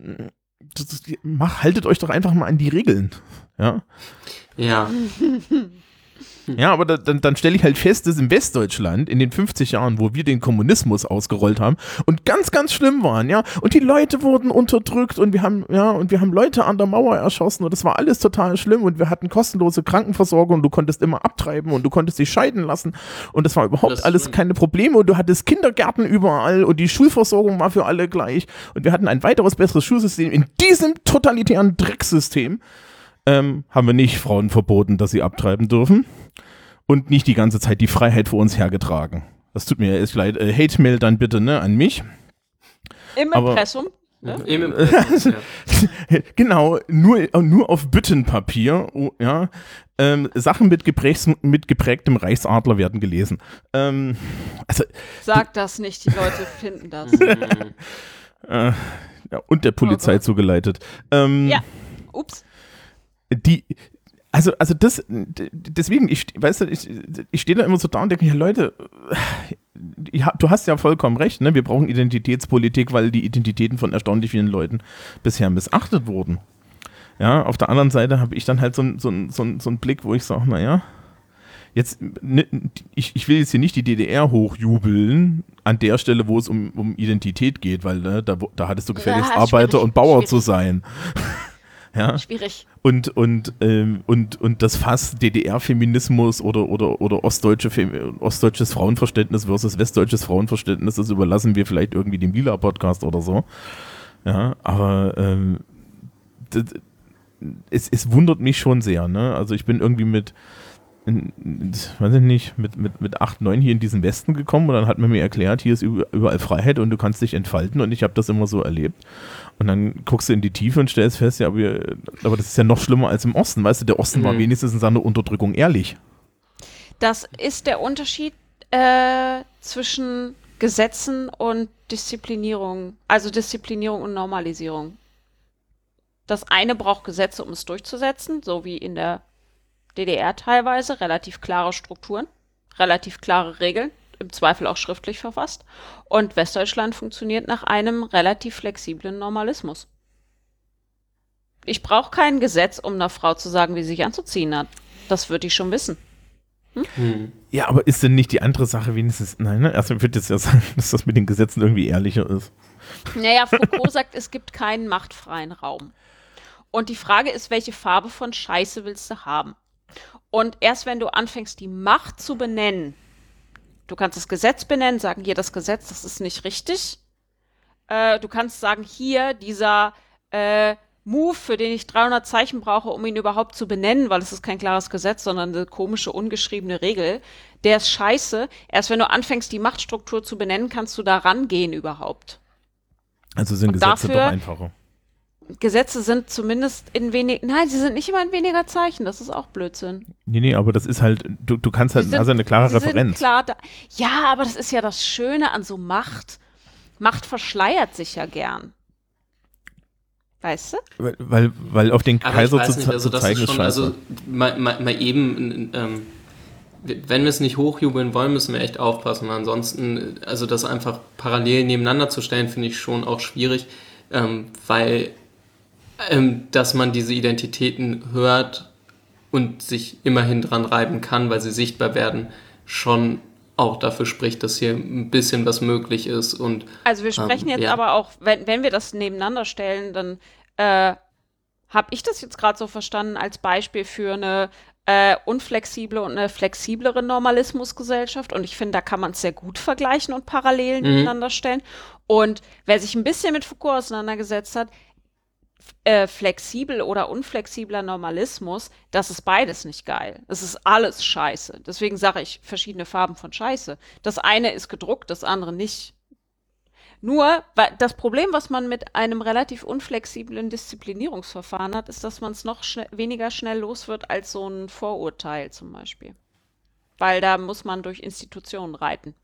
haltet euch doch einfach mal an die Regeln. Ja. Ja. Ja, aber dann stelle ich halt fest, dass in Westdeutschland in den 50 Jahren, wo wir den Kommunismus ausgerollt haben und ganz, ganz schlimm waren, ja, und die Leute wurden unterdrückt und wir haben Leute an der Mauer erschossen und das war alles total schlimm und wir hatten kostenlose Krankenversorgung und du konntest immer abtreiben und du konntest dich scheiden lassen und das war überhaupt alles keine Probleme und du hattest Kindergärten überall und die Schulversorgung war für alle gleich und wir hatten ein weiteres besseres Schulsystem. In diesem totalitären Drecksystem haben wir nicht Frauen verboten, dass sie abtreiben dürfen. Und nicht die ganze Zeit die Freiheit vor uns hergetragen. Das tut mir echt leid. Hate-Mail dann bitte, ne, an mich. Im Impressum. Im Impressum, ja. Genau, nur auf Büttenpapier, ja. Sachen mit geprägtem Reichsadler werden gelesen. Sag das nicht, die Leute finden das. Ja, und der Polizei zugeleitet. Ja, ups. Also deswegen, ich stehe da immer so da und denke, ja Leute, du hast ja vollkommen recht, ne? Wir brauchen Identitätspolitik, weil die Identitäten von erstaunlich vielen Leuten bisher missachtet wurden. Ja, auf der anderen Seite habe ich dann halt so einen Blick, wo ich sage, naja, jetzt, ich will jetzt hier nicht die DDR hochjubeln, an der Stelle, wo es um Identität geht, weil da hattest du gefälligst Arbeiter und Bauer zu sein. Ja? Schwierig. Und das Fass DDR-Feminismus oder ostdeutsches Frauenverständnis versus westdeutsches Frauenverständnis, das überlassen wir vielleicht irgendwie dem Lila-Podcast oder so. Ja, aber es wundert mich schon sehr, ne? Also ich bin irgendwie mit 8, 9 hier in diesen Westen gekommen und dann hat man mir erklärt, hier ist überall Freiheit und du kannst dich entfalten und ich habe das immer so erlebt. Und dann guckst du in die Tiefe und stellst fest, ja, aber das ist ja noch schlimmer als im Osten. Weißt du, der Osten war wenigstens in seiner Unterdrückung ehrlich. Das ist der Unterschied zwischen Gesetzen und Disziplinierung, also Disziplinierung und Normalisierung. Das eine braucht Gesetze, um es durchzusetzen, so wie in der DDR teilweise, relativ klare Strukturen, relativ klare Regeln, im Zweifel auch schriftlich verfasst. Und Westdeutschland funktioniert nach einem relativ flexiblen Normalismus. Ich brauche kein Gesetz, um einer Frau zu sagen, wie sie sich anzuziehen hat. Das würde ich schon wissen. Ja, aber ist denn nicht die andere Sache wenigstens, nein, ne? Erstmal würde ich jetzt ja sagen, dass das mit den Gesetzen irgendwie ehrlicher ist. Naja, Foucault sagt, es gibt keinen machtfreien Raum. Und die Frage ist, welche Farbe von Scheiße willst du haben? Und erst wenn du anfängst, die Macht zu benennen, du kannst das Gesetz benennen, sagen, hier das Gesetz, das ist nicht richtig. Du kannst sagen, hier dieser Move, für den ich 300 Zeichen brauche, um ihn überhaupt zu benennen, weil es ist kein klares Gesetz, sondern eine komische, ungeschriebene Regel, der ist scheiße. Erst wenn du anfängst, die Machtstruktur zu benennen, kannst du da rangehen überhaupt. Also sind Gesetze doch einfacher. Gesetze sind zumindest nein, sie sind nicht immer in weniger Zeichen, das ist auch Blödsinn. Nee, aber das ist halt, du kannst halt, also eine klare Referenz. Klar ja, aber das ist ja das Schöne an so Macht. Macht verschleiert sich ja gern. Weißt du? Weil auf den Kaiser zu zeigen ist scheiße. Also mal eben, wenn wir es nicht hochjubeln wollen, müssen wir echt aufpassen, weil ansonsten, also das einfach parallel nebeneinander zu stellen, finde ich schon auch schwierig, weil dass man diese Identitäten hört und sich immerhin dran reiben kann, weil sie sichtbar werden, schon auch dafür spricht, dass hier ein bisschen was möglich ist. Und also wir sprechen jetzt aber auch, wenn wir das nebeneinander stellen, dann habe ich das jetzt gerade so verstanden als Beispiel für eine unflexible und eine flexiblere Normalismusgesellschaft. Und ich finde, da kann man es sehr gut vergleichen und parallel nebeneinander stellen. Und wer sich ein bisschen mit Foucault auseinandergesetzt hat, flexibel oder unflexibler Normalismus, das ist beides nicht geil. Es ist alles scheiße. Deswegen sage ich verschiedene Farben von Scheiße. Das eine ist gedruckt, das andere nicht. Nur, das Problem, was man mit einem relativ unflexiblen Disziplinierungsverfahren hat, ist, dass man es noch weniger schnell los wird als so ein Vorurteil zum Beispiel. Weil da muss man durch Institutionen reiten.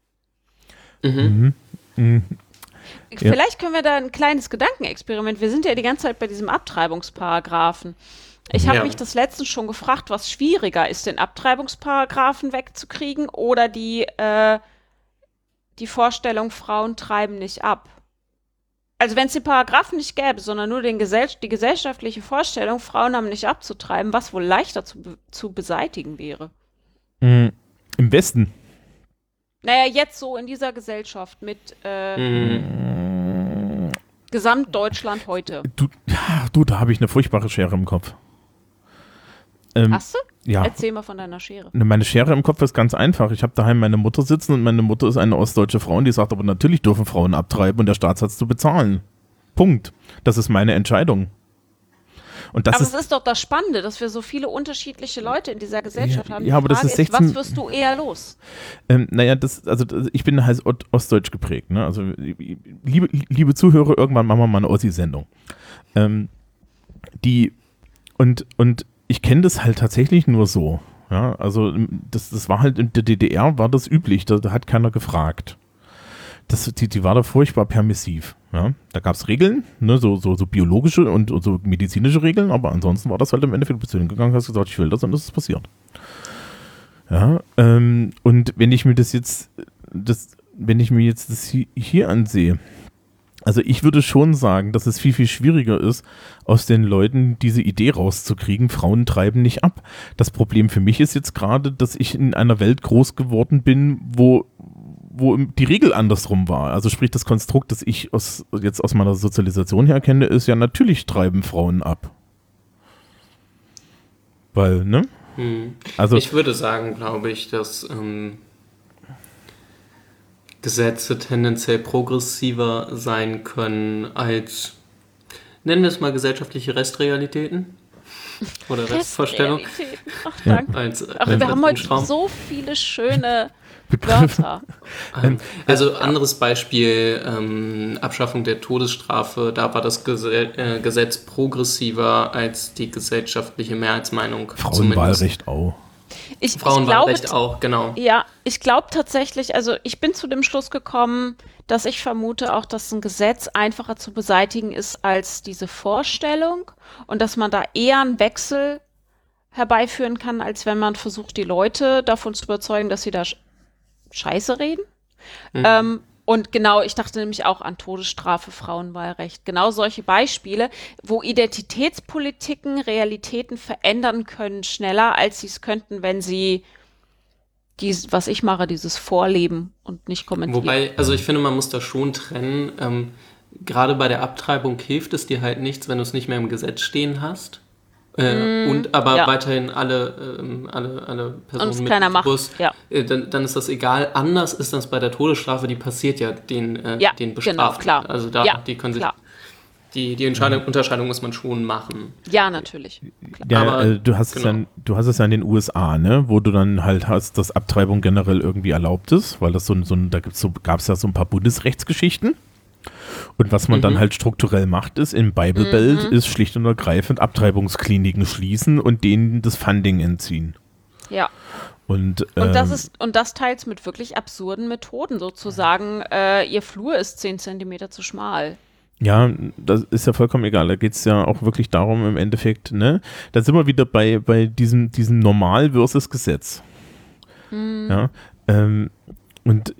Vielleicht können wir da ein kleines Gedankenexperiment. Wir sind ja die ganze Zeit bei diesem Abtreibungsparagraphen. Ich habe mich das letztens schon gefragt, was schwieriger ist, den Abtreibungsparagraphen wegzukriegen oder die Vorstellung, Frauen treiben nicht ab. Also wenn es den Paragraphen nicht gäbe, sondern nur die gesellschaftliche Vorstellung, Frauen haben nicht abzutreiben, was wohl leichter zu beseitigen wäre. Im Westen. Naja, jetzt so in dieser Gesellschaft mit Gesamtdeutschland heute. Du, da habe ich eine furchtbare Schere im Kopf. Hast du? Ja. Erzähl mal von deiner Schere. Meine Schere im Kopf ist ganz einfach. Ich habe daheim meine Mutter sitzen und meine Mutter ist eine ostdeutsche Frau und die sagt, aber natürlich dürfen Frauen abtreiben und der Staat hat es zu bezahlen. Punkt. Das ist meine Entscheidung. Und das aber es ist doch das Spannende, dass wir so viele unterschiedliche Leute in dieser Gesellschaft haben. Ja, aber das ist 16, was wirst du eher los? Ich bin halt ostdeutsch geprägt. Ne? Also liebe Zuhörer, irgendwann machen wir mal eine Ossi-Sendung. Und ich kenne das halt tatsächlich nur so. Ja? Also das war halt in der DDR war das üblich, da hat keiner gefragt. die war da furchtbar permissiv. Ja? Da gab es Regeln, ne, so biologische und so medizinische Regeln, aber ansonsten war das halt im Endeffekt, du bist hingegangen, hast gesagt, ich will das und das ist passiert. Ja, und wenn ich mir das hier ansehe, also ich würde schon sagen, dass es viel, viel schwieriger ist, aus den Leuten diese Idee rauszukriegen, Frauen treiben nicht ab. Das Problem für mich ist jetzt gerade, dass ich in einer Welt groß geworden bin, wo die Regel andersrum war. Also sprich, das Konstrukt, das ich aus meiner Sozialisation her kenne, ist ja, natürlich treiben Frauen ab. Weil, ne? Also, ich würde sagen, glaube ich, dass Gesetze tendenziell progressiver sein können als, nennen wir es mal, gesellschaftliche Restrealitäten oder Restvorstellungen. Ach, danke. Wir haben heute so viele schöne Wörter. Also anderes Beispiel, Abschaffung der Todesstrafe, da war das Gesetz progressiver als die gesellschaftliche Mehrheitsmeinung. Frauenwahlrecht auch. Frauenwahlrecht auch, genau. Ja, ich glaube tatsächlich, also ich bin zu dem Schluss gekommen, dass ich vermute auch, dass ein Gesetz einfacher zu beseitigen ist als diese Vorstellung und dass man da eher einen Wechsel herbeiführen kann, als wenn man versucht, die Leute davon zu überzeugen, dass sie da Scheiße reden. Und genau, ich dachte nämlich auch an Todesstrafe, Frauenwahlrecht. Genau solche Beispiele, wo Identitätspolitiken Realitäten verändern können, schneller, als sie es könnten, wenn sie was ich mache, dieses Vorleben und nicht kommentieren. Wobei, also ich finde, man muss da schon trennen. Gerade bei der Abtreibung hilft es dir halt nichts, wenn du es nicht mehr im Gesetz stehen hast. Weiterhin alle Personen mit Bus, dann ist das egal. Anders ist das bei der Todesstrafe, die passiert ja den Bestraften. Genau, klar. Also die können sich, die Unterscheidung muss man schon machen. Ja, natürlich. Ja, aber, du hast es ja in den USA, ne, wo du dann halt hast, dass Abtreibung generell irgendwie erlaubt ist, weil das gab es ja so ein paar Bundesrechtsgeschichten. Und was man dann halt strukturell macht, ist, im Bible Belt ist schlicht und ergreifend Abtreibungskliniken schließen und denen das Funding entziehen. Ja. Und das teils mit wirklich absurden Methoden, sozusagen, ihr Flur ist 10 Zentimeter zu schmal. Ja, das ist ja vollkommen egal. Da geht es ja auch wirklich darum, im Endeffekt, ne? Da sind wir wieder bei diesem Normal versus Gesetz. Ja, und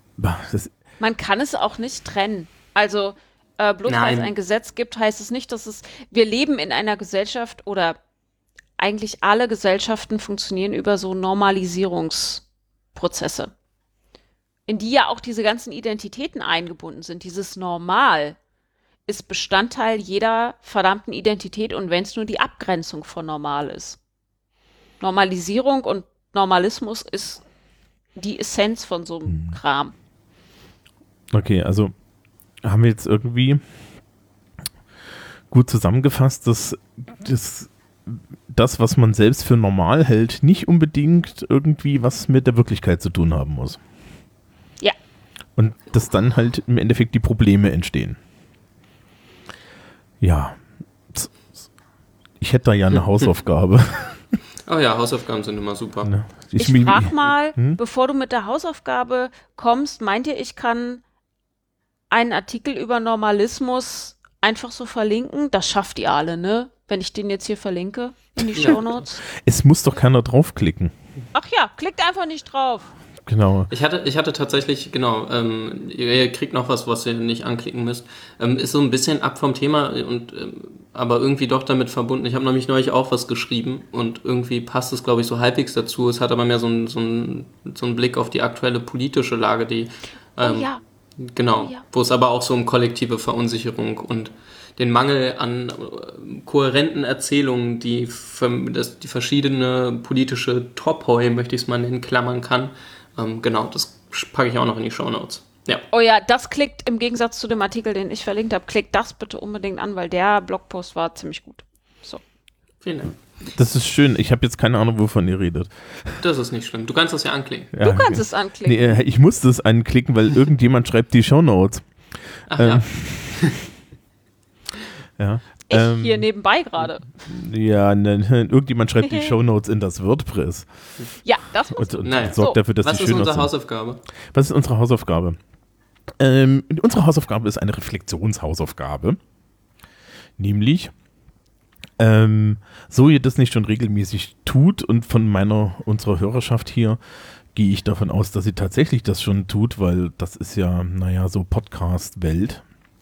man kann es auch nicht trennen. Also bloß weil es ein Gesetz gibt, heißt es nicht, dass wir leben in einer Gesellschaft oder eigentlich alle Gesellschaften funktionieren über so Normalisierungsprozesse, in die ja auch diese ganzen Identitäten eingebunden sind. Dieses Normal ist Bestandteil jeder verdammten Identität und wenn es nur die Abgrenzung von Normal ist. Normalisierung und Normalismus ist die Essenz von so einem Kram. Okay, also haben wir jetzt irgendwie gut zusammengefasst, dass das, was man selbst für normal hält, nicht unbedingt irgendwie was mit der Wirklichkeit zu tun haben muss. Ja. Und dass dann halt im Endeffekt die Probleme entstehen. Ja. Ich hätte da ja eine Hausaufgabe. Oh ja, Hausaufgaben sind immer super. Ich frage mal, bevor du mit der Hausaufgabe kommst, meint ihr, ich kann einen Artikel über Normalismus einfach so verlinken? Das schafft ihr alle, ne? Wenn ich den jetzt hier verlinke in die Shownotes. Es muss doch keiner draufklicken. Ach ja, klickt einfach nicht drauf. Genau. Ich hatte tatsächlich, ihr kriegt noch was ihr nicht anklicken müsst. Ist so ein bisschen ab vom Thema und aber irgendwie doch damit verbunden. Ich habe nämlich neulich auch was geschrieben und irgendwie passt es, glaube ich, so halbwegs dazu. Es hat aber mehr so einen Blick auf die aktuelle politische Lage, die wo es aber auch so um kollektive Verunsicherung und den Mangel an kohärenten Erzählungen, die verschiedene politische Topoi, möchte ich es mal nennen, klammern kann. Das packe ich auch noch in die Shownotes. Ja. Oh ja, das klickt im Gegensatz zu dem Artikel, den ich verlinkt habe, klickt das bitte unbedingt an, weil der Blogpost war ziemlich gut. So. Vielen Dank. Das ist schön. Ich habe jetzt keine Ahnung, wovon ihr redet. Das ist nicht schlimm. Du kannst das ja anklicken. Ja, du kannst es anklicken. Nee, ich muss das anklicken, weil irgendjemand schreibt die Shownotes. Ach ja. Ja. Ich hier nebenbei gerade. Ja, irgendjemand schreibt die Shownotes in das WordPress. Ja, das muss und sorgt dafür, dass was die ist schön unsere sind. Hausaufgabe? Was ist unsere Hausaufgabe? Unsere Hausaufgabe ist eine Reflexionshausaufgabe. Nämlich, so ihr das nicht schon regelmäßig tut und von unserer Hörerschaft hier gehe ich davon aus, dass sie tatsächlich das schon tut, weil das ist ja, so Podcast-Welt.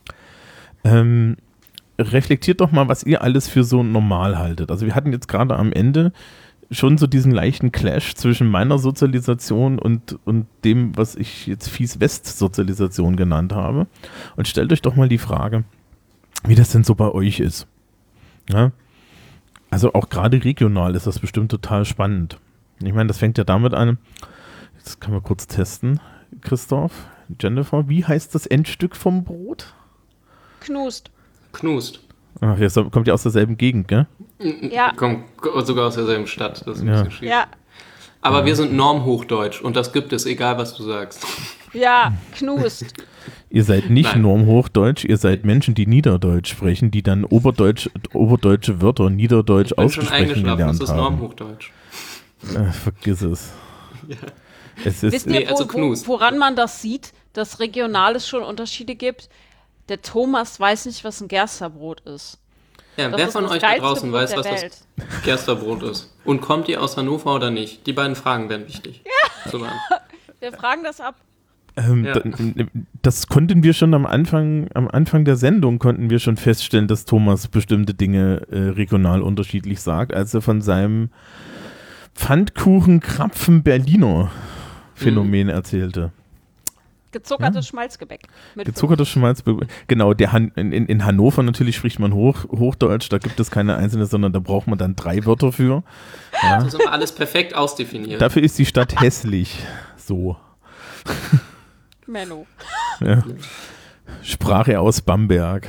Reflektiert doch mal, was ihr alles für so normal haltet. Also wir hatten jetzt gerade am Ende schon so diesen leichten Clash zwischen meiner Sozialisation und dem, was ich jetzt Fies-West-Sozialisation genannt habe. Und stellt euch doch mal die Frage, wie das denn so bei euch ist. Ja? Also auch gerade regional ist das bestimmt total spannend. Ich meine, das fängt ja damit an, das kann man kurz testen, Christoph, Jennifer, wie heißt das Endstück vom Brot? Knust. Ach, jetzt kommt ja aus derselben Gegend, gell? Ja. Kommt sogar aus derselben Stadt, das ist ein bisschen schwierig. Ja. Aber wir sind Normhochdeutsch und das gibt es, egal was du sagst. Ja, Knust. Ihr seid nicht Nein. Normhochdeutsch, ihr seid Menschen, die Niederdeutsch sprechen, die dann oberdeutsche Wörter Niederdeutsch Ich bin schon auszusprechen eingeschlafen, gelernt das ist haben. Normhochdeutsch. Vergiss es. Ja. Es ist Wisst ihr, also Knust. woran man das sieht, dass regional es schon Unterschiede gibt? Der Thomas weiß nicht, was ein Gersterbrot ist. Ja, Das wer ist von das euch da geilste draußen Brot weiß, der was Welt. das Gersterbrot ist? Und kommt ihr aus Hannover oder nicht? Die beiden Fragen wären wichtig. Zu beantworten. Wir fragen das ab. Ja. Das konnten wir schon am Anfang der Sendung konnten wir schon feststellen, dass Thomas bestimmte Dinge regional unterschiedlich sagt, als er von seinem Pfannkuchen-Krapfen-Berliner Phänomen erzählte. Gezuckertes Schmalzgebäck. Mit Gezuckertes Schmalz, genau, in Hannover natürlich spricht man Hochdeutsch, da gibt es keine einzelne, sondern da braucht man dann 3 Wörter für. Ja. Das ist immer alles perfekt ausdefiniert. Dafür ist die Stadt hässlich. So. Menno. Ja. Sprache aus Bamberg.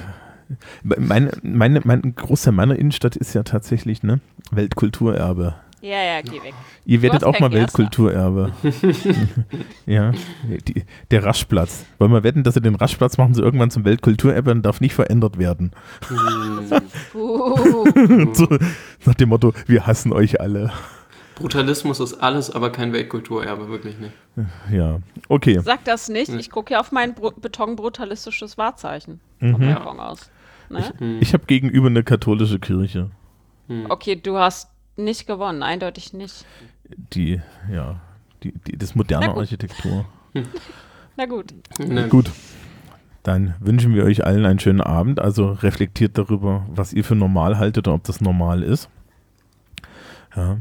Mein Großteil meiner Innenstadt ist ja tatsächlich Weltkulturerbe. Ja, geh weg. Ihr werdet hast auch kein mal Gerster. Weltkulturerbe. Ja, der Raschplatz. Wollen wir wetten, dass sie den Raschplatz machen, sie irgendwann zum Weltkulturerbe und darf nicht verändert werden. So, nach dem Motto, wir hassen euch alle. Brutalismus ist alles, aber kein Weltkulturerbe, wirklich nicht. Ja, okay. Sag das nicht. Ich gucke ja auf mein betonbrutalistisches Wahrzeichen vom Balkon aus. Ne? Ich habe gegenüber eine katholische Kirche. Okay, du hast nicht gewonnen, eindeutig nicht. Das moderne Na gut. Architektur. Na gut. Ne. Gut, dann wünschen wir euch allen einen schönen Abend. Also reflektiert darüber, was ihr für normal haltet und ob das normal ist. Ja.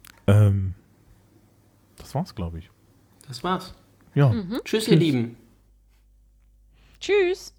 Das war's, glaube ich. Das war's. Ja. Tschüss, ihr Lieben. Tschüss.